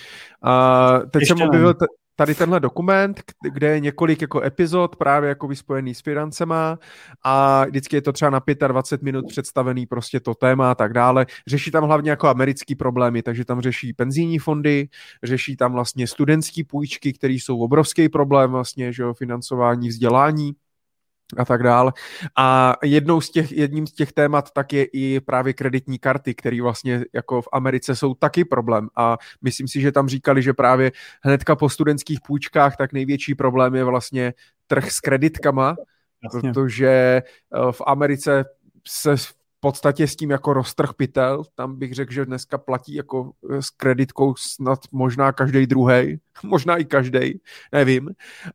A teď Ještě jsem objevil t- tady tenhle dokument, kde je několik jako epizod právě jako spojený s financema a vždycky je to třeba na dvacet pět minut představený prostě to téma a tak dále. Řeší tam hlavně jako americký problémy, takže tam řeší penzijní fondy, řeší tam vlastně studentský půjčky, které jsou obrovský problém vlastně, že jo, financování vzdělání a tak dál. A jednou z těch, jedním z těch témat tak je i právě kreditní karty, které vlastně jako v Americe jsou taky problém. A myslím si, že tam říkali, že právě hnedka po studentských půjčkách tak největší problém je vlastně trh s kreditkama, Jasně. protože v Americe se v podstatě s tím jako roztrh pytel. Tam bych řekl, že dneska platí jako s kreditkou snad možná každej druhej, možná i každej, nevím.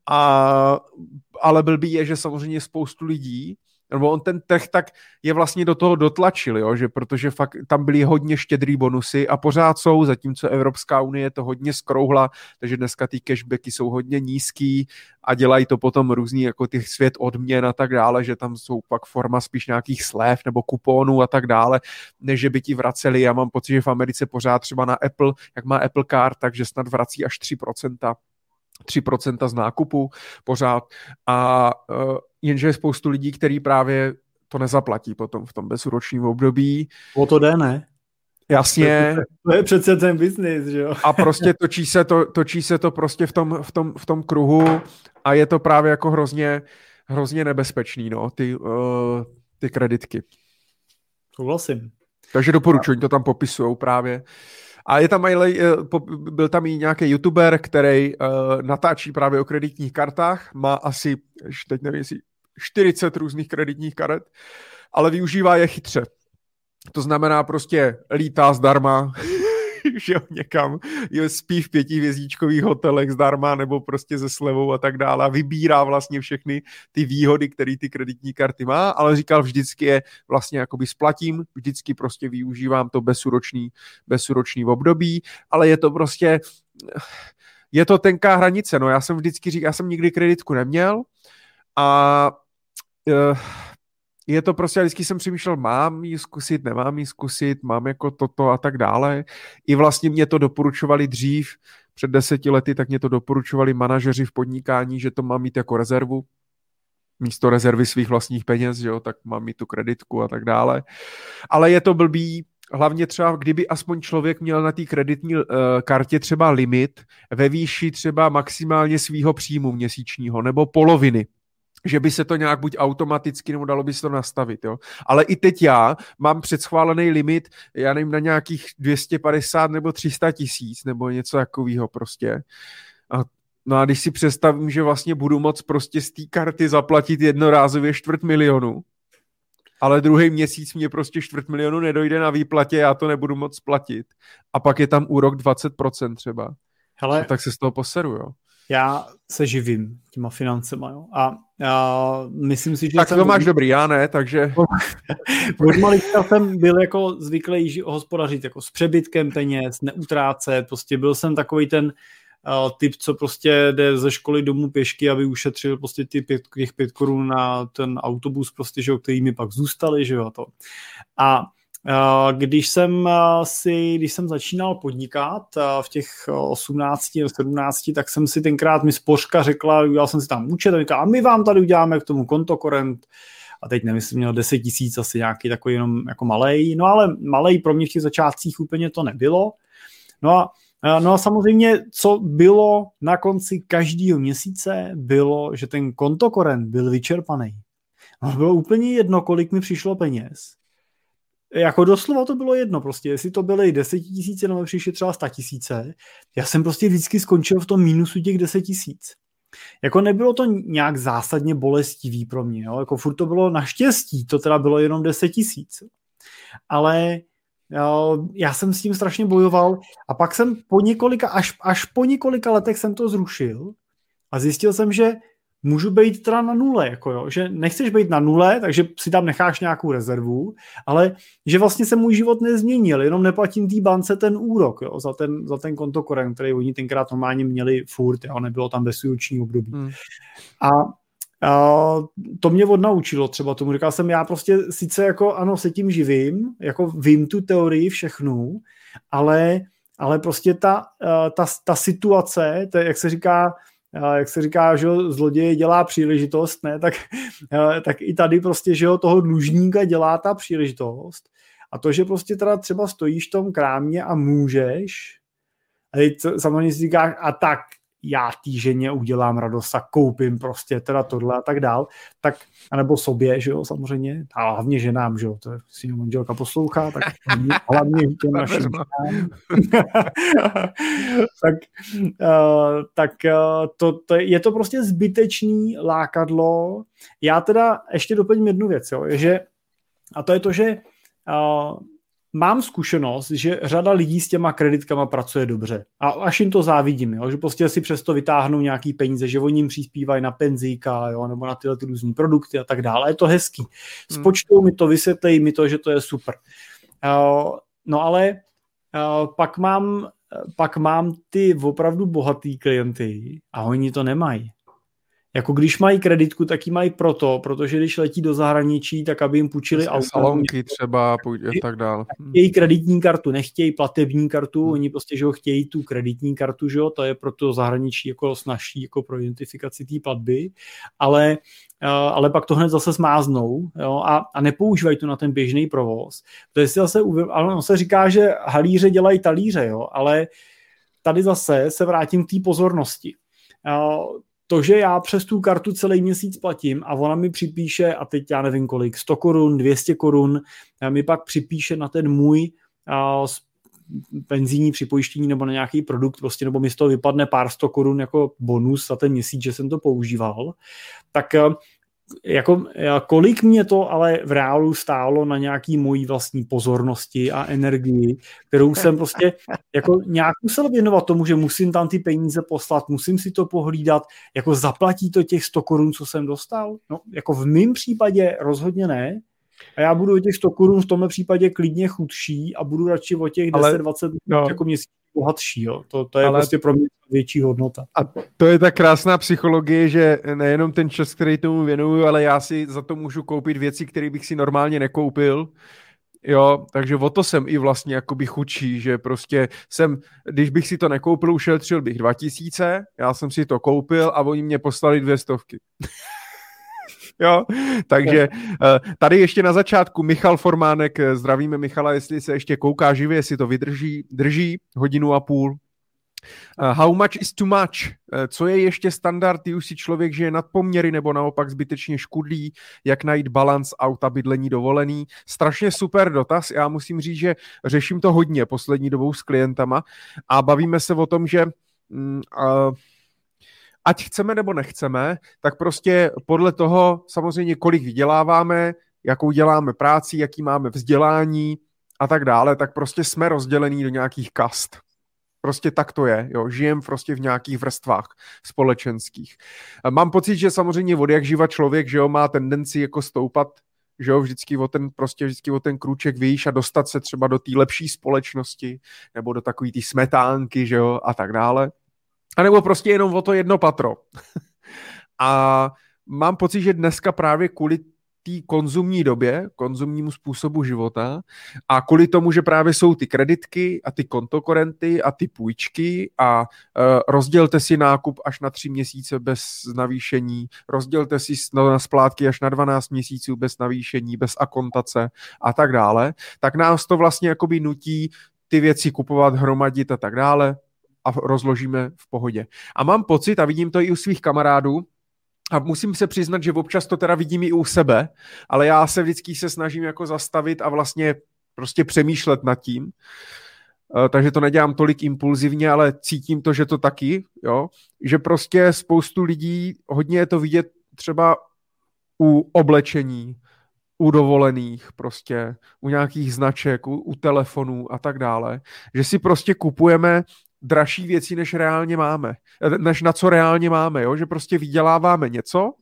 A, ale blbý je, že samozřejmě spoustu lidí, nebo on ten trh tak je vlastně do toho dotlačil, jo? Že protože fakt tam byly hodně štědrý bonusy a pořád jsou, zatímco Evropská unie to hodně skrouhla, takže dneska ty cashbacky jsou hodně nízký a dělají to potom různý jako těch svět odměn a tak dále, že tam jsou pak forma spíš nějakých slev nebo kuponů a tak dále, než že by ti vraceli. Já mám pocit, že v Americe pořád třeba na Apple, jak má Apple Card, takže snad vrací až tři procenta tři procenta z nákupu pořád a uh, jenže je spoustu lidí, kteří právě to nezaplatí potom v tom bezúročním období. O to jde, ne? Jasně. To je přece ten biznis, že jo? A prostě točí se to, točí se to prostě v tom, v tom, v tom kruhu a je to právě jako hrozně, hrozně nebezpečný, no, ty, uh, ty kreditky. Souhlasím. Takže doporučuji, to tam popisujou právě. A je tam i, byl tam i nějaký youtuber, který uh, natáčí právě o kreditních kartách, má asi, teď nevím, jestli čtyřicet různých kreditních karet, ale využívá je chytře. To znamená prostě lítá zdarma, že jo, někam, je spí v pětihvězdíčkových hotelech zdarma nebo prostě se slevou a tak dále. Vybírá vlastně všechny ty výhody, které ty kreditní karty má, ale říkal, vždycky je vlastně jakoby splatím, vždycky prostě využívám to bezúročný, bezúročný období, ale je to prostě, je to tenká hranice, no já jsem vždycky říkal, já jsem nikdy kreditku neměl a uh, je to prostě, vždycky jsem přemýšlel, mám ji zkusit, nemám ji zkusit, mám jako toto a tak dále. I vlastně mě to doporučovali dřív, před deseti lety, tak mě to doporučovali manažeři v podnikání, že to mám mít jako rezervu, místo rezervy svých vlastních peněz, že jo, tak mám mít tu kreditku a tak dále. Ale je to blbý, hlavně třeba, kdyby aspoň člověk měl na té kreditní uh, kartě třeba limit ve výši třeba maximálně svýho příjmu měsíčního, nebo poloviny, že by se to nějak buď automaticky, nebo dalo by se to nastavit, jo. Ale i teď já mám předschválený limit, já nevím, na nějakých dvě stě padesát nebo tři sta tisíc, nebo něco takového prostě. A, no a když si představím, že vlastně budu moc prostě z té karty zaplatit jednorázově čtvrt milionu, ale druhý měsíc mě prostě čtvrt milionu nedojde na výplatě, já to nebudu moc platit. A pak je tam úrok dvacet procent třeba. Hele, a tak se z toho poseru, jo. Já se živím těma financema, jo. A, a myslím si, že... Tak to jsem... máš dobrý, já ne, takže... Od malička jsem byl jako zvyklý hospodařit jako s přebytkem peněz, neutrácet, prostě byl jsem takový ten uh, typ, co prostě jde ze školy domů pěšky, aby ušetřil prostě ty pět, těch pět korun na ten autobus, prostě, že jo, který mi pak zůstaly, že jo, a to. A Když jsem si, když jsem začínal podnikat v těch osmnácti, sedmnácti, tak jsem si tenkrát mi spořka řekla, udělal jsem si tam účet a říkala, a my vám tady uděláme k tomu kontokorent. A teď nevím, jestli měl deset tisíc, asi nějaký takový jenom jako malej. No ale malej pro mě v těch začátcích úplně to nebylo. No a, no a samozřejmě, co bylo na konci každého měsíce, bylo, že ten kontokorent byl vyčerpaný. No, bylo úplně jedno, kolik mi přišlo peněz. Jako doslova to bylo jedno prostě, jestli to byly desetitisíce nebo přišly třeba statisíce, já jsem prostě vždycky skončil v tom mínusu těch deset tisíc. Jako nebylo to nějak zásadně bolestivý pro mě, jo? Jako furt to bylo naštěstí, to teda bylo jenom deset tisíc. Ale jo, já jsem s tím strašně bojoval a pak jsem po několika, až, až po několika letech jsem to zrušil a zjistil jsem, že můžu být teda na nule, jako jo, že nechceš být na nule, takže si tam necháš nějakou rezervu, ale že vlastně se můj život nezměnil, jenom neplatím té bance ten úrok, jo, za ten, za ten kontokorent, který oni tenkrát normálně měli furt, jo, nebylo tam bezúroční období. Hmm. A Uh, to mě odnaučilo třeba tomu. Říkal jsem, já prostě sice jako ano, se tím živím, jako vím tu teorii všechnu, ale, ale prostě ta, uh, ta, ta situace, to, jak se říká, uh, jak se říká, že jo, zloděj dělá příležitost, ne, tak, uh, tak i tady prostě, že jo, toho dlužníka dělá ta příležitost. A to, že prostě teda třeba stojíš v tom krámě a můžeš, a teď samozřejmě si říkáš, a tak já tý ženě udělám radost a koupím prostě teda tohle a tak dál, tak, anebo sobě, že jo, samozřejmě, a hlavně ženám, že jo, to je, si manželka poslouchá, tak hlavně, hlavně těm našim ženám. tak uh, tak uh, to, to, je to prostě zbytečný lákadlo. Já teda ještě doplním jednu věc, jo, že, a to je to, že uh, mám zkušenost, že řada lidí s těma kreditkama pracuje dobře. A až jim to závidím, jo? Že prostě si přesto vytáhnou nějaký peníze, že oni jim přispívají na penzíka, jo? Nebo na tyhle ty různý produkty a tak dále. Je to hezký. Spočtou mi to, vysvětlejí mi to, že to je super. Uh, no ale uh, pak, mám, pak mám ty opravdu bohatý klienty a oni to nemají. Jako když mají kreditku, tak ji mají proto, protože když letí do zahraničí, tak aby jim půjčili auto. Salonky třeba a tak dále. Chtějí kreditní kartu, nechtějí platební kartu, hmm. oni prostě, že ho chtějí tu kreditní kartu, že jo, to je pro to zahraničí jako snažší jako pro identifikaci té platby, ale, uh, ale pak to hned zase smáznou, jo, a, a nepoužívají to na ten běžný provoz. To je si zase, ano, se říká, že halíře dělají talíře, jo, ale tady zase se vrátím k té pozornosti. Uh, To, že já přes tu kartu celý měsíc platím a ona mi připíše, a teď já nevím kolik, sto korun, dvě stě korun, mi pak připíše na ten můj a, penzijní připojištění nebo na nějaký produkt, prostě, nebo mi z toho vypadne pár sto korun jako bonus za ten měsíc, že jsem to používal, tak jako, kolik mě to ale v reálu stálo na nějaký mojí vlastní pozornosti a energii, kterou jsem prostě jako nějak musel věnovat tomu, že musím tam ty peníze poslat, musím si to pohlídat, jako zaplatí to těch sto korun, co jsem dostal? No, jako v mém případě rozhodně ne. A já budu o těch sto korun v tomhle případě klidně chudší a budu radši o těch deset dvacet no. jako měsíc bohatší. Jo. To, to je ale... prostě pro mě větší hodnota. A to je ta krásná psychologie, že nejenom ten čas, který tomu věnuju, ale já si za to můžu koupit věci, které bych si normálně nekoupil. Jo, takže o to jsem i vlastně jakoby chudší, že prostě jsem, když bych si to nekoupil, ušetřil bych dva tisíce, já jsem si to koupil a oni mě poslali dvě stovky. Jo, takže tady ještě na začátku Michal Formánek, zdravíme Michala, jestli se ještě kouká živě, jestli to vydrží, drží hodinu a půl. How much is too much? Co je ještě standard, už si člověk žije nad poměry nebo naopak zbytečně škudlí, jak najít balans auta, bydlení, dovolený? Strašně super dotaz, já musím říct, že řeším to hodně poslední dobou s klientama a bavíme se o tom, že mm, uh, ať chceme nebo nechceme, tak prostě podle toho samozřejmě kolik vyděláváme, jakou děláme práci, jaký máme vzdělání a tak dále, tak prostě jsme rozdělení do nějakých kast. Prostě tak to je, jo, žijem prostě v nějakých vrstvách společenských. Mám pocit, že samozřejmě od jak živa člověk, že jo, má tendenci jako stoupat, že jo, vždycky o ten, prostě vždycky o ten krůček výš a dostat se třeba do té lepší společnosti nebo do takový té smetánky, že jo, a tak dále. A nebo prostě jenom o to jedno patro. A mám pocit, že dneska právě kvůli té konzumní době, konzumnímu způsobu života a kvůli tomu, že právě jsou ty kreditky a ty kontokorenty a ty půjčky a uh, rozdělte si nákup až na tři měsíce bez navýšení, rozdělte si na splátky až na dvanáct měsíců bez navýšení, bez akontace a tak dále, tak nás to vlastně jakoby nutí ty věci kupovat, hromadit a tak dále a rozložíme v pohodě. A mám pocit, a vidím to i u svých kamarádů, a musím se přiznat, že občas to teda vidím i u sebe, ale já se vždycky se snažím jako zastavit a vlastně prostě přemýšlet nad tím. Uh, takže to nedělám tolik impulzivně, ale cítím to, že to taky, jo, že prostě spoustu lidí, hodně je to vidět třeba u oblečení, u dovolených prostě, u nějakých značek, u, u telefonů a tak dále, že si prostě kupujeme dražší věci, než reálně máme. Než na co reálně máme, jo? Že prostě vyděláváme něco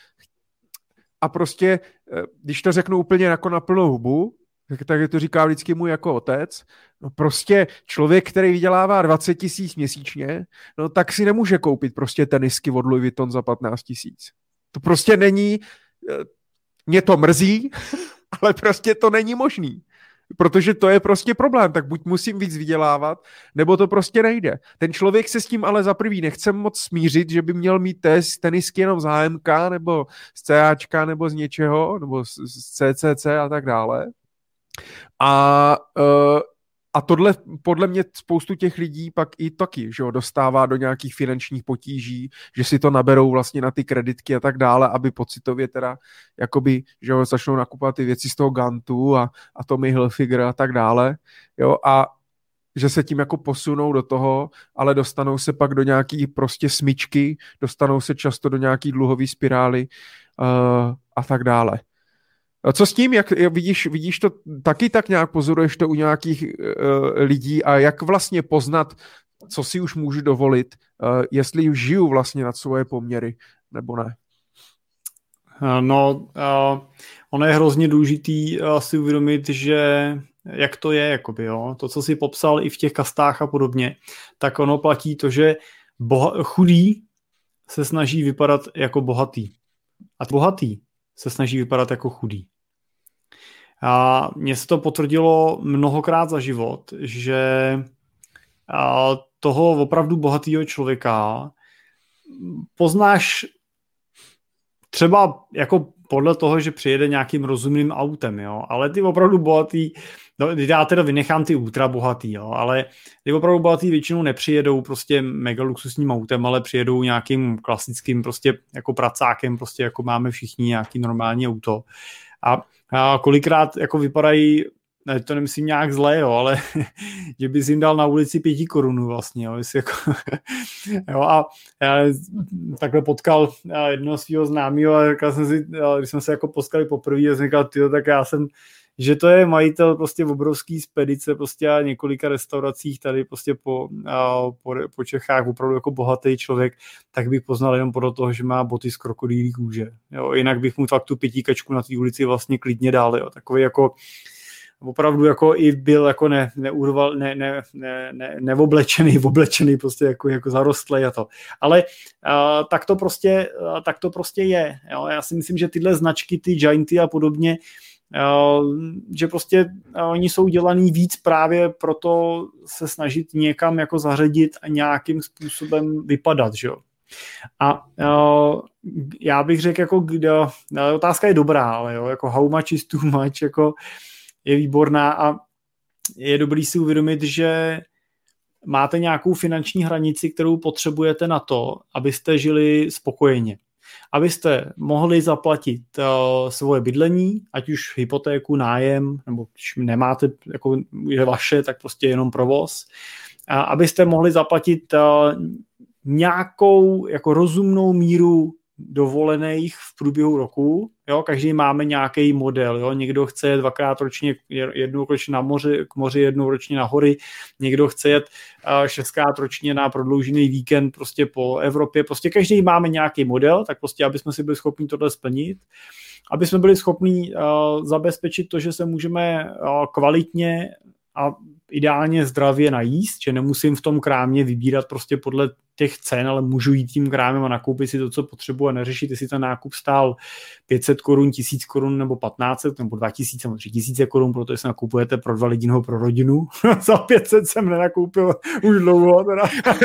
a prostě, když to řeknu úplně jako na plnou hubu, tak, tak to říká vždycky můj jako otec, no prostě člověk, který vydělává dvacet tisíc měsíčně, no tak si nemůže koupit prostě tenisky od Louis Vuitton za patnáct tisíc. To prostě není, mě to mrzí, ale prostě to není možný. Protože to je prostě problém, tak buď musím víc vydělávat, nebo to prostě nejde. Ten člověk se s tím ale za prvý nechce moc smířit, že by měl mít test tenisky jenom z H M K, nebo z CAčka, nebo z něčeho, nebo z, z C C C a tak dále. A, uh, a tohle podle mě spoustu těch lidí pak i taky, že jo, dostává do nějakých finančních potíží, že si to naberou vlastně na ty kreditky a tak dále, aby pocitově teda jakoby, že jo, začnou nakupovat ty věci z toho Gantu a, a Tommy Hilfiger a tak dále, jo, a že se tím jako posunou do toho, ale dostanou se pak do nějaký prostě smyčky, dostanou se často do nějaký dluhový spirály uh, a tak dále. Co s tím, jak vidíš, vidíš to taky tak nějak, pozoruješ to u nějakých uh, lidí a jak vlastně poznat, co si už můžu dovolit, uh, jestli už žiju vlastně nad svoje poměry, nebo ne? No, uh, ono je hrozně důležitý uh, si uvědomit, že jak to je, jakoby, jo? To, co jsi popsal i v těch kastách a podobně, tak ono platí to, že boha- chudý se snaží vypadat jako bohatý. A bohatý se snaží vypadat jako chudý. A mně se to potvrdilo mnohokrát za život, že toho opravdu bohatého člověka poznáš třeba jako podle toho, že přijede nějakým rozumným autem, jo, ale ty opravdu bohatý, no, já teda vynechám ty ultra bohatý, jo, ale ty opravdu bohatý většinou nepřijedou prostě mega luxusním autem, ale přijedou nějakým klasickým prostě jako pracákem, prostě jako máme všichni nějaký normální auto. A, a kolikrát jako vypadají, ne, to nemyslím nějak zlé, jo, ale že bys jim dal na ulici pěti korunů vlastně, jo, jako, jo, a já takhle potkal jednoho svého známého a říkal jsem si, když jsme se jako potkali poprvé, a jsem říkal, tyjo, tak já jsem, že to je majitel prostě obrovský spedice prostě a několika restauracích tady prostě po, po, po Čechách, opravdu jako bohatý člověk, tak bych poznal jenom podle toho, že má boty z krokodýlí kůže, jo, jinak bych mu fakt tu pětikačku na té ulici vlastně klidně dal, jo, takový jako opravdu jako i byl jako ne, neurval, ne, ne, ne, ne, neoblečený, oblečený prostě jako, jako zarostlej a to. Ale uh, tak, to prostě, uh, tak to prostě je. Jo? Já si myslím, že tyhle značky, ty Gianty a podobně, uh, že prostě uh, oni jsou dělaný víc právě proto se snažit někam jako zařadit a nějakým způsobem vypadat, že jo. A uh, já bych řekl, jako kdo, uh, otázka je dobrá, ale jo, jako how much is too much, jako je výborná a je dobrý si uvědomit, že máte nějakou finanční hranici, kterou potřebujete na to, abyste žili spokojeně. Abyste mohli zaplatit uh, svoje bydlení, ať už hypotéku, nájem, nebo když nemáte, jako je vaše, tak prostě jenom provoz. A abyste mohli zaplatit uh, nějakou jako rozumnou míru dovolených v průběhu roku. Jo, každý máme nějaký model. Jo. Někdo chce jet dvakrát ročně, jednou ročně na moři, k moři, jednou ročně na hory. Někdo chce jet uh, šestkrát ročně na prodloužený víkend prostě po Evropě. Prostě každý máme nějaký model, tak prostě, aby jsme si byli schopni tohle splnit. Aby jsme byli schopni uh, zabezpečit to, že se můžeme uh, kvalitně a ideálně zdravě najíst, že nemusím v tom krámě vybírat prostě podle těch cen, ale můžu jít tím krámem a nakoupit si to, co potřebuji a neřešit, jestli ten nákup stál pět set korun, tisíc korun nebo patnáct set nebo dva tisíce nebo tři tisíce korun, protože se nakupujete pro dva lidi nebo pro rodinu. Za pět set jsem nenakoupil už dlouho. Teda.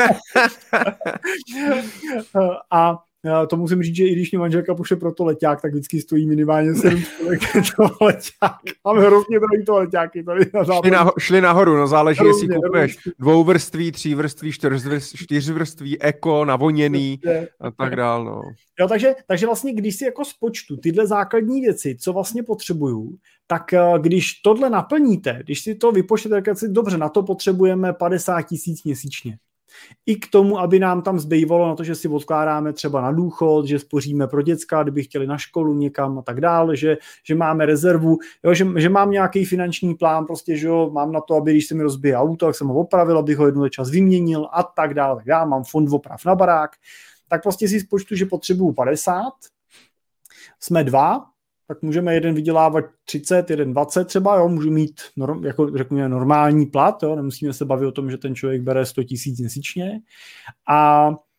A to musím říct, že i když mě manželka pošle pro to leťák, tak vždycky stojí minimálně sedm toho leťák. Máme hrozně drahý to leťáky. Tady na šli, na, šli nahoru, no záleží, hrozně, jestli kupuješ dvouvrství, třívrství, čtyřvrství, eko, navoněný a tak dál. No. Jo, takže, takže vlastně, když si jako spočtu tyhle základní věci, co vlastně potřebuju, tak když tohle naplníte, když si to vypočtete, tak si dobře, na to potřebujeme padesát tisíc měsíčně. I k tomu, aby nám tam zbývalo na to, že si odkládáme třeba na důchod, že spoříme pro děcka, kdyby chtěli na školu někam a tak dále, že, že máme rezervu, jo, že, že mám nějaký finanční plán, prostě, že jo, mám na to, aby když se mi rozbije auto, tak jsem ho opravil, abych ho jednou čas vyměnil a tak dále. Tak já mám fond oprav na barák, tak prostě si spočtu, že potřebuju padesát, jsme dva, tak můžeme jeden vydělávat třicet, jeden dvacet třeba, jo, můžu mít, norm, jako řekněme, normální plat, jo, nemusíme se bavit o tom, že ten člověk bere sto tisíc měsíčně a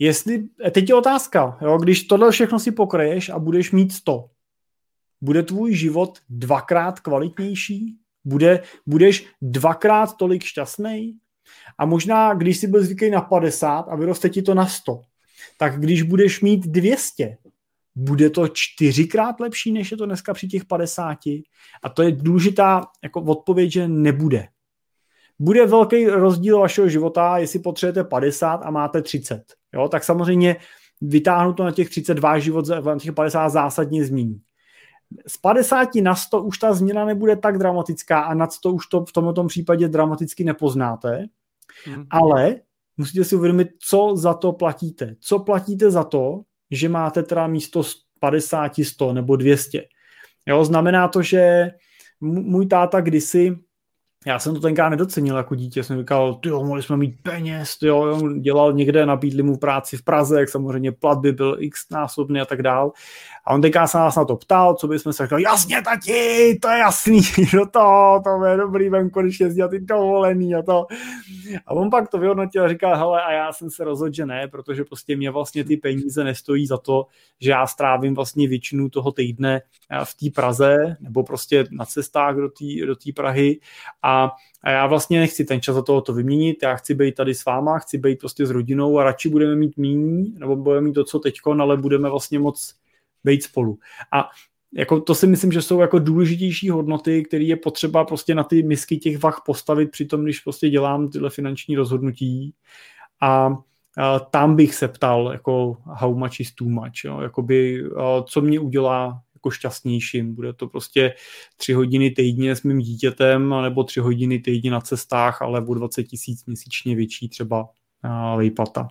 jestli, teď je otázka, jo, když tohle všechno si pokryješ a budeš mít sto, bude tvůj život dvakrát kvalitnější? Bude, budeš dvakrát tolik šťastný? A možná, když jsi byl zvyklý na padesát a vyroste ti to na sto, tak když budeš mít dvě stě, bude to čtyřikrát lepší, než je to dneska při těch padesáti? A to je důležitá jako odpověď, že nebude. Bude velký rozdíl vašeho života, jestli potřebujete padesát a máte třicet. Jo? Tak samozřejmě vytáhnout to na těch třicet dva život na těch padesát zásadně změní. Z padesáti na sto už ta změna nebude tak dramatická a nad sto už to v tomto případě dramaticky nepoznáte, hmm. ale musíte si uvědomit, co za to platíte. Co platíte za to, že máte teda místo padesát, sto nebo dvě stě. Jo, znamená to, že můj táta kdysi, já jsem to tenkrát nedocenil jako dítě, jsem říkal, tyjo, mohli jsme mít peněz, tyjo, dělal někde, nabídli mu práci v Praze, jak samozřejmě platby byl x násobný a tak dál. A on tenkrát se nás na to ptal, co bychom se říkali, jasně tati, to je jasný, no to, to je dobrý, vem konečně dělat ty dovolený a to. A on pak to vyhodnotil a říkal, hele, a já jsem se rozhodl, že ne, protože prostě mě vlastně ty peníze nestojí za to, že já strávím vlastně většinu toho týdne v té Praze, nebo prostě na cestách do té do té Prahy a A já vlastně nechci ten čas za tohoto vyměnit, já chci být tady s váma, chci být prostě s rodinou a radši budeme mít míň, nebo budeme mít to, co teďkon, ale budeme vlastně moc být spolu. A jako to si myslím, že jsou jako důležitější hodnoty, které je potřeba prostě na ty misky těch vah postavit při tom, když prostě dělám tyhle finanční rozhodnutí. A, a tam bych se ptal, jako how much is too much, jo? Jakoby, co mě udělá jako šťastnějším. Bude to prostě tři hodiny týdně s mým dítětem, nebo tři hodiny týdně na cestách, ale o dvacet tisíc měsíčně větší třeba výplata.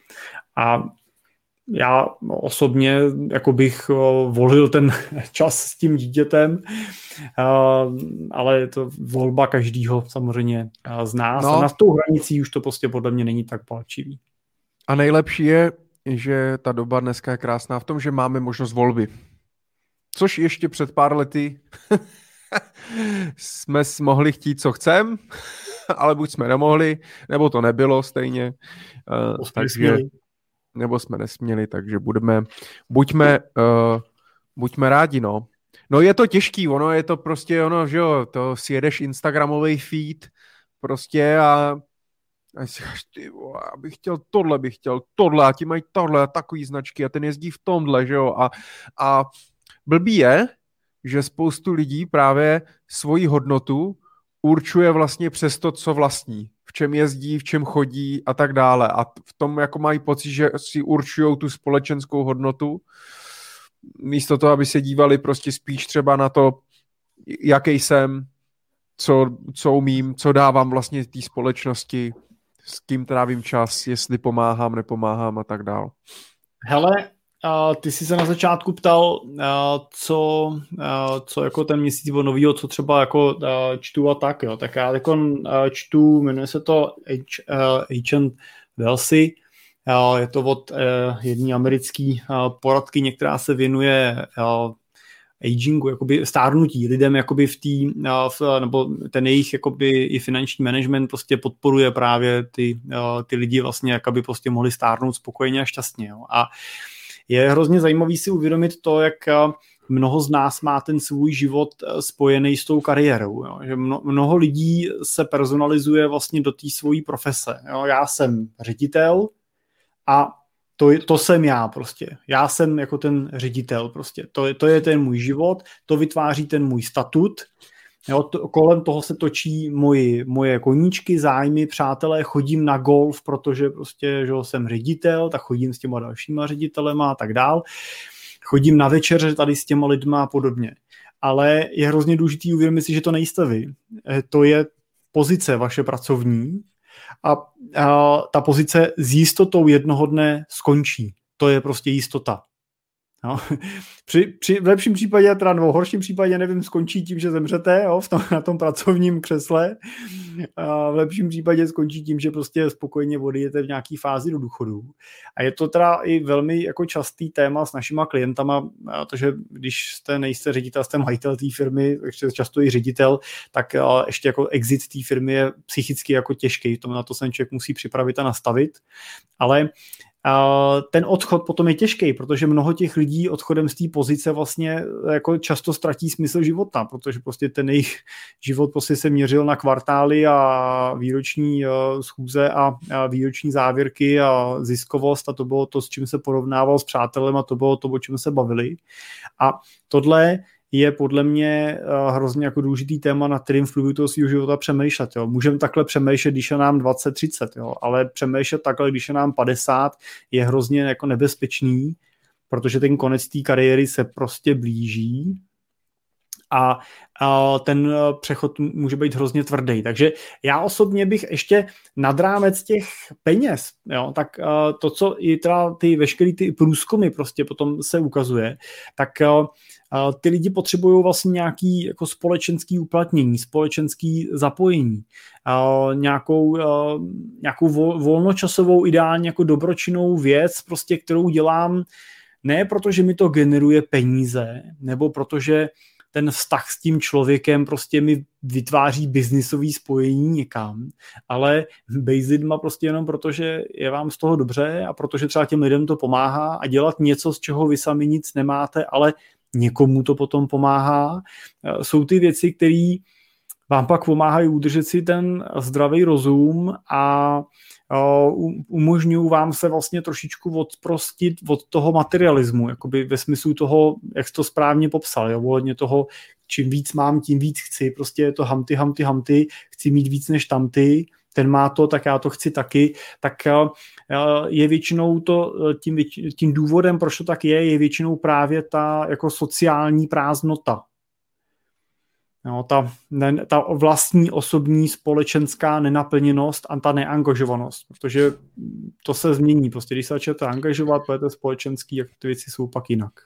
A já osobně jako bych volil ten čas s tím dítětem, ale je to volba každýho samozřejmě z nás. No. A na tou hranicí už to prostě podle mě není tak palčivý. A nejlepší je, že ta doba dneska je krásná v tom, že máme možnost volby. Což ještě před pár lety jsme mohli chtít, co chcem, ale buď jsme nemohli, nebo to nebylo stejně. Uh, takže, nebo jsme nesměli, takže budeme, buďme, uh, buďme rádi, no. No je to těžký, ono je to prostě ono, že jo, to si jedeš Instagramový feed prostě a a si říkáš, ty vole, já bych chtěl tohle, bych chtěl tohle a ti mají tohle a takový značky a ten jezdí v tomhle, že jo, a, a blbý je, že spoustu lidí právě svoji hodnotu určuje vlastně přes to, co vlastní. V čem jezdí, v čem chodí a tak dále. A v tom jako mají pocit, že si určují tu společenskou hodnotu. Místo toho, aby se dívali prostě spíš třeba na to, jaký jsem, co, co umím, co dávám vlastně té společnosti, s kým trávím čas, jestli pomáhám, nepomáhám a tak dále. Hele, Uh, ty jsi se na začátku ptal, uh, co, uh, co jako ten měsíc bylo novýho, co třeba jako uh, čtu a tak, jo. Tak já jako uh, čtu, jmenuje se to Ancient Wealthy, uh, je to od uh, jedné americké uh, poradkyně, která se věnuje uh, agingu, jakoby stárnutí lidem, jakoby v tý, uh, nebo ten jejich jakoby i finanční management prostě podporuje právě ty, uh, ty lidi vlastně, jak aby prostě mohli stárnout spokojeně a šťastně, jo. A je hrozně zajímavý si uvědomit to, jak mnoho z nás má ten svůj život spojený s tou kariérou. Jo? Že mno, mnoho lidí se personalizuje vlastně do té svojí profese. Jo? Já jsem ředitel a to, to jsem já prostě. Já jsem jako ten ředitel prostě. To, to je ten můj život, to vytváří ten můj statut. Jo, to, kolem toho se točí moji, moje koníčky, zájmy, přátelé, chodím na golf, protože prostě, že jsem ředitel, tak chodím s těma dalšíma ředitelema a tak dál. Chodím na večeře tady s těma lidma a podobně. Ale je hrozně důležitý uvědomit si, že to nejste vy. To je pozice vaše pracovní a, a ta pozice s jistotou jednoho dne skončí. To je prostě jistota. No. Při, při v lepším případě, teda nebo v horším případě, nevím, skončí tím, že zemřete, jo, v tom, na tom pracovním křesle. A v lepším případě skončí tím, že prostě spokojně odjedete v nějaký fázi do důchodu. A je to teda i velmi jako častý téma s našima klientama, protože když jste nejste ředitel, jste majitel té firmy, ještě často i ředitel, tak ještě jako exit té firmy je psychicky jako těžký, to na to se člověk musí připravit a nastavit. Ale ten odchod potom je těžký, protože mnoho těch lidí odchodem z té pozice vlastně jako často ztratí smysl života, protože prostě ten jejich život prostě se měřil na kvartály a výroční schůze a výroční závěrky a ziskovost a to bylo to, s čím se porovnával s přátelem a to bylo to, o čem se bavili. A tohle je podle mě hrozně jako důležitý téma, na kterým v průběhu toho svého života přemýšlet. Můžeme takhle přemýšlet, když je nám dvacet třicet, jo? Ale přemýšlet takhle, když je nám padesát, je hrozně jako nebezpečný, protože ten konec té kariéry se prostě blíží a, a ten přechod může být hrozně tvrdý. Takže já osobně bych ještě nad rámec těch peněz, jo, tak to, co i teda ty veškerý ty průzkumy prostě potom se ukazuje, tak ty lidi potřebují vlastně nějaký jako společenský uplatnění, společenský zapojení, nějakou, nějakou volnočasovou, ideálně jako dobročinnou věc, prostě, kterou dělám ne protože mi to generuje peníze, nebo protože ten vztah s tím člověkem prostě mi vytváří biznisový spojení někam, ale bejt lidma prostě jenom protože je vám z toho dobře a protože třeba těm lidem to pomáhá a dělat něco, z čeho vy sami nic nemáte, ale někomu to potom pomáhá. Jsou ty věci, které vám pak pomáhají udržet si ten zdravý rozum a umožňují vám se vlastně trošičku odprostit od toho materialismu, jakoby ve smyslu toho, jak jsi to správně popsal, jo, ohledně toho, čím víc mám, tím víc chci, prostě je to hamty, hamty, hamty, chci mít víc než tamty, ten má to, tak já to chci taky, tak je většinou to, tím, tím důvodem, proč to tak je, je většinou právě ta jako sociální prázdnota. No, ta, ne, ta vlastní osobní společenská nenaplněnost a ta neangažovanost, protože to se změní. Prostě když se začnete angažovat, budete společenský, jak ty věci jsou pak jinak.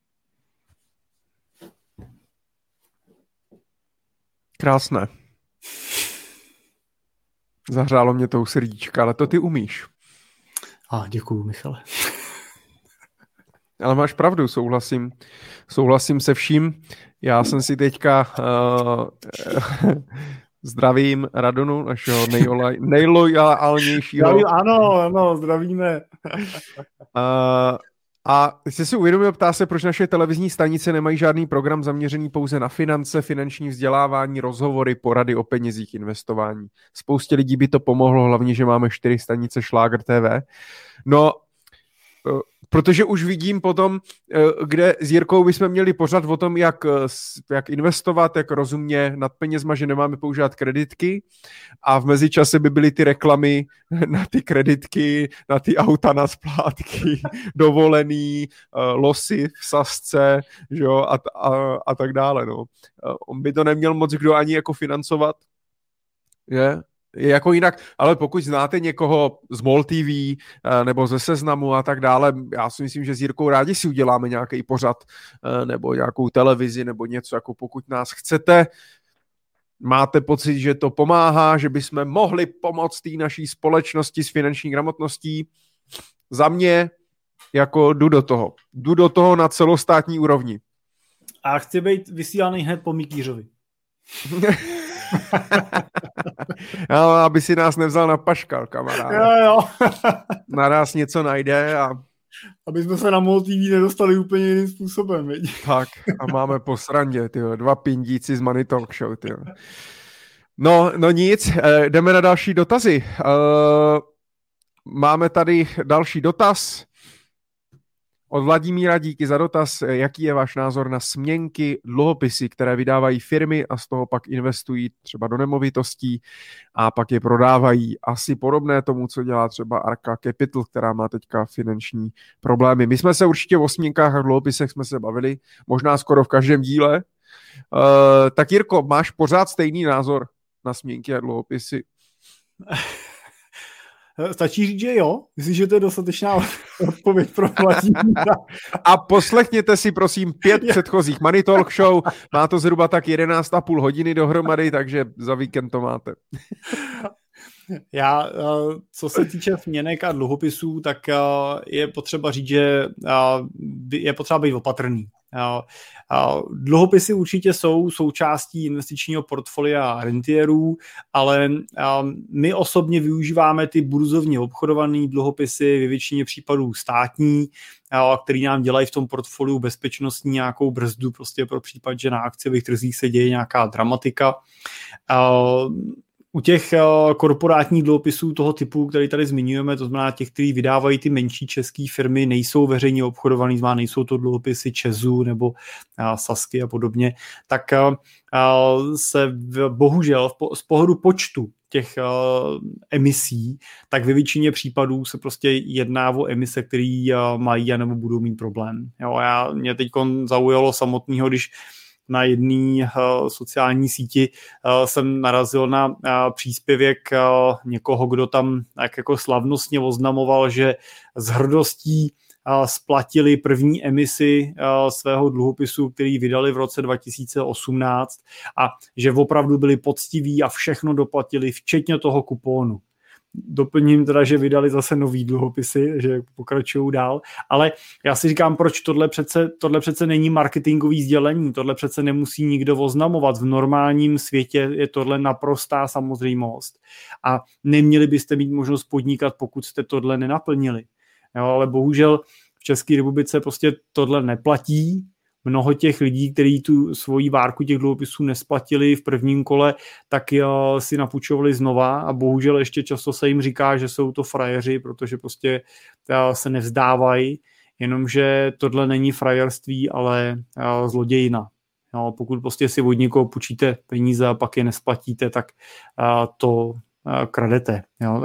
Krásné. Zahřálo mě to u srdíčka, ale to ty umíš. A děkuju, Michale. Ale máš pravdu, souhlasím, souhlasím se vším. Já jsem si teďka uh, zdravím Radonu, našeho nejlojálnějšího. Zdravím, ano, ano, zdravíme. uh, a jsi si uvědomil, ptá se, proč naše televizní stanice nemají žádný program zaměřený pouze na finance, finanční vzdělávání, rozhovory, porady o penězích, investování. Spoustě lidí by to pomohlo, hlavně, že máme čtyři stanice Šlágr T V. No, uh, protože už vidím potom, kde s Jirkou bychom měli pořád o tom, jak, jak investovat, jak rozumně nad penězma, že nemáme používat kreditky a v mezičase by byly ty reklamy na ty kreditky, na ty auta na splátky, dovolený, losy v sasce, že jo, a, a, a tak dále. No. On by to neměl moc kdo ani jako financovat, je? Je jako jinak, ale pokud znáte někoho z MOL T V nebo ze Seznamu a tak dále, já si myslím, že s Jirkou rádi si uděláme nějaký pořad nebo nějakou televizi nebo něco, jako pokud nás chcete, máte pocit, že to pomáhá, že bychom mohli pomoct té naší společnosti s finanční gramotností, za mě jako jdu do toho. Jdu do toho na celostátní úrovni. A chci být vysílaný hned po Mikýřovi. No, aby si nás nevzal na paškal, kamarád. Jo, jo. Naraz něco najde a... Aby jsme se na MOL T V nedostali úplně jiným způsobem, viď? Tak, a máme po srandě, tyjo, dva pindíci z Money Talk Show, tyjo. No, no nic, jdeme na další dotazy. Máme tady další dotaz od Vladimíra, díky za dotaz. Jaký je váš názor na směnky, dluhopisy, které vydávají firmy a z toho pak investují třeba do nemovitostí a pak je prodávají? Asi podobné tomu, co dělá třeba Arca Capital, která má teďka finanční problémy. My jsme se určitě o směnkách a dluhopisech jsme se bavili, možná skoro v každém díle. Uh, tak Jirko, máš pořád stejný názor na směnky a dluhopisy? Stačí říct, že jo? Myslím, že to je dostatečná odpověď pro Vladimíra. A poslechněte si prosím pět předchozích Money Talk Show. Má to zhruba tak jedenáct a půl hodiny dohromady, takže za víkend to máte. Já, co se týče směnek a dluhopisů, tak je potřeba říct, že je potřeba být opatrný. Dluhopisy určitě jsou součástí investičního portfolia rentierů, ale my osobně využíváme ty burzovně obchodované dluhopisy, ve většině případů státní, který nám dělají v tom portfoliu bezpečnostní nějakou brzdu, prostě pro případ, že na akciových trzích se děje nějaká dramatika. U těch korporátních dluhopisů toho typu, který tady zmiňujeme, to znamená těch, kteří vydávají ty menší české firmy, nejsou veřejně obchodovaný, znamená, nejsou to dluhopisy Česu nebo Sasky a podobně, tak se bohužel z pohledu počtu těch emisí, tak ve většině případů se prostě jedná o emise, které mají anebo budou mít problém. Jo, já, mě teď zaujalo samotného, když na jedné uh, sociální síti uh, jsem narazil na uh, příspěvek uh, někoho, kdo tam tak jako slavnostně oznamoval, že s hrdostí uh, splatili první emisi uh, svého dluhopisu, který vydali v roce dva tisíce osmnáct a že opravdu byli poctiví a všechno doplatili, včetně toho kupónu. Doplním teda, že vydali zase nový dluhopisy, že pokračují dál, ale já si říkám, proč tohle přece, tohle přece není marketingový sdělení, tohle přece nemusí nikdo oznamovat, v normálním světě je tohle naprostá samozřejmost a neměli byste mít možnost podnikat, pokud jste tohle nenaplnili. Jo, ale bohužel v České republice prostě tohle neplatí. Mnoho těch lidí, kteří tu svoji várku těch dluhopisů nesplatili v prvním kole, tak si napůjčovali znova a bohužel ještě často se jim říká, že jsou to frajeři, protože prostě se nevzdávají, jenomže tohle není frajerství, ale zlodějina. No, pokud prostě si od někoho půjčíte peníze a pak je nesplatíte, tak to kradete. Jo.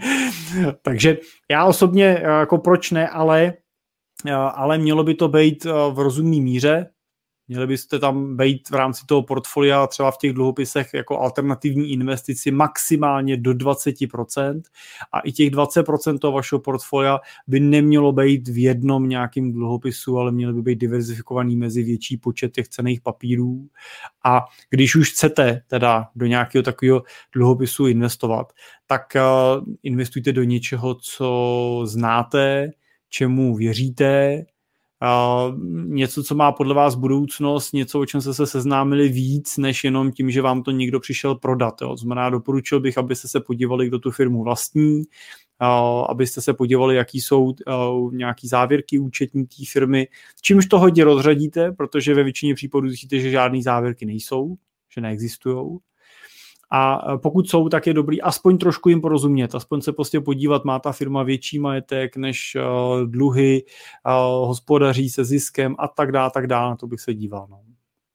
Takže já osobně, jako proč ne, ale ale mělo by to být v rozumné míře, měli byste tam být v rámci toho portfolia třeba v těch dluhopisech jako alternativní investici maximálně do dvacet procent a i těch dvacet procent toho vašeho portfolia by nemělo být v jednom nějakým dluhopisu, ale měly by být diverzifikovaný mezi větší počet těch cenných papírů a když už chcete teda do nějakého takového dluhopisu investovat, tak investujte do něčeho, co znáte, čemu věříte, uh, něco, co má podle vás budoucnost, něco, o čem jste se seznámili víc, než jenom tím, že vám to někdo přišel prodat. Jo. Znamená, doporučil bych, abyste se podívali, kdo tu firmu vlastní, uh, abyste se podívali, jaký jsou uh, nějaký závěrky účetní té firmy, čímž to hodně rozřadíte, protože ve většině případů zjistíte, že žádný závěrky nejsou, že neexistujou. A pokud jsou, tak je dobrý aspoň trošku jim porozumět, aspoň se prostě podívat, má ta firma větší majetek než uh, dluhy, uh, hospodaří se ziskem a tak dále, tak dále, na to bych se díval. No.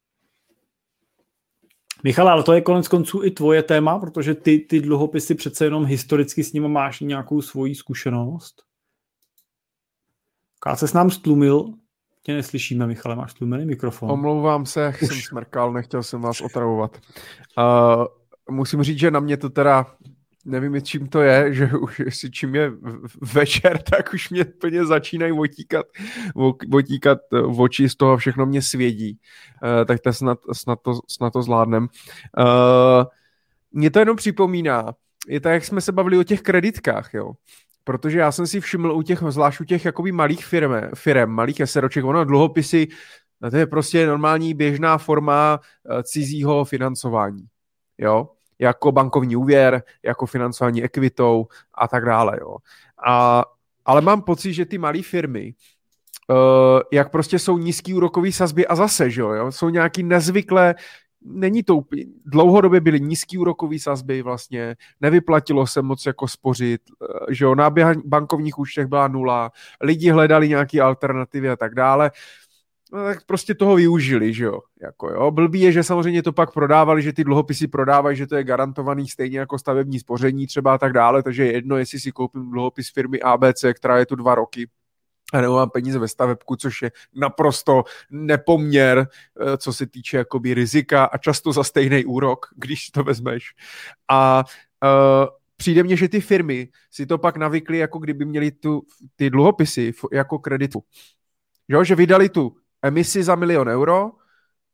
Michal, ale to je konec konců i tvoje téma, protože ty, ty dluhopisy přece jenom historicky s nimi máš nějakou svoji zkušenost. Ká se s nám stlumil, tě neslyšíme, Michale, máš stlumený mikrofon. Omlouvám se, jak jsem smrkal, nechtěl jsem vás otravovat. Uh, musím říct, že na mě to teda, nevím, čím to je, že už jestli čím je večer, tak už mě plně začínají otíkat, otíkat oči, z toho všechno mě svědí. Uh, tak to snad, snad, to, snad to zvládnem. Uh, mě to jenom připomíná, je tak, jak jsme se bavili o těch kreditkách, jo. Protože já jsem si všiml u těch, zvlášť u těch jakoby malých firm, firm malých eseroček, ono dluhopisy, to je prostě normální běžná forma cizího financování, jo, jako bankovní úvěr, jako financování ekvitou a tak dále, jo. A, ale mám pocit, že ty malé firmy, uh, jak prostě jsou nízký úrokový sazby a zase, že jo, jsou nějaký nezvyklé, není to úplně, dlouhodobě byly nízký úrokový sazby vlastně, nevyplatilo se moc jako spořit, že jo, na bankovních účtech byla nula, lidi hledali nějaké alternativy a tak dále, no, tak prostě toho využili, že jo, jako jo, blbý je, že samozřejmě to pak prodávali, že ty dluhopisy prodávají, že to je garantovaný stejně jako stavební spoření třeba a tak dále, takže je jedno, jestli si koupím dluhopis firmy A B C, která je tu dva roky, a nebo mám peníze ve stavebku, což je naprosto nepoměr, co se týče jakoby rizika a často za stejný úrok, když to vezmeš. A uh, přijde mně, že ty firmy si to pak navykly, jako kdyby měli tu, ty dluhopisy jako kreditu. Jo, že vydali tu emisi za milion euro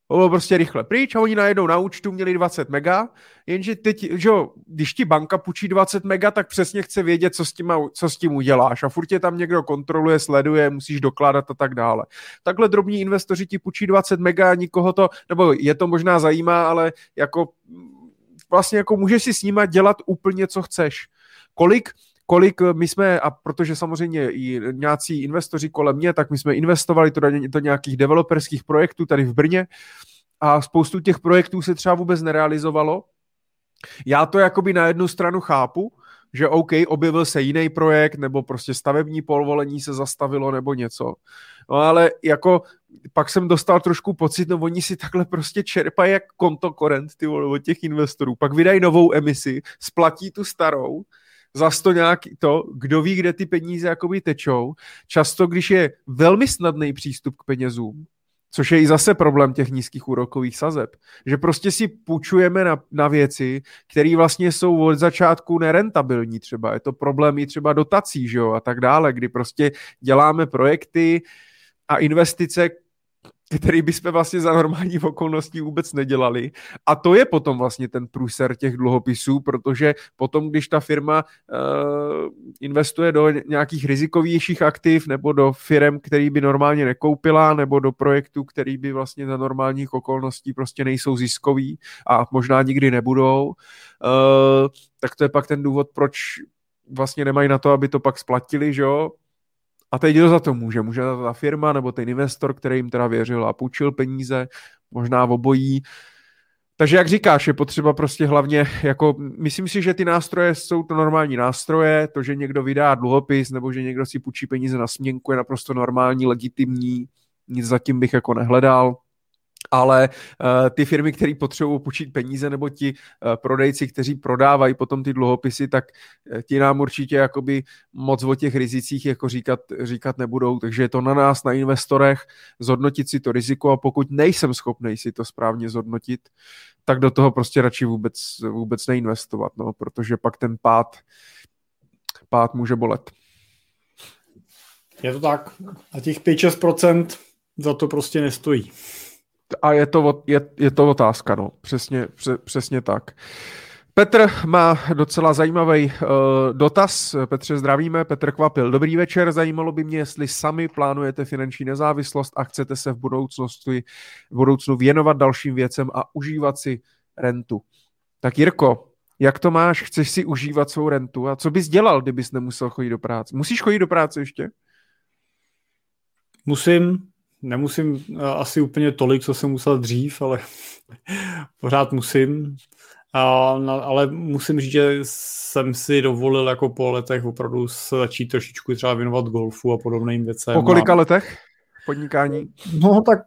To bylo prostě rychle pryč a oni najednou na účtu měli dvacet mega, jenže teď, že jo, když ti banka půjčí dvacet mega, tak přesně chce vědět, co s tím, co s tím uděláš a furt tě tam někdo kontroluje, sleduje, musíš dokládat a tak dále. Takhle drobní investoři ti půjčí dvacet mega a nikoho to, nebo je to možná zajímá, ale jako vlastně jako můžeš si s nima dělat úplně, co chceš. Kolik Kolik my jsme, a protože samozřejmě i nějací investoři kolem mě, tak my jsme investovali to do, do nějakých developerských projektů tady v Brně a spoustu těch projektů se třeba vůbec nerealizovalo. Já to jakoby na jednu stranu chápu, že OK, objevil se jiný projekt, nebo prostě stavební povolení se zastavilo, nebo něco. No ale jako pak jsem dostal trošku pocit, no oni si takhle prostě čerpají jak kontokorent, ty vole, od těch investorů. Pak vydají novou emisi, splatí tu starou, zas to nějak to, kdo ví, kde ty peníze jakoby tečou. Často, když je velmi snadný přístup k penězům, což je i zase problém těch nízkých úrokových sazeb, že prostě si půjčujeme na, na věci, které vlastně jsou od začátku nerentabilní třeba. Je to problém i třeba dotací, že jo, a tak dále, kdy prostě děláme projekty a investice, který bychom vlastně za normální okolností vůbec nedělali. A to je potom vlastně ten průser těch dluhopisů, protože potom, když ta firma uh, investuje do nějakých rizikovějších aktiv nebo do firem, který by normálně nekoupila, nebo do projektů, který by vlastně za normálních okolností prostě nejsou ziskový a možná nikdy nebudou, uh, tak to je pak ten důvod, proč vlastně nemají na to, aby to pak splatili, že jo? A teď kdo za to může? Může za to ta firma nebo ten investor, který jim teda věřil a půjčil peníze, možná v obojí. Takže jak říkáš, je potřeba prostě hlavně, jako myslím si, že ty nástroje jsou to normální nástroje, to, že někdo vydá dluhopis nebo že někdo si půjčí peníze na směnku je naprosto normální, legitimní, nic zatím bych jako nehledal. Ale uh, ty firmy, které potřebují půjčit peníze, nebo ti uh, prodejci, kteří prodávají potom ty dluhopisy, tak uh, ti nám určitě jakoby moc o těch rizicích jako říkat, říkat nebudou. Takže je to na nás, na investorech, zhodnotit si to riziko a pokud nejsem schopný si to správně zhodnotit, tak do toho prostě radši vůbec, vůbec neinvestovat, no, protože pak ten pád, pád může bolet. Je to tak. A těch pět šest procent za to prostě nestojí. A je to, je, je to otázka, no. Přesně, pře, přesně tak. Petr má docela zajímavý uh, dotaz. Petře, zdravíme. Petr Kvapil. Dobrý večer. Zajímalo by mě, jestli sami plánujete finanční nezávislost a chcete se v budoucnosti v budoucnu věnovat dalším věcem a užívat si rentu. Tak Jirko, jak to máš? Chceš si užívat svou rentu? A co bys dělal, kdybys nemusel chodit do práce? Musíš chodit do práce ještě? Musím. Nemusím asi úplně tolik, co jsem musel dřív, ale pořád musím. Ale musím říct, že jsem si dovolil jako po letech opravdu se začít trošičku třeba věnovat golfu a podobným věcem. Po kolika letech podnikání? No tak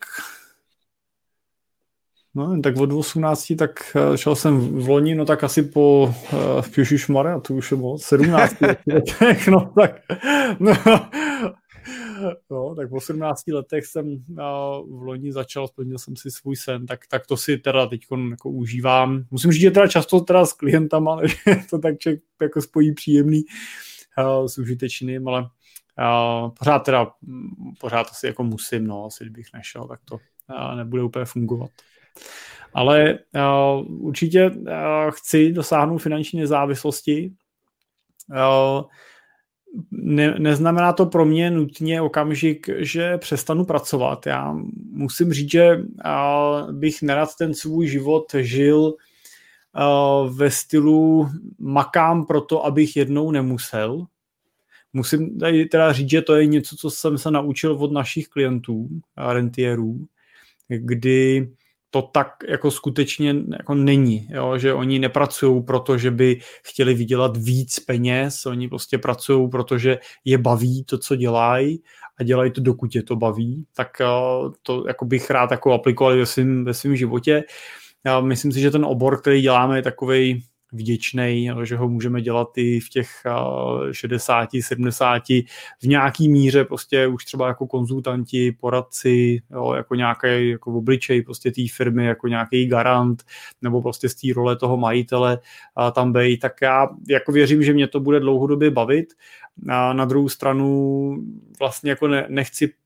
no, tak od osmnácti, tak šel jsem v loni, no tak asi po Ježišmarja, to už je moc, sedmnácti letech, no tak no, no, tak po sedmnácti letech jsem v loni začal, splnil jsem si svůj sen, tak, tak to si teda teď jako užívám. Musím říct, že teda často teda s klientama, ale to tak člověk jako spojí příjemný uh, s užitečným, ale uh, pořád teda, pořád asi jako musím, no, asi kdybych nešel, tak to uh, nebude úplně fungovat. Ale uh, určitě uh, chci dosáhnout finanční nezávislosti. Uh, Ne, neznamená to pro mě nutně okamžik, že přestanu pracovat. Já musím říct, že bych nerad ten svůj život žil ve stylu makám proto, abych jednou nemusel. Musím tady teda říct, že to je něco, co jsem se naučil od našich klientů, rentiérů, kdy to tak jako skutečně jako není, jo? Že oni nepracují proto, že by chtěli vydělat víc peněz, oni prostě pracují, protože je baví to, co dělají a dělají to, dokud je to baví, tak to jako bych rád jako aplikoval ve svém ve svém životě. Já myslím si, že ten obor, který děláme, je takovej vděčnej, že ho můžeme dělat i v těch šedesáti, sedmdesáti v nějaký míře, prostě už třeba jako konzultanti, poradci, jo, jako nějaký jako obličej prostě té firmy, jako nějaký garant, nebo prostě z té role toho majitele a tam bej, tak já jako věřím, že mě to bude dlouhodobě bavit. A na druhou stranu vlastně jako ne, nechci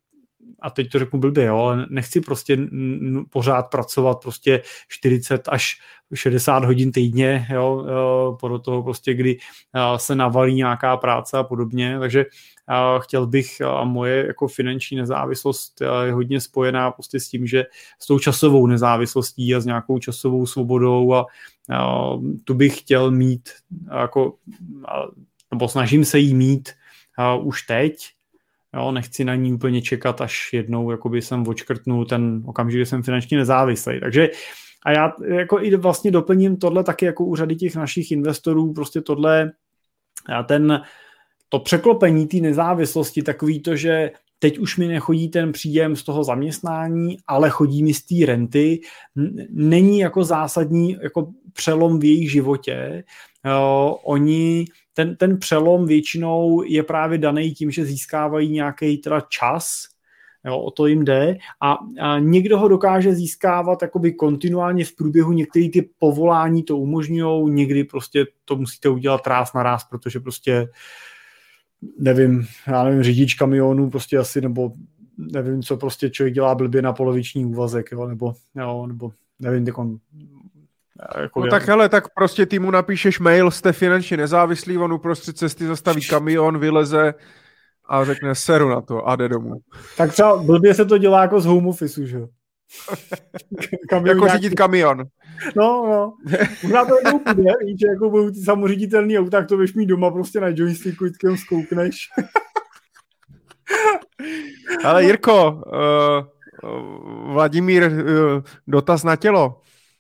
a teď to řeknu blbě, jo, ale nechci prostě pořád pracovat prostě čtyřicet až šedesát hodin týdně, jo, podle toho prostě, kdy se navalí nějaká práce a podobně, takže chtěl bych, a moje jako finanční nezávislost je hodně spojená prostě s tím, že s tou časovou nezávislostí a s nějakou časovou svobodou a, a tu bych chtěl mít jako, nebo snažím se jí mít a, už teď. Jo, nechci na ní úplně čekat, až jednou jakoby jsem odškrtnul ten okamžik, kdy jsem finančně nezávislý. Takže a já jako i vlastně doplním tohle taky jako u řady těch našich investorů, prostě tohle, já ten, to překlopení té nezávislosti, takový to, že teď už mi nechodí ten příjem z toho zaměstnání, ale chodí mi z té renty, není jako zásadní jako přelom v jejich životě. Jo, oni Ten, ten přelom většinou je právě daný tím, že získávají nějaký teda čas, jo, o to jim jde a, a někdo ho dokáže získávat jakoby kontinuálně v průběhu, některé ty povolání to umožňují, někdy prostě to musíte udělat ráz na ráz, protože prostě nevím, já nevím, řidič kamionů prostě asi, nebo nevím, co prostě člověk dělá blbě na poloviční úvazek, jo, nebo, jo, nebo nevím, tak on Jako no tak hele, tak prostě ty mu napíšeš mail, jste finančně nezávislý, on uprostřed cesty zastaví kamion, vyleze a řekne seru na to a jde domů. Tak třeba blbě se to dělá jako z home officeu, že jo? Jako nějaký... řídit kamion. No, no. Možná to jednou půjde, víš, jako budou ty samoředitelný auta, tak to budeš mít doma prostě na joysticku, vždycky jenom zkoukneš. Ale Jirko, uh, Vladimír, uh, dotaz na tělo.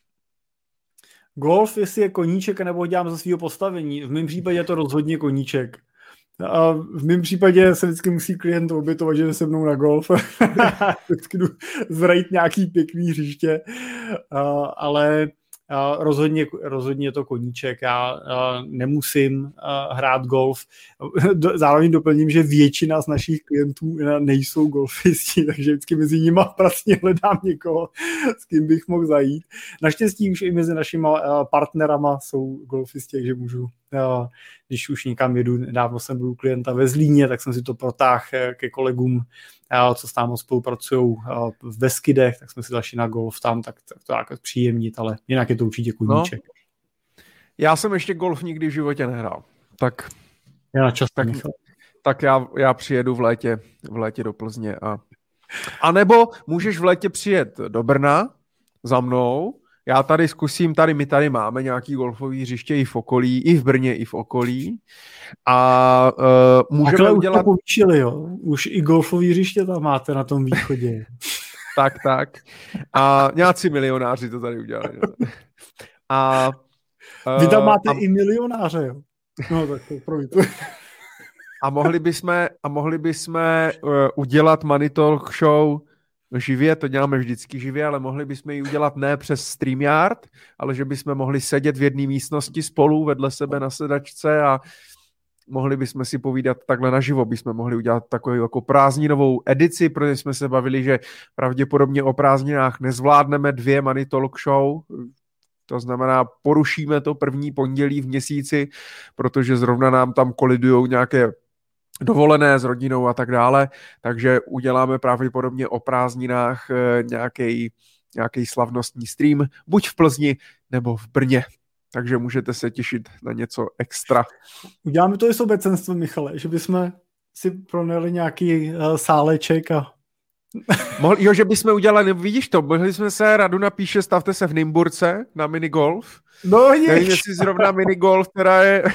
Golf, jestli je koníček, nebo ho dělám za svého postavení. V mém případě je to rozhodně koníček. A v mém případě se vždycky musí klient obětovat, že jde se mnou na golf. Vždycky jdu zrajit nějaký pěkný hřiště. Ale rozhodně, rozhodně je to koníček. Já nemusím hrát golf. Zároveň doplním, že většina z našich klientů nejsou golfisti, takže vždycky mezi nimi pracně hledám někoho, s kým bych mohl zajít. Naštěstí už i mezi našimi partnerama jsou golfisti, takže můžu, když už někam jedu, nedávno jsem byl u klienta ve Zlíně, tak jsem si to protáhl ke kolegům, co s námi spolupracují v Beskydech, tak jsme si zašli na golf tam, tak, tak to jako příjemnit, ale jinak je to určitě koníček. No, já jsem ještě golf nikdy v životě nehrál, tak, já často tak, tak já, já přijedu v létě, v létě do Plzně. A, a nebo můžeš v létě přijet do Brna za mnou, já tady zkusím, tady my tady máme nějaký golfový hřiště i v okolí, i v Brně, i v okolí. A uh, můžeme Takhle udělat... už to povýšili, jo? Už i golfový hřiště tam máte na tom východě. tak, tak. A nějací milionáři to tady udělali. A, uh, Vy tam máte a... i milionáře, jo? No tak to projít. a mohli bychom, a mohli bychom uh, udělat Money Talk Show živě, to děláme vždycky živě, ale mohli bychom ji udělat ne přes StreamYard, ale že bychom mohli sedět v jedné místnosti spolu vedle sebe na sedačce a mohli bychom si povídat takhle naživo, bychom mohli udělat takovou jako prázdninovou edici, protože jsme se bavili, že pravděpodobně o prázdninách nezvládneme dvě Money Talk Show, to znamená porušíme to první pondělí v měsíci, protože zrovna nám tam kolidujou nějaké dovolené s rodinou a tak dále, takže uděláme pravděpodobně o prázdninách nějaký, nějaký slavnostní stream, buď v Plzni, nebo v Brně. Takže můžete se těšit na něco extra. Uděláme to i sobecenstvo, Michale, že bychom si pronajali nějaký uh, sáleček a... Mohli, jo, že bychom udělali, vidíš to, mohli jsme se, Radu napíše, stavte se v Nymburce na minigolf. No nic. Nevím, jestli zrovna minigolf, která je...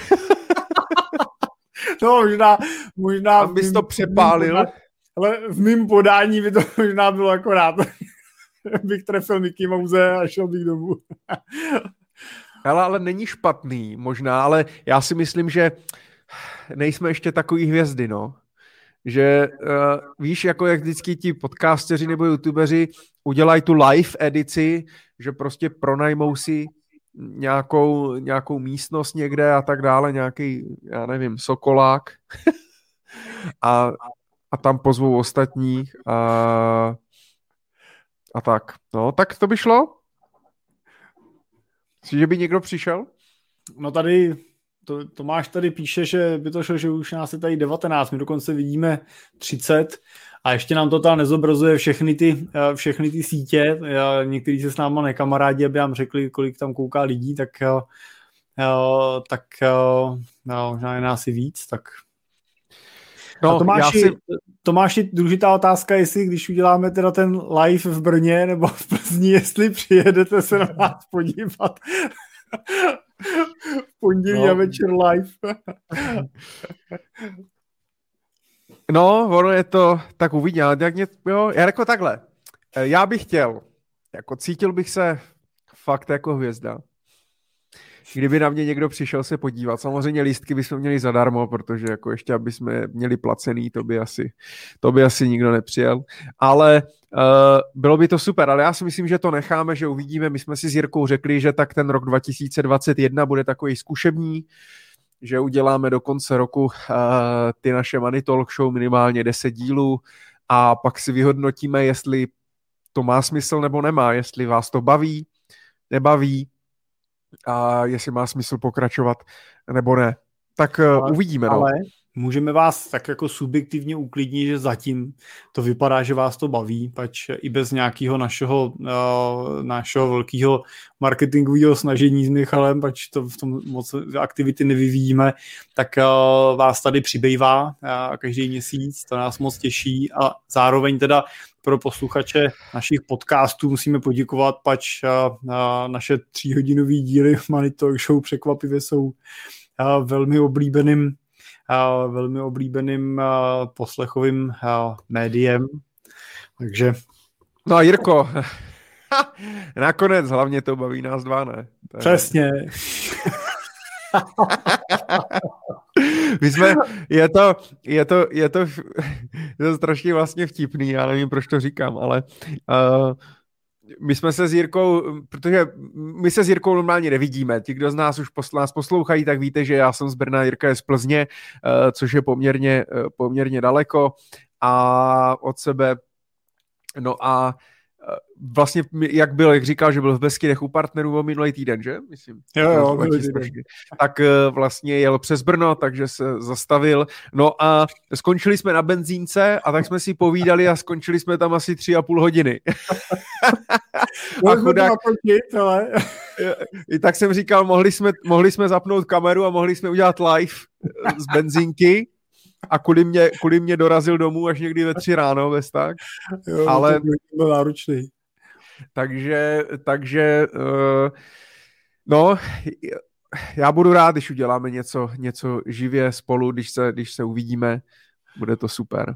No možná, možná... Abys mým, to přepálil. Podání, ale v mým podání by to možná bylo akorát. Bych trefil Mickey Mouse a šel bych domů. Hele, ale není špatný možná, ale já si myslím, že nejsme ještě takový hvězdy, no. Že uh, víš, jako jak vždycky ti podcasteři nebo youtubeři udělají tu live edici, že prostě pronajmou si nějakou, nějakou místnost někde a tak dále, nějaký, já nevím, sokolák a, a tam pozvou ostatní a, a tak. No, tak to by šlo? Myslíš, že by někdo přišel? No tady to, Tomáš tady píše, že by to šlo, že už nás je tady devatenáct, my dokonce vidíme třicet a ještě nám to tam nezobrazuje všechny ty, všechny ty sítě. Někteří se s náma nekamarádí, aby nám řekli, kolik tam kouká lidí, tak, tak no, možná je nás i víc, tak... No, Tomáši, si... Tomáši, důležitá otázka, jestli když uděláme teda ten live v Brně nebo v Plzni, jestli přijedete se na nás podívat v pondělí no. a večer live. No, ono je to, tak uvidíme, ale jak mě, jo, já jako takhle, já bych chtěl, jako cítil bych se fakt jako hvězda, kdyby na mě někdo přišel se podívat. Samozřejmě lístky bychom měli zadarmo, protože jako ještě, aby jsme měli placený, to by asi, to by asi nikdo nepřijel. Ale uh, bylo by to super, ale já si myslím, že to necháme, že uvidíme. My jsme si s Jirkou řekli, že tak ten rok dva tisíce dvacet jedna bude takový zkušební, že uděláme do konce roku uh, ty naše Money Talk Show minimálně deset dílů a pak si vyhodnotíme, jestli to má smysl nebo nemá, jestli vás to baví, nebaví, a jestli má smysl pokračovat nebo ne. Tak ale, uvidíme. No. Ale můžeme vás tak jako subjektivně uklidnit, že zatím to vypadá, že vás to baví, pač i bez nějakého našeho, uh, našeho velkého marketingového snažení s Michalem, pač to v tom moc aktivity nevyvíjíme, tak uh, vás tady přibývá uh, každý měsíc, to nás moc těší a zároveň teda pro posluchače našich podcastů musíme poděkovat, pač uh, uh, naše tříhodinový díly Money Talk Show překvapivě jsou uh, velmi oblíbeným uh, velmi oblíbeným uh, poslechovým uh, médiem. Takže... No a Jirko, nakonec hlavně to baví nás dva, ne? To přesně. My jsme, je to, je to, je to, je to strašně vlastně vtipný, já nevím, proč to říkám, ale uh, my jsme se s Jirkou, protože my se s Jirkou normálně nevidíme, ti, kdo z nás už posl, nás poslouchají, tak víte, že já jsem z Brna, Jirka je z Plzně, uh, což je poměrně, uh, poměrně daleko a od sebe, no a vlastně, jak byl, jak říkal, že byl v Beskydech u partnerů o minulý týden, že? Myslím. Jo, jo, tak vlastně jel přes Brno, takže se zastavil. No a skončili jsme na benzínce a tak jsme si povídali a skončili jsme tam asi tři a půl hodiny. a chudák... Napočít, ale... I tak jsem říkal, mohli jsme, mohli jsme zapnout kameru a mohli jsme udělat live z benzínky. A kvůli mě, kvůli mě dorazil domů až někdy ve tři ráno, bez tak. Jo, ale byl náročný. Takže, takže uh, no, já budu rád, když uděláme něco, něco živě spolu, když se, když se uvidíme, bude to super.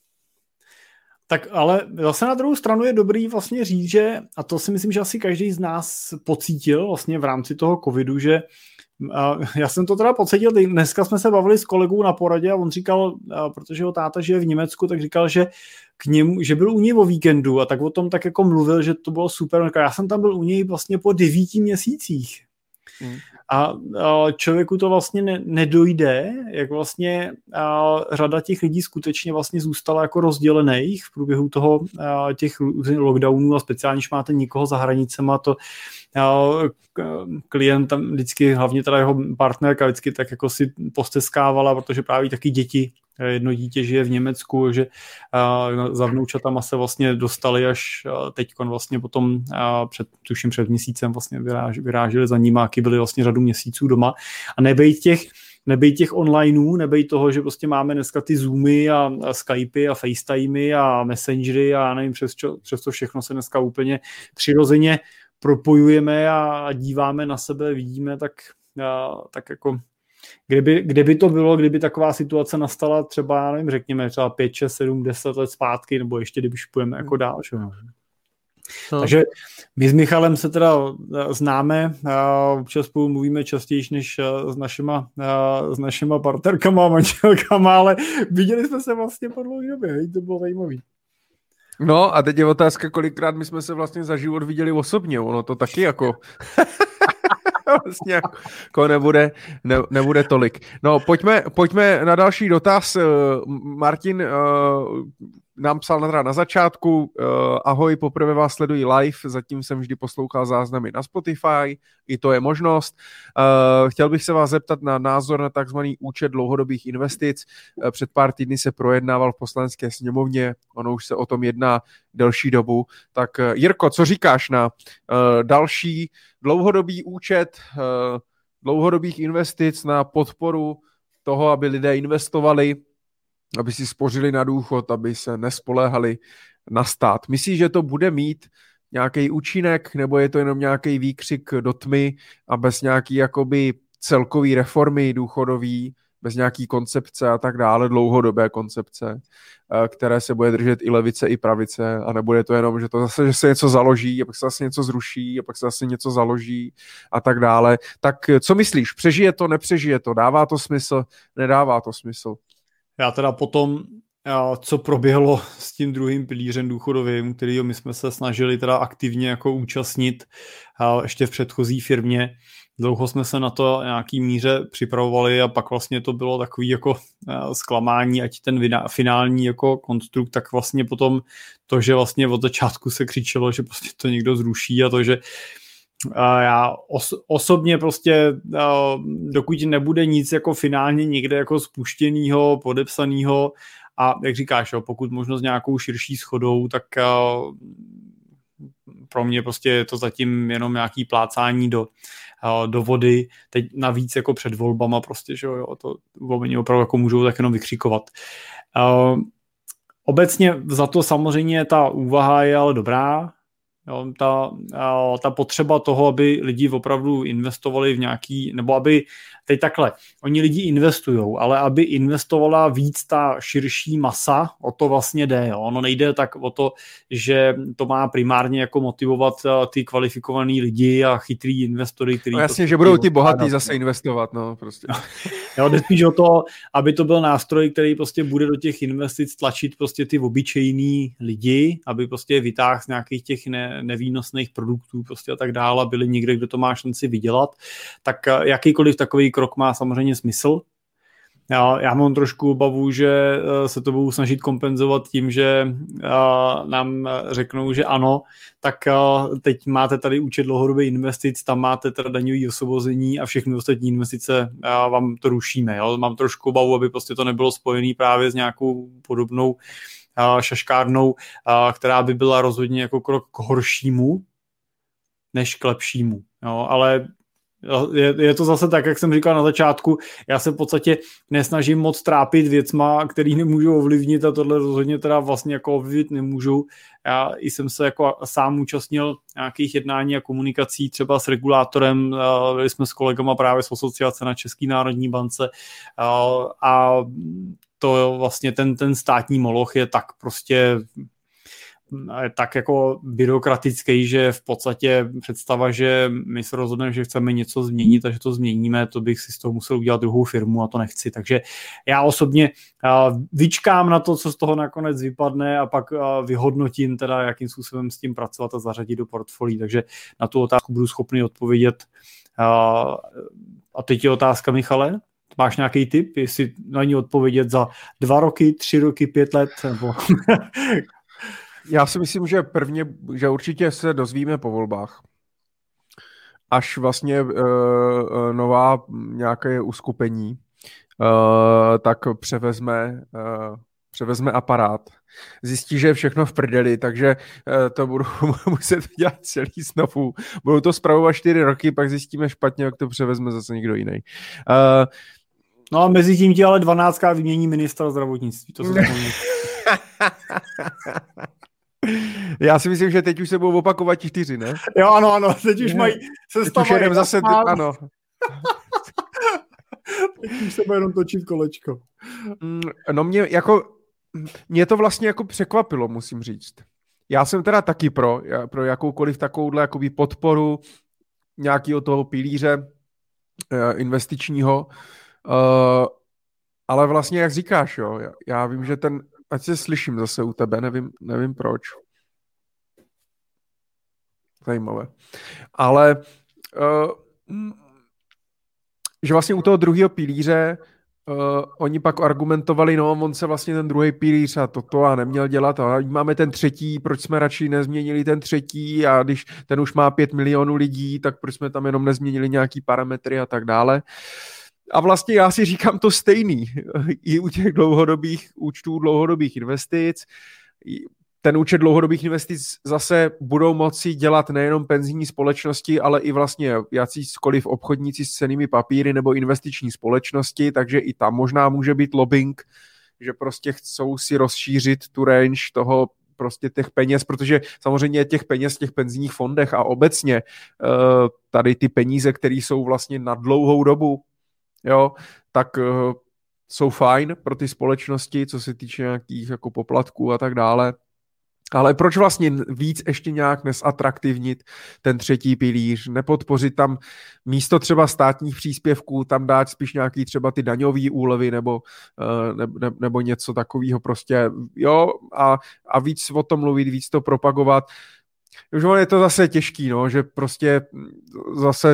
Tak ale zase na druhou stranu je dobrý vlastně říct, že, a to si myslím, že asi každý z nás pocítil vlastně v rámci toho covidu, že já jsem to teda pocítil, dneska jsme se bavili s kolegou na poradě a on říkal, protože jeho táta žije v Německu, tak říkal, že k němu, že byl u něj o víkendu a tak o tom tak jako mluvil, že to bylo super. Já jsem tam byl u něj vlastně po devíti měsících. Hmm. A, a člověku to vlastně ne, nedojde, jak vlastně a, řada těch lidí skutečně vlastně zůstala jako rozdělených v průběhu toho a, těch lockdownů a speciálně, když máte nikoho za hranicema, to a, klient tam vždycky, hlavně teda jeho partnerka vždycky tak jako si posteskávala, protože právě taky děti, jedno dítě žije v Německu, že uh, za vnoučatama se vlastně dostali až uh, teďkon vlastně potom uh, před, tuším před měsícem vlastně vyráž, vyráželi za nímáky, byli vlastně řadu měsíců doma a nebejt těch nebejt těch onlineů, nebejt toho, že prostě máme dneska ty Zoomy a, a Skypey a FaceTimey a Messengery a nevím, přes, čo, přes to všechno se dneska úplně přirozeně propojujeme a díváme na sebe, vidíme, tak, a, tak jako Kdyby, kdyby to bylo, kdyby taková situace nastala třeba, já nevím, řekněme třeba pět, šest, sedm, deset let zpátky, nebo ještě když půjdeme jako dál. Že? No. Takže my s Michalem se teda známe, občas spolu mluvíme častěji než s našima, s našima partnerkama a manželkama, ale viděli jsme se vlastně po dlouhé době, to bylo zajímavý. No a teď je otázka, kolikrát my jsme se vlastně za život viděli osobně, ono to taky jako... vlastně jako nebude, ne, nebude tolik. No, pojďme, pojďme na další dotaz. Martin, nám psal na, na začátku, uh, ahoj, poprvé vás sleduji live, zatím jsem vždy poslouchal záznamy na Spotify, i to je možnost. Uh, chtěl bych se vás zeptat na názor na takzvaný účet dlouhodobých investic. Uh, před pár týdny se projednával v Poslanecké sněmovně, ono už se o tom jedná delší dobu. Tak uh, Jirko, co říkáš na uh, další dlouhodobý účet uh, dlouhodobých investic na podporu toho, aby lidé investovali, aby si spořili na důchod, aby se nespoléhali na stát. Myslíš, že to bude mít nějaký účinek, nebo je to jenom nějaký výkřik do tmy a bez nějaký jakoby celkový reformy důchodový, bez nějaký koncepce a tak dále, dlouhodobé koncepce, které se bude držet i levice, i pravice, a nebude to jenom, že to zase, že se něco založí a pak se zase něco zruší a pak se zase něco založí a tak dále. Tak co myslíš? Přežije to, nepřežije to? Dává to smysl? Nedává to smysl? Já teda potom, co proběhlo s tím druhým pilířem důchodovým, kterýho my jsme se snažili teda aktivně jako účastnit ještě v předchozí firmě, dlouho jsme se na to nějaký míře připravovali a pak vlastně to bylo takový jako zklamání, ať ten finální jako konstrukt, tak vlastně potom to, že vlastně od začátku se křičelo, že prostě to někdo zruší a to, že já os- osobně prostě dokud nebude nic jako finálně někde jako spuštěnýho, podepsanýho a jak říkáš, jo, pokud možno s nějakou širší shodou, tak pro mě prostě je to zatím jenom nějaký plácání do, do vody, teď navíc jako před volbama prostě, že jo, to oni opravdu jako můžou tak jenom vykřikovat. Obecně za to samozřejmě ta úvaha je ale dobrá. Jo, ta, ta potřeba toho, aby lidi opravdu investovali v nějaký, nebo aby, teď takhle, oni lidi investujou, ale aby investovala víc ta širší masa, o to vlastně jde. Jo. Ono nejde tak o to, že to má primárně jako motivovat ty kvalifikovaný lidi a chytrý investory, který... No jasně, že budou ty bohatý zase investovat, no prostě. Jo, jde spíš o to, aby to byl nástroj, který prostě bude do těch investic tlačit prostě ty obyčejný lidi, aby prostě vytáhl z nějakých těch ne, nevýnosných produktů prostě a tak dále, byli někde, kdo to má šanci vydělat, tak jakýkoliv takový krok má samozřejmě smysl. Já, já mám trošku obavu, že se to budou snažit kompenzovat tím, že nám řeknou, že ano, tak teď máte tady účet dlouhodobých investic, tam máte teda daňové osvobození a všechny ostatní investice vám to rušíme. Jo? Mám trošku obavu, aby prostě to nebylo spojené právě s nějakou podobnou šaškárnou, která by byla rozhodně jako krok k horšímu, než k lepšímu. Jo? Ale Je, je to zase tak, jak jsem říkal na začátku, já se v podstatě nesnažím moc trápit věcma, který nemůžu ovlivnit a tohle rozhodně teda vlastně jako ovlivnit nemůžu. Já jsem se jako sám účastnil nějakých jednání a komunikací třeba s regulátorem, byli jsme s kolegama právě z asociace na České národní bance a to vlastně ten, ten státní moloch je tak prostě je tak jako byrokratický, že v podstatě představa, že my se rozhodneme, že chceme něco změnit a že to změníme, to bych si z toho musel udělat druhou firmu a to nechci. Takže já osobně vyčkám na to, co z toho nakonec vypadne a pak vyhodnotím teda, jakým způsobem s tím pracovat a zařadit do portfolií. Takže na tu otázku budu schopný odpovědět. A teď je otázka, Michale? Máš nějaký tip, jestli na ní odpovědět za dva roky, tři roky, pět let? Nebo... Já si myslím, že prvně, že určitě se dozvíme po volbách. Až vlastně uh, nová nějaké uskupení uh, tak převezme, uh, převezme aparát. Zjistí, že je všechno v prdeli, takže uh, to budu muset dělat celý znovu. Budou to spravovat čtyři roky, pak zjistíme špatně, jak to převezme zase někdo jiný. Uh, no a mezi tím ti ale dvanáctka vymění ministra zdravotnictví. To se Já si myslím, že teď už se budou opakovat čtyři, ne? Jo, ano, ano, teď už mají sestavají. Zase, ano. Teď už se bude jenom točit kolečko. No mě jako, mě to vlastně jako překvapilo, musím říct. Já jsem teda taky pro, pro jakoukoliv takovouhle jakoby podporu nějakého toho pilíře investičního, ale vlastně jak říkáš, jo, já vím, že ten ať se slyším zase u tebe, nevím, nevím proč. Zajímavé. Ale uh, že vlastně u toho druhého pilíře Uh, oni pak argumentovali, no, on se vlastně ten druhý pilíř a toto a neměl dělat a máme ten třetí, proč jsme radši nezměnili ten třetí a když ten už má pět milionů lidí, tak proč jsme tam jenom nezměnili nějaký parametry a tak dále. A vlastně já si říkám to stejný. I u těch dlouhodobých účtů, dlouhodobých investic, ten účet dlouhodobých investic zase budou moci dělat nejenom penzijní společnosti, ale i vlastně jakýkoliv obchodníci s cennými papíry nebo investiční společnosti, takže i tam možná může být lobbying, že prostě chcou si rozšířit tu range toho prostě těch peněz, protože samozřejmě těch peněz v těch penzijních fondech a obecně tady ty peníze, které jsou vlastně na dlouhou dobu, jo, tak jsou fajn pro ty společnosti, co se týče nějakých jako poplatků a tak dále. Ale proč vlastně víc ještě nějak nesatraktivnit ten třetí pilíř, nepodpořit tam místo třeba státních příspěvků, tam dát spíš nějaký třeba ty daňové úlevy nebo, ne, ne, nebo něco takového prostě, jo, a, a víc o tom mluvit, víc to propagovat. Už je to zase těžký, no, že prostě zase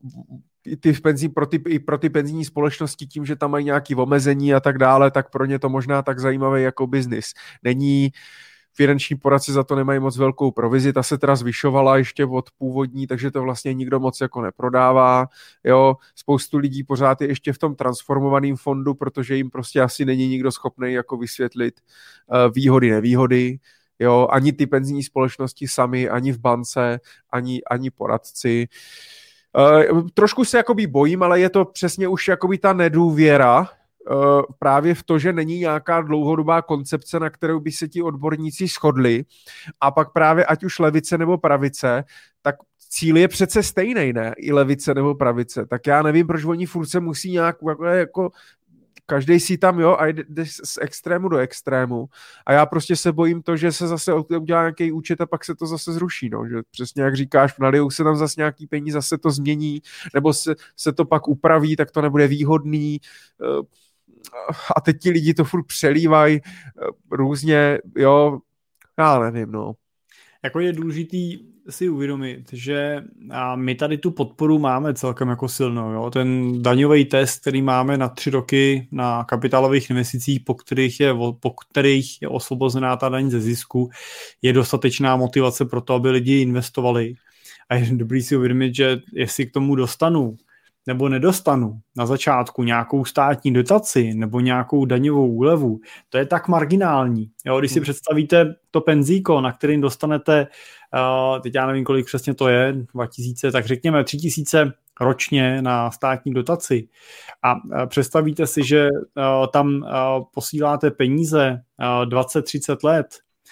ty penzí, pro ty, i pro ty penzijní společnosti tím, že tam mají nějaké omezení a tak dále, tak pro ně to možná tak zajímavé jako biznis. Není, finanční poradci za to nemají moc velkou provizi, ta se teda zvyšovala ještě od původní, takže to vlastně nikdo moc jako neprodává, jo, spoustu lidí pořád je ještě v tom transformovaném fondu, protože jim prostě asi není nikdo schopný jako vysvětlit uh, výhody, nevýhody, jo, ani ty penzijní společnosti sami, ani v bance, ani, ani poradci. Uh, trošku se jakoby bojím, ale je to přesně už jakoby ta nedůvěra uh, právě v to, že není nějaká dlouhodobá koncepce, na kterou by se ti odborníci shodli a pak právě ať už levice nebo pravice, tak cíl je přece stejný, ne? I levice nebo pravice. Tak já nevím, proč oni furt se musí nějak jako, jako každej si tam, jo, a jde z extrému do extrému. A já prostě se bojím to, že se zase udělá nějaký účet a pak se to zase zruší, no. Že přesně jak říkáš, nalijou se tam zase nějaký peníze, zase to změní, nebo se, se to pak upraví, tak to nebude výhodný. A teď ti lidi to furt přelívají různě, jo, já nevím, no. Jako je důležitý si uvědomit, že my tady tu podporu máme celkem jako silnou. Jo? Ten daňový test, který máme na tři roky na kapitálových investicích, po kterých je, po kterých je osvobozená ta daň ze zisku, je dostatečná motivace pro to, aby lidi investovali. A je dobrý si uvědomit, že jestli k tomu dostanu nebo nedostanu na začátku nějakou státní dotaci nebo nějakou daňovou úlevu, to je tak marginální. Jo, když si hmm. představíte to penzíko, na kterým dostanete, uh, teď já nevím, kolik přesně to je, dva tisíce, tak řekněme tři tisíce ročně na státní dotaci a uh, představíte si, že uh, tam uh, posíláte peníze uh, dvacet třicet let,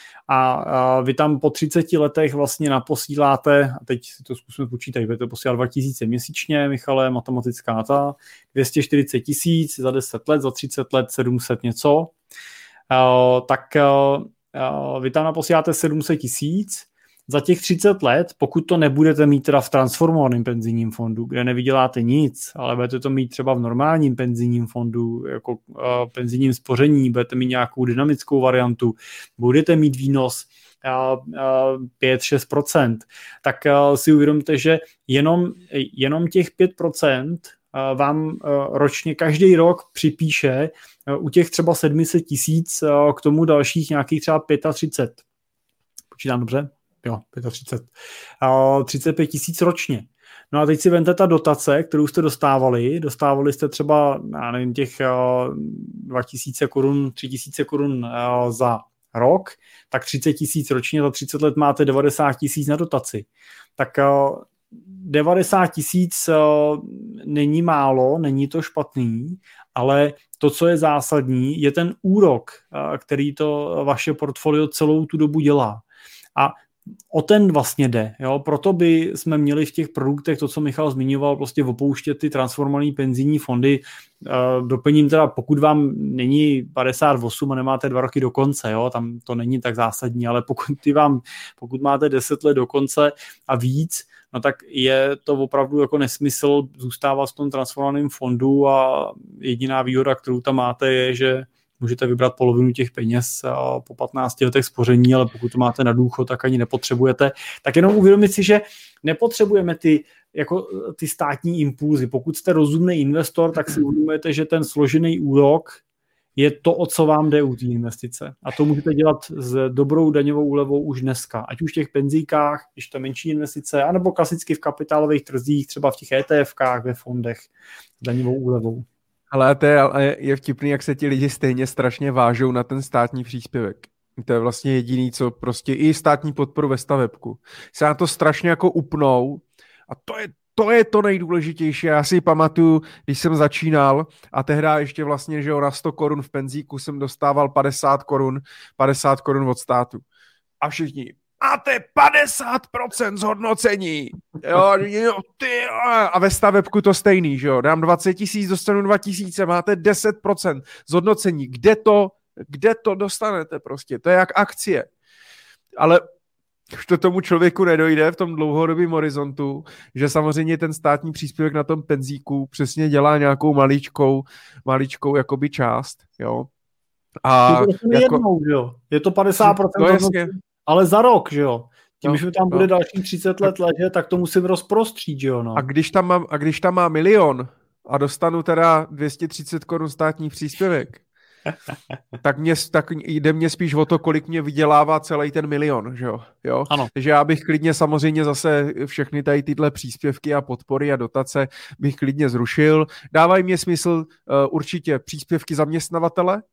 a vy tam po třiceti letech vlastně naposíláte, a teď si to zkusíme počítat, budete posílat dva tisíce měsíčně, Michale, matematická ta, dvě stě čtyřicet tisíc za deset let, za třicet let sedm set něco, tak vy tam naposíláte sedm set tisíc, za těch třicet let, pokud to nebudete mít teda v transformovaném penzijním fondu, kde nevyděláte nic, ale budete to mít třeba v normálním penzijním fondu, jako uh, penzijním spoření, budete mít nějakou dynamickou variantu, budete mít výnos uh, uh, pět až šest procent, tak uh, si uvědomte, že jenom, jenom těch pět procent uh, vám uh, ročně každý rok připíše uh, u těch třeba sedm set tisíc uh, k tomu dalších nějakých třeba třicet pět. Počítám dobře? Jo, třicet pět. Uh, třicet pět tisíc ročně. No a teď si vemte ta dotace, kterou jste dostávali. Dostávali jste třeba, já nevím, těch uh, dva tisíce korun, tři tisíce korun uh, za rok, tak třicet tisíc ročně, za třicet let máte devadesát tisíc na dotaci. Tak uh, devadesát tisíc uh, není málo, není to špatný, ale to, co je zásadní, je ten úrok, uh, který to vaše portfolio celou tu dobu dělá. A o ten vlastně jde. Jo? Proto by jsme měli v těch produktech, to, co Michal zmiňoval, prostě opouštět ty transformované penzijní fondy. Doplním teda, pokud vám není padesát osm a nemáte dva roky do konce, jo? Tam to není tak zásadní, ale pokud, ty vám, pokud máte deset let do konce a víc, no tak je to opravdu jako nesmysl zůstávat v tom transformovaném fondu a jediná výhoda, kterou tam máte, je, že můžete vybrat polovinu těch peněz po patnácti letech spoření, ale pokud to máte na důchod, tak ani nepotřebujete. Tak jenom uvědomit si, že nepotřebujeme ty jako ty státní impulzy. Pokud jste rozumný investor, tak si uvědomujete, že ten složený úrok je to, o co vám jde u té investice. A to můžete dělat s dobrou daňovou úlevou už dneska. Ať už v těch penzíkách, když to je menší investice, anebo klasicky v kapitálových trzích, třeba v těch ETFkách, ve fondech s daňovou úlevou. Ale to je, je vtipný, jak se ti lidi stejně strašně vážou na ten státní příspěvek. To je vlastně jediný, co prostě i státní podporu ve stavebku. Se na to strašně jako upnou a to je To je to nejdůležitější. Já si pamatuju, když jsem začínal a tehdy ještě vlastně, že na sto korun v penzíku jsem dostával padesát korun, padesát korun od státu. A všichni, máte padesát procent zhodnocení. Jo, jo, ty, a ve stavebku to stejný, že jo. Dám dvacet tisíc, dostanu dva tisíce, máte deset procent zhodnocení. Kde to, kde to dostanete prostě? To je jak akcie. Ale už to tomu člověku nedojde v tom dlouhodobém horizontu, že samozřejmě ten státní příspěvek na tom penzíku přesně dělá nějakou maličkou, maličkou jakoby část, jo. A je to jako... jednou, že jo. Je to padesát procent, no, ale za rok, že jo. Tím, no, že tam bude no. další třicet let ležet, tak to musím rozprostřít, že jo. No. A když tam mám, a když tam má milion a dostanu teda dvě stě třicet korun státní příspěvek, tak, mě, tak jde mě spíš o to, kolik mě vydělává celý ten milion, že jo? jo? Ano. Takže já bych klidně samozřejmě zase všechny tady tyhle příspěvky a podpory a dotace bych klidně zrušil. Dávají mě smysl uh, určitě příspěvky zaměstnavatele.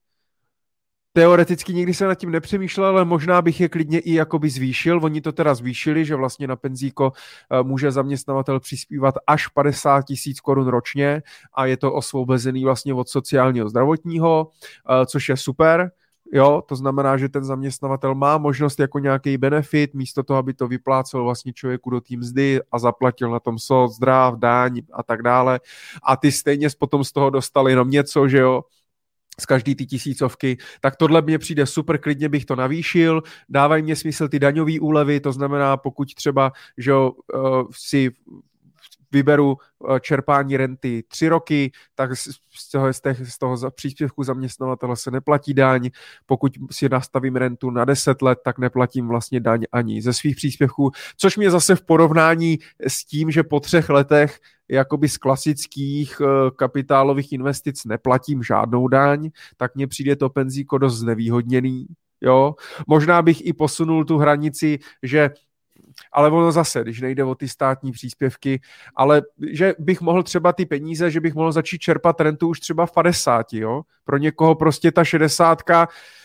Teoreticky nikdy se nad tím nepřemýšlel, ale možná bych je klidně i jakoby zvýšil. Oni to teda zvýšili, že vlastně na penzíko může zaměstnavatel přispívat až padesát tisíc korun ročně a je to osvobozený vlastně od sociálního zdravotního, což je super. Jo, to znamená, že ten zaměstnavatel má možnost jako nějaký benefit, místo toho, aby to vyplácel vlastně člověku do té mzdy a zaplatil na tom soc, zdrav, daň a tak dále. A ty stejně potom z toho dostal jenom něco, že jo, z každý ty tisícovky, tak tohle mě přijde super, klidně bych to navýšil, dávají mě smysl ty daňové úlevy, to znamená, pokud třeba, že jo, si vyberu čerpání renty tři roky, tak z toho, z těch, z toho příspěvku zaměstnavatele se neplatí daň, pokud si nastavím rentu na deset let, tak neplatím vlastně daň ani ze svých příspěvků, což mě zase v porovnání s tím, že po třech letech jakoby z klasických uh, kapitálových investic neplatím žádnou daň, tak mně přijde to penzíko dost znevýhodněný, jo. Možná bych i posunul tu hranici, že ale ono zase, když nejde o ty státní příspěvky, ale že bych mohl třeba ty peníze, že bych mohl začít čerpat rentu už třeba v padesáti, jo. Pro někoho prostě ta šedesátka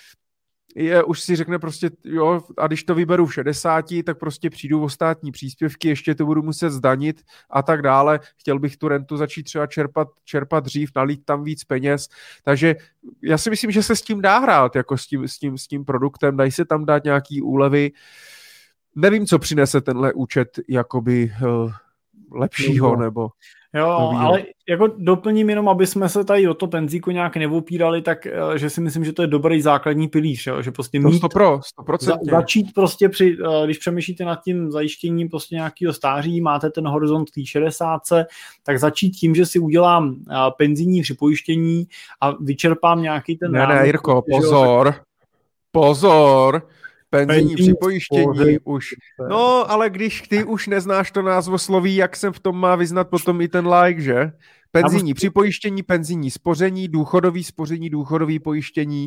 je, už si řekne prostě, jo, a když to vyberu v šedesáti, tak prostě přijdu o státní příspěvky, ještě to budu muset zdanit a tak dále. Chtěl bych tu rentu začít třeba čerpat, čerpat dřív, nalít tam víc peněz. Takže já si myslím, že se s tím dá hrát, jako s tím, s tím, s tím produktem, dají se tam dát nějaký úlevy. Nevím, co přinese tenhle účet jakoby uh, lepšího, nebo... Jo, novýho. Ale jako doplním jenom, aby jsme se tady o to penzíko nějak neopírali, tak že si myslím, že to je dobrý základní pilíř, jo? Že prostě mít, sto procent. Za, začít prostě při, když přemýšlíte nad tím zajištěním prostě nějakého stáří, máte ten horizont té šedesátce, tak začít tím, že si udělám penzijní připojištění a vyčerpám nějaký ten... Ne, ne, Jirko, pozor, tak... pozor, penzijní připojištění už. No, ale když ty už neznáš to názvosloví, jak se v tom má vyznat potom i ten like, že? Penzijní připojištění, penzijní spoření, důchodový spoření, důchodový pojištění.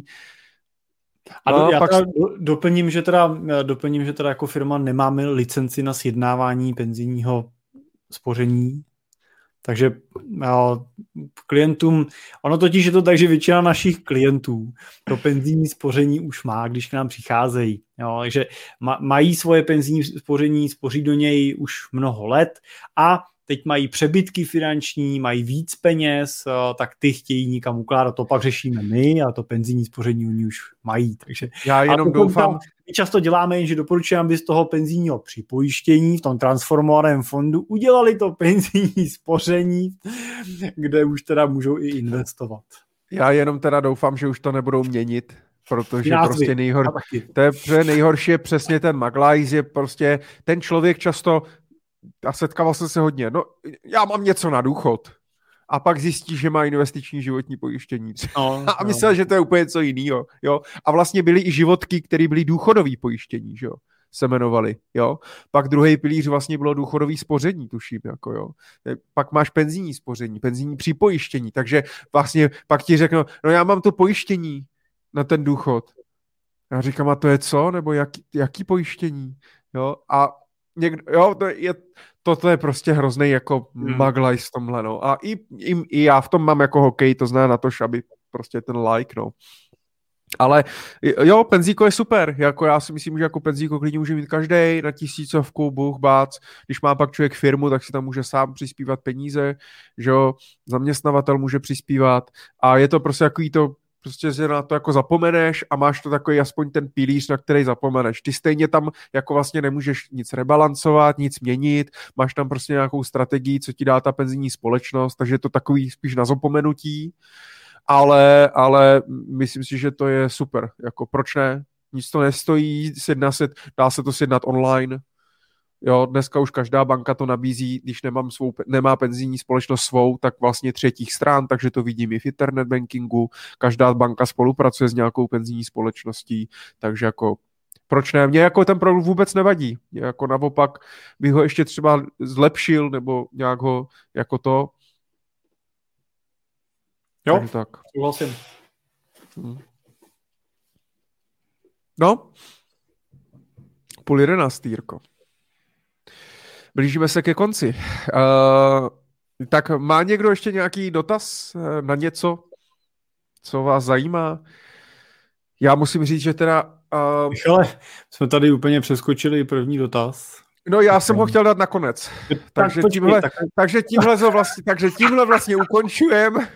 A no, já pak... teda doplním, že teda, doplním, že teda jako firma nemáme licenci na sjednávání penzijního spoření. Takže jo, klientům, ono totiž je to tak, že většina našich klientů to penzijní spoření už má, když k nám přicházejí. Jo, takže ma, mají svoje penzijní spoření, spoří do něj už mnoho let a teď mají přebytky finanční, mají víc peněz, tak ty chtějí nikam ukládat. To pak řešíme my a to penzijní spoření oni už mají. Takže já jenom doufám... Tam, my často děláme, že doporučujeme, aby z toho penzijního připojištění v tom transformovaném fondu udělali to penzijní spoření, kde už teda můžou i investovat. Já jenom teda doufám, že už to nebudou měnit, protože prostě nejhor... to je nejhorší je přesně ten maglajs, je prostě ten člověk často a setkával jsem se hodně, no já mám něco na důchod a pak zjistí, že má investiční životní pojištění no, a myslel, no. že to je úplně něco jiného, jo, a vlastně byly i životky, které byly důchodové pojištění, jo, se jmenovali, jo. Pak druhý pilíř vlastně bylo důchodový spoření, tuším, jako jo. Pak máš penzijní spoření, penzijní připojištění, takže vlastně pak ti řeknou, no já mám to pojištění na ten důchod. Já říkám, a to je co? Nebo jaký, jaký pojištění? Jo, a někdo, jo, to je, toto je prostě hrozný jako hmm. maglaj v tomhle, no. A i, i, i já v tom mám jako hokej, to zná na to, aby prostě ten like, no. Ale jo, penzíko je super, jako já si myslím, že jako penzíko klidně může mít každej na tisícovku, buch, bác, když má pak člověk firmu, tak si tam může sám přispívat peníze, že jo, zaměstnavatel může přispívat a je to prostě takový to, prostě, že na to jako zapomeneš a máš to takový aspoň ten pilíř, na který zapomeneš. Ty stejně tam jako vlastně nemůžeš nic rebalancovat, nic měnit, máš tam prostě nějakou strategii, co ti dá ta penzijní společnost, takže je to takový spíš na zapomenutí, ale, ale myslím si, že to je super. Jako proč ne? Nic to nestojí, sjedná se, dá se to sjednat online. Jo, dneska už každá banka to nabízí, když nemám svou, nemá penzijní společnost svou, tak vlastně třetích stran, takže to vidím i v internet bankingu. Každá banka spolupracuje s nějakou penzijní společností, takže jako proč ne? Mně jako ten produkt vůbec nevadí. Mě jako naopak bych ho ještě třeba zlepšil nebo nějak ho jako to. Jo, takže tak. Souhlasím. Hmm. No, půl jedenáctý, Jirko. Blížíme se ke konci. Uh, tak má někdo ještě nějaký dotaz na něco, co vás zajímá? Já musím říct, že teda... Uh... Michale, jsme tady úplně přeskočili první dotaz. No já jsem ho chtěl dát nakonec. Tak, takže, počkej, tímhle, tak... takže, tímhle vlastně, takže tímhle vlastně ukončujeme.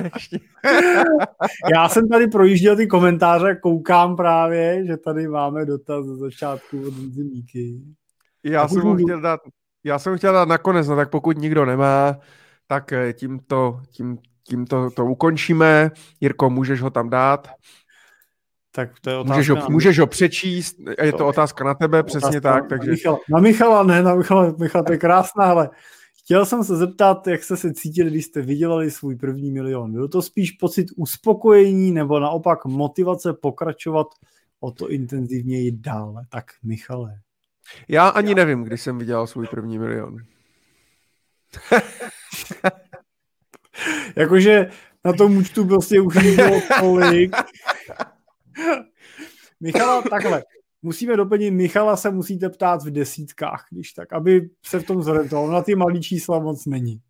Já jsem tady projížděl ty komentáře, koukám právě, že tady máme dotaz ze začátku od Zimíky. Já jsem ho chtěl dát Já jsem chtěl dát nakonec, no tak pokud nikdo nemá, tak tímto, tím, tímto to ukončíme. Jirko, můžeš ho tam dát. Tak to je otázka. Můžeš ho, můžeš ho přečíst, je to otázka na tebe, otázka přesně tak. Takže... Na Michala, na Michala ne, na Michala, Michala, to je krásná, ale chtěl jsem se zeptat, jak jste se cítili, když jste vydělali svůj první milion. Byl to spíš pocit uspokojení nebo naopak motivace pokračovat o to intenzivněji dále? Tak Michale. Já ani nevím, kdy jsem vydělal svůj první milion. Jakože na tom účtu prostě už nebylo tolik. Michala, takhle. Musíme doplnit, Michala se musíte ptát v desítkách, když tak, aby se v tom zorientoval. Na ty malý čísla moc není.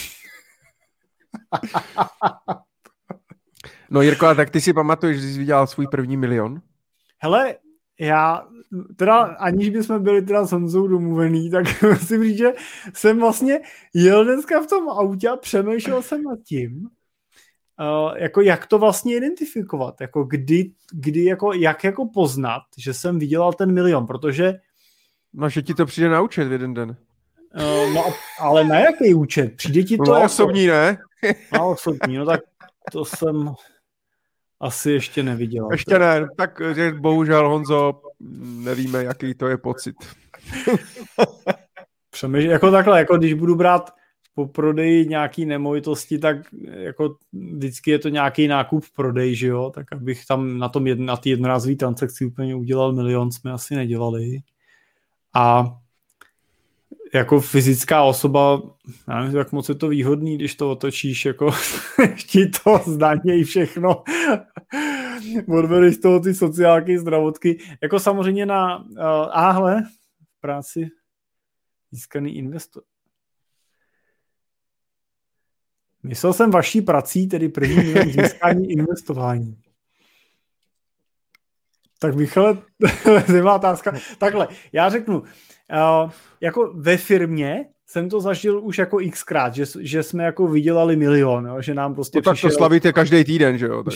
No Jirko, tak ty si pamatuješ, že jsi vydělal svůj první milion? Hele, já, teda aniž bychom byli teda s Honzou domluvený, tak musím říct, že jsem vlastně jel dneska v tom autě a přemýšlel jsem nad tím, uh, jako jak to vlastně identifikovat, jako kdy, kdy jako, jak jako poznat, že jsem vydělal ten milion, protože... No, že ti to přijde na účet v jeden den. Uh, no, ale na jaký účet? Přijde ti to no, jako... osobní, ne? Na osobní, no tak to jsem... Asi ještě neviděl. Ještě ne, tak že bohužel, Honzo, nevíme, jaký to je pocit. Přemýšlím, jako takhle, jako když budu brát po prodeji nějaký nemovitosti, tak jako vždycky je to nějaký nákup v prodeji, že jo, tak abych tam na tom jedn, na ty jednorázové transakci úplně udělal milion, jsme asi nedělali. A jako fyzická osoba, já nevím, jak moc je to výhodný, když to otočíš, jako ti to zdanějí všechno, odvedeš z toho ty sociálky, zdravotky, jako samozřejmě na uh, áhle v práci získaný investor. Myslel jsem vaší prací, tedy první získání investování. Tak Michale, zajímavá otázka. Takhle, já řeknu, Uh, jako ve firmě jsem to zažil už jako xkrát, že, že jsme jako vydělali milion, jo, že nám prostě no, tak přišel... to slavíte každý týden, že jo?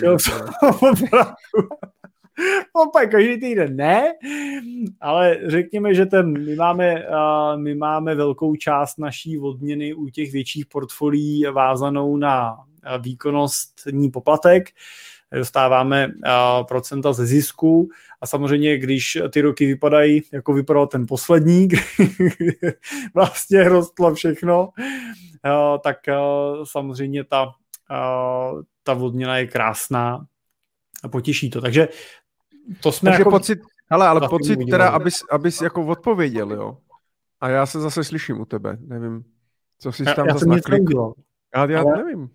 Opak, každý týden ne, ale řekněme, že ten, my, máme, uh, my máme velkou část naší odměny u těch větších portfolií vázanou na výkonnostní poplatek, dostáváme uh, procenta ze zisku a samozřejmě, když ty roky vypadají, jako vypadal ten poslední, kdy vlastně rostlo všechno, uh, tak uh, samozřejmě ta, uh, ta odměna je krásná a potěší to. Takže to jsme Takže jako... pocit, Hele, ale pocit teda, abys, abys jako odpověděl, jo. A já se zase slyším u tebe, nevím, co jsi tam já zase naklikl. Já, já ale... nevím.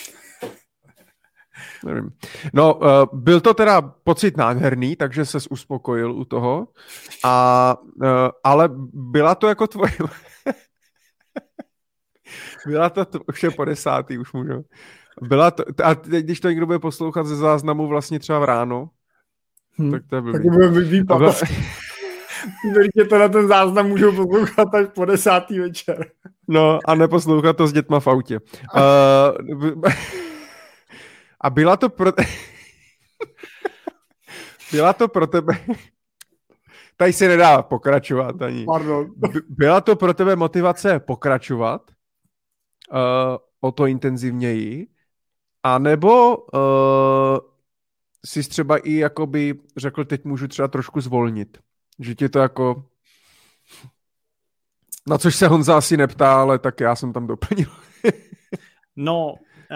Nevím. No, uh, byl to teda pocit nádherný, takže ses uspokojil u toho, a, uh, ale byla to jako tvoje... byla to, t... už je po desátý, už můžu. Byla to, a teď, když to někdo bude poslouchat ze záznamu vlastně třeba v ráno, hmm. tak to je blbý. Tak bude blbý byla... Věřte, to na ten záznam můžou poslouchat až po desátý večer. No, a neposlouchat to s dětma v autě. Uh, a byla to pro... byla to pro tebe... Tady se nedá pokračovat ani. Pardon. Byla to pro tebe motivace pokračovat uh, o to intenzivněji, a nebo uh, jsi třeba i jakoby řekl, teď můžu třeba trošku zvolnit. Že tě to jako... Na což se Honza asi neptá, ale tak já jsem tam doplnil. No,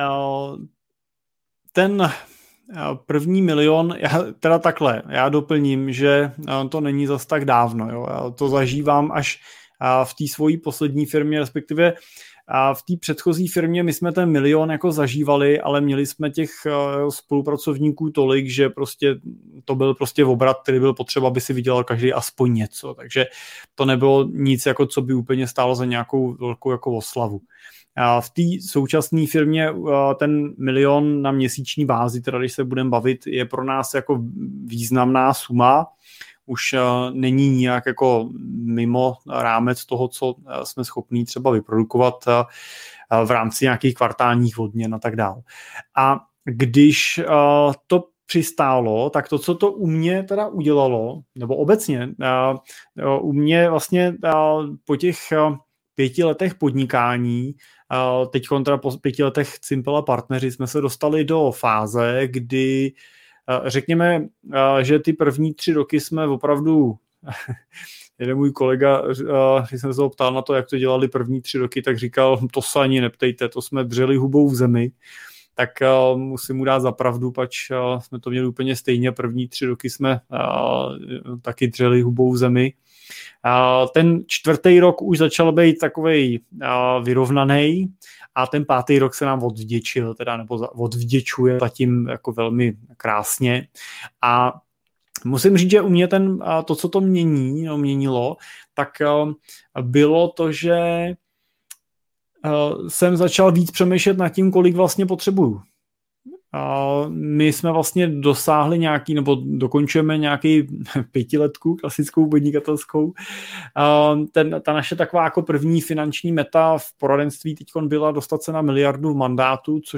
ten první milion, já, teda takhle, já doplním, že to není zas tak dávno. Jo. Já to zažívám až v té svojí poslední firmě, respektive a v té předchozí firmě my jsme ten milion jako zažívali, ale měli jsme těch spolupracovníků tolik, že prostě to byl prostě obrat, který byl potřeba, aby si vydělal každý aspoň něco. Takže to nebylo nic, jako co by úplně stálo za nějakou velkou jako oslavu. A v té současné firmě ten milion na měsíční bázi, teda když se budeme bavit, je pro nás jako významná suma. Už uh, není nijak jako mimo rámec toho, co uh, jsme schopní třeba vyprodukovat uh, v rámci nějakých kvartálních odměn a tak dále. A když uh, to přistálo, tak to, co to u mě teda udělalo, nebo obecně, uh, uh, u mě vlastně uh, po těch uh, pěti letech podnikání, uh, teď kontra po pěti letech Simple a partneři jsme se dostali do fáze, kdy řekněme, že ty první tři roky jsme opravdu, jeden můj kolega, když jsem se ho ptal na to, jak to dělali první tři roky, tak říkal, to se ani neptejte, to jsme dřeli hubou v zemi, tak musím mu dát za pravdu, pač jsme to měli úplně stejně, první tři roky jsme taky dřeli hubou v zemi. Ten čtvrtý rok už začal být takovej vyrovnaný a ten pátý rok se nám odvděčil, teda, nebo odvděčuje zatím jako velmi krásně. A musím říct, že u mě ten, to, co to mění, no, měnilo, tak bylo to, že jsem začal víc přemýšlet nad tím, kolik vlastně potřebuju. My jsme vlastně dosáhli nějaký, nebo dokončujeme nějaký pětiletku klasickou podnikatelskou. Ten, ta naše taková jako první finanční meta v poradenství teď byla dostat se na miliardu v mandátu, což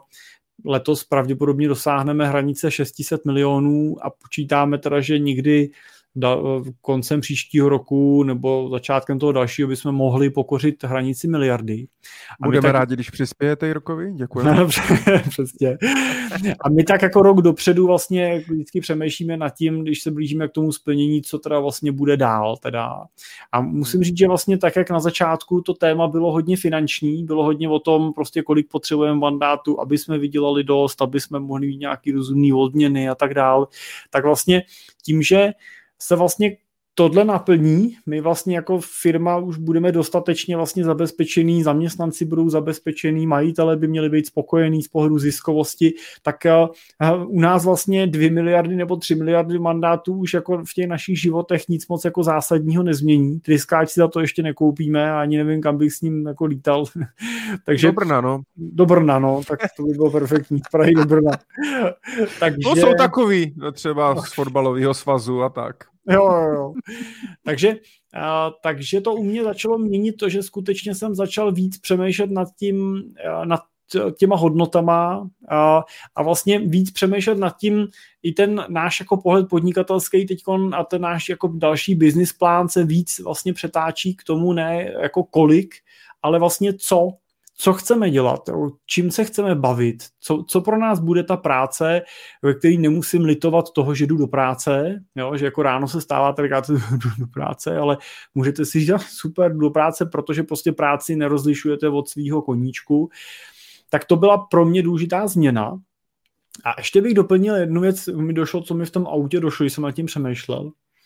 letos pravděpodobně dosáhneme hranice šest set milionů a počítáme teda, že nikdy da, koncem příštího roku nebo začátkem toho dalšího bychom mohli pokořit hranici miliardy. A budeme tak... rádi, když přispějete Jirkovi, děkujeme. Přesně. A my tak jako rok dopředu vlastně vždycky přemýšlíme nad tím, když se blížíme k tomu splnění, co teda vlastně bude dál. Teda. A musím říct, že vlastně tak, jak na začátku to téma bylo hodně finanční, bylo hodně o tom, prostě kolik potřebujeme mandátu, aby jsme vydělali dost, aby jsme mohli mít nějaký rozumný odměny a tak dál, tak vlastně tím, že se vlastně tohle naplní, my vlastně jako firma už budeme dostatečně vlastně zabezpečený, zaměstnanci budou zabezpečený, majitelé by měli být spokojení z pohledu ziskovosti, tak uh, u nás vlastně dvě miliardy nebo tři miliardy mandátů už jako v těch našich životech nic moc jako zásadního nezmění. Tryskáč si za to ještě nekoupíme a ani nevím, kam bych s ním jako lítal. Takže, do Brna, no. Do Brna, no, tak to by bylo perfektní. Z Prahy do Brna. Takže... To jsou takový, třeba z fotbalového svazu a tak. Jo, jo, jo. Takže, a, takže to u mě začalo měnit to, že skutečně jsem začal víc přemýšlet nad tím, nad těma hodnotama a, a vlastně víc přemýšlet nad tím, i ten náš jako pohled podnikatelský teďkon a ten náš jako další business plán se víc vlastně přetáčí k tomu ne jako kolik, ale vlastně co, co chceme dělat, čím se chceme bavit, co, co pro nás bude ta práce, ve který nemusím litovat toho, že jdu do práce, jo, že jako ráno se stáváte, říkáte, jdu do práce, ale můžete si říct, super, jdu do práce, protože prostě práci nerozlišujete od svýho koníčku. Tak to byla pro mě důležitá změna. A ještě bych doplnil jednu věc, mi došlo, co mi v tom autě došlo, když jsem nad tím přemýšlel.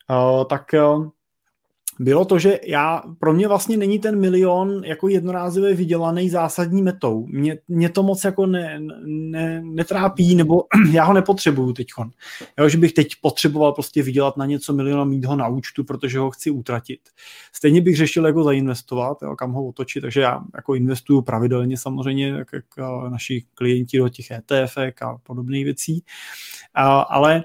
uh, tak uh, bylo to, že já, pro mě vlastně není ten milion jako jednorázově vydělaný zásadní metou. Mě, mě to moc jako ne, ne, netrápí, nebo já ho nepotřebuju teďkon. Jo, že bych teď potřeboval prostě vydělat na něco miliona, mít ho na účtu, protože ho chci utratit. Stejně bych řešil, jako zainvestovat, jo, kam ho otočit, takže já jako investuju pravidelně samozřejmě, jak, jak naši klienti do těch E T F a podobných věcí. A, ale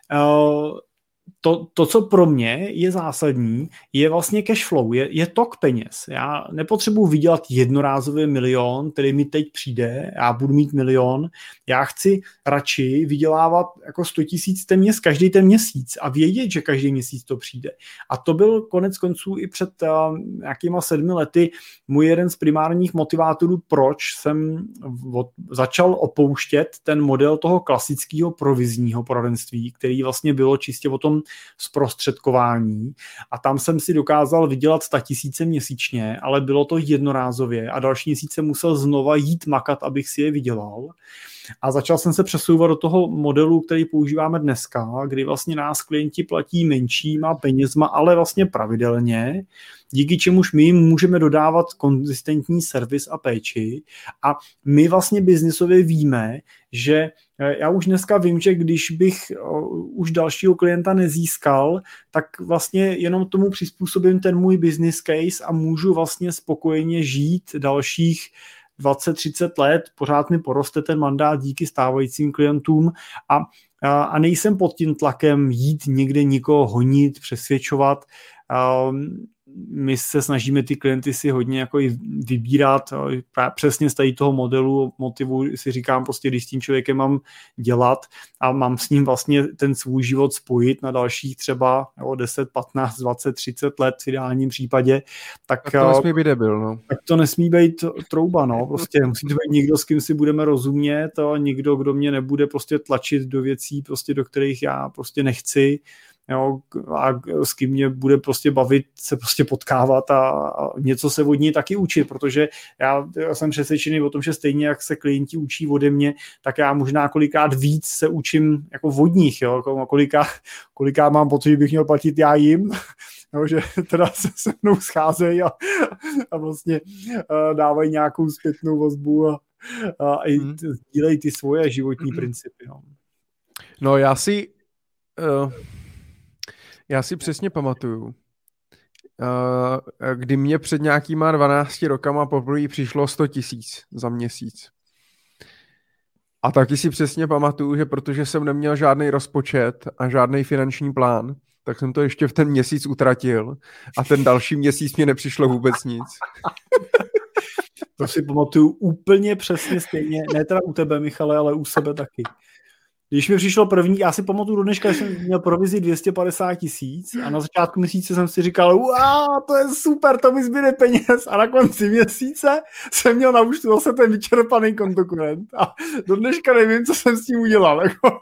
a, To, to, co pro mě je zásadní, je vlastně cash flow, je, je tok peněz. Já nepotřebuji vydělat jednorázový milion, který mi teď přijde, já budu mít milion, já chci radši vydělávat jako sto tisíc téměř každý ten měsíc a vědět, že každý měsíc to přijde. A to byl konec konců i před uh, nějakýma sedmi lety můj jeden z primárních motivátorů, proč jsem od, začal opouštět ten model toho klasického provizního poradenství, který vlastně bylo čistě o tom zprostředkování a tam jsem si dokázal vydělat sto tisíce měsíčně, ale bylo to jednorázově a další měsíce musel znova jít makat, abych si je vydělal. A začal jsem se přesouvat do toho modelu, který používáme dneska, kdy vlastně nás klienti platí menšíma penězma, ale vlastně pravidelně, díky čemuž my jim můžeme dodávat konzistentní servis a péči. A my vlastně biznisově víme, že já už dneska vím, že když bych už dalšího klienta nezískal, tak vlastně jenom tomu přizpůsobím ten můj business case a můžu vlastně spokojeně žít dalších dvacet třicet let, pořád mi poroste ten mandát díky stávajícím klientům a, a, a nejsem pod tím tlakem jít někde někoho honit, přesvědčovat. Um, my se snažíme ty klienty si hodně jako i vybírat přesně z tady toho modelu motivu si říkám prostě, když s tím člověkem mám dělat a mám s ním vlastně ten svůj život spojit na dalších třeba jo, deset, patnáct, dvacet, třicet let v ideálním případě, tak, tak to nesmí být debil, no. Tak to nesmí být trouba, no. Prostě musí to být někdo, s kým si budeme rozumět a někdo, kdo mě nebude prostě tlačit do věcí, prostě do kterých já prostě nechci. Jo, a s kým mě bude prostě bavit se prostě potkávat a, a něco se od ní taky učit, protože já, já jsem přesvědčený o tom, že stejně jak se klienti učí ode mě, tak já možná kolikrát víc se učím jako od nich, jo, kolikrát, kolikrát mám pocit, že bych měl platit já jim, jo, že teda se se mnou scházejí a, a vlastně uh, dávají nějakou zpětnou vazbu a, a i hmm. sdílejí ty svoje životní hmm. principy. No, no já si uh... Já si přesně pamatuju, kdy mě před nějakýma dvanácti rokama poprvé přišlo sto tisíc za měsíc. A taky si přesně pamatuju, že protože jsem neměl žádný rozpočet a žádný finanční plán, tak jsem to ještě v ten měsíc utratil a ten další měsíc mě nepřišlo vůbec nic. To si pamatuju úplně přesně stejně, ne teda u tebe, Michale, ale u sebe taky. Když mi přišlo první, já si pamatuju do dneška, že jsem měl provizi dvě stě padesát tisíc a na začátku měsíce jsem si říkal, wow, to je super, to mi zbyde peněz a na konci měsíce jsem měl na účtu zase ten vyčerpaný kontokorent a do dneška nevím, co jsem s tím udělal. Jako.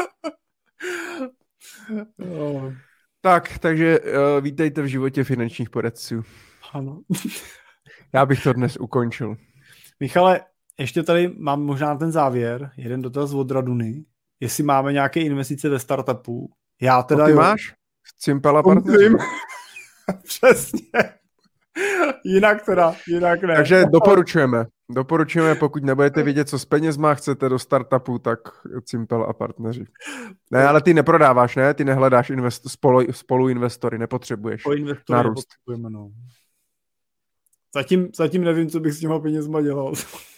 no. Tak, takže uh, vítejte v životě finančních poradců. Ano. Já bych to dnes ukončil. Michale, ještě tady mám možná ten závěr, jeden dotaz od Raduny. Jestli máme nějaké investice ve startupu. Já teda to ty jo. máš? Cimpala partneři. Přesně. Jinak teda, jinak ne. Takže doporučujeme. Doporučujeme, pokud nebudete vědět, co s penězma chcete do startupu, tak Cimpel a partneři. Ne, ale ty neprodáváš, ne? Ty nehledáš invest- spolu, spoluinvestory, nepotřebuješ nárůst. No. Zatím, zatím nevím, co bych s těma penězma dělal.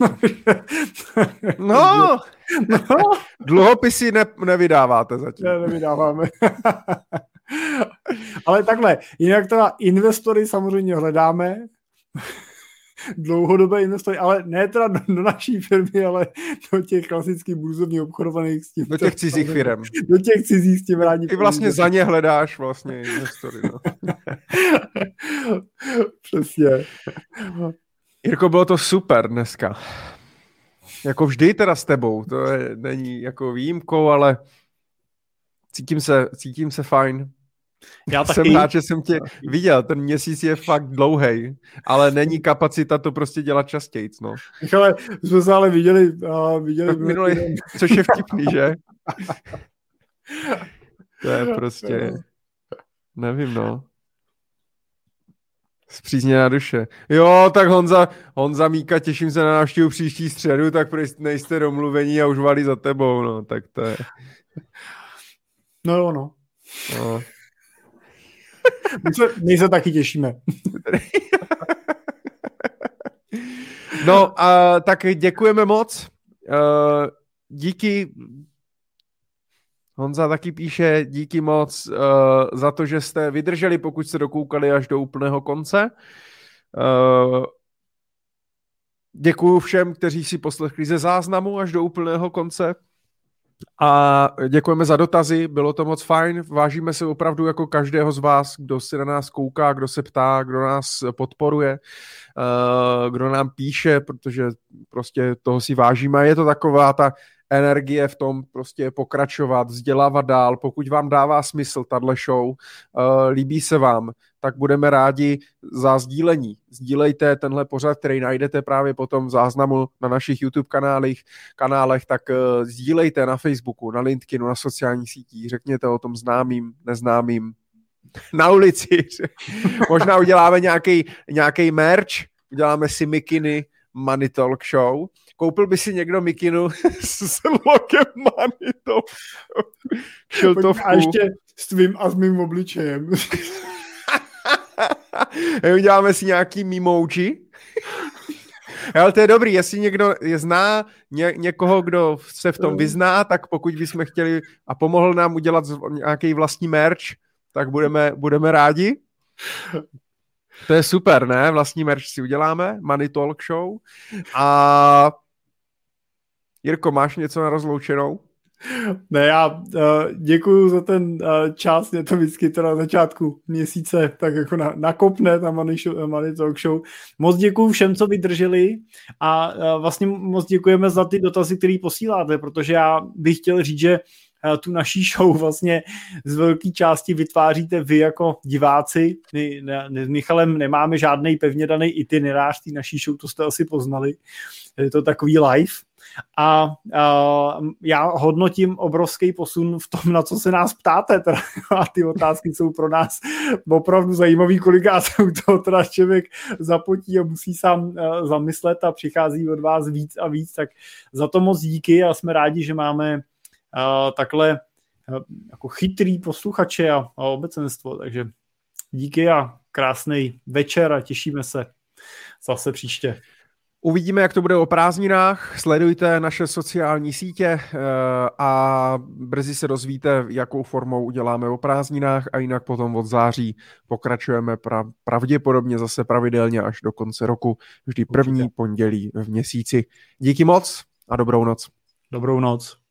No, no. Dluhopisy ne, nevydáváte zatím. Ne, nevydáváme. Ale takhle, jinak teda investory samozřejmě hledáme, dlouhodobé investory, ale ne teda do, do naší firmy, ale do těch klasických burzovně obchodovaných s tím. Do těch cizích firem. Do těch cizích s tím rádi. Ty vlastně za ně hledáš vlastně investory. No. Přesně. Jirko, bylo to super dneska. Jako vždy teda s tebou. To je, není jako výjimkou, ale cítím se, cítím se fajn. Já jsem taky. rád, že jsem tě viděl. Ten měsíc je fakt dlouhej, ale není kapacita to prostě dělat častěji. No. Michale, jsme se ale viděli. Uh, viděli minulý, což je vtipný, že? To je prostě... Nevím, no. Zpřízněná duše. Jo, tak Honza, Honza Míka, těším se na návštěvu příští středu, tak nejste domluvení a už valí za tebou, no, tak to je. No jo, no. no. My se, my se taky těšíme. No, a tak děkujeme moc. Uh, díky. Honza taky píše, díky moc uh, za to, že jste vydrželi, pokud jste dokoukali až do úplného konce. Uh, děkuju všem, kteří si poslechli ze záznamu až do úplného konce. A děkujeme za dotazy, bylo to moc fajn, vážíme se opravdu jako každého z vás, kdo si na nás kouká, kdo se ptá, kdo nás podporuje, kdo nám píše, protože prostě toho si vážíme. Je to taková ta energie v tom prostě pokračovat, vzdělávat dál. Pokud vám dává smysl tahle show, líbí se vám, tak budeme rádi za sdílení. Sdílejte tenhle pořad, který najdete právě potom v záznamu na našich YouTube kanálech, kanálech tak uh, sdílejte na Facebooku, na LinkedInu, na sociálních sítích, řekněte o tom známým, neznámým, na ulici. Možná uděláme nějaký, nějaký merch, uděláme si mikiny Money Talk Show. Koupil by si někdo mikinu s logem Money Talk Show? A ještě s tvým a s mým obličejem. Uděláme si nějaký memoji. Ale to je dobrý, jestli někdo je zná ně, někoho, kdo se v tom vyzná, tak pokud bychom chtěli a pomohl nám udělat nějaký vlastní merch, tak budeme, budeme rádi. To je super, ne? Vlastní merch si uděláme, Money Talk Show. A Jirko, máš něco na rozloučenou? Ne, já uh, děkuju za ten uh, čas, mě to vždycky teda na začátku měsíce tak jako na, nakopne ta Money, show, Money Talk Show. Moc děkuju všem, co vydrželi a uh, vlastně moc děkujeme za ty dotazy, které posíláte, protože já bych chtěl říct, že uh, tu naší show vlastně z velké části vytváříte vy jako diváci. My ne, ne, s Michalem nemáme žádnej pevně daný itinerář té naší show, to jste asi poznali. Je to takový live. A, a já hodnotím obrovský posun v tom, na co se nás ptáte. Teda, a ty otázky jsou pro nás opravdu zajímavý, kolikrát se u toho teda člověk zapotí a musí sám uh, zamyslet a přichází od vás víc a víc. Tak za to moc díky a jsme rádi, že máme uh, takhle uh, jako chytrý posluchače a, a obecenstvo. Takže díky a krásný večer a těšíme se zase příště. Uvidíme, jak to bude o prázdninách, sledujte naše sociální sítě a brzy se dozvíte, jakou formou uděláme o prázdninách a jinak potom od září pokračujeme pravděpodobně zase pravidelně až do konce roku, vždy první pondělí v měsíci. Díky moc a dobrou noc. Dobrou noc.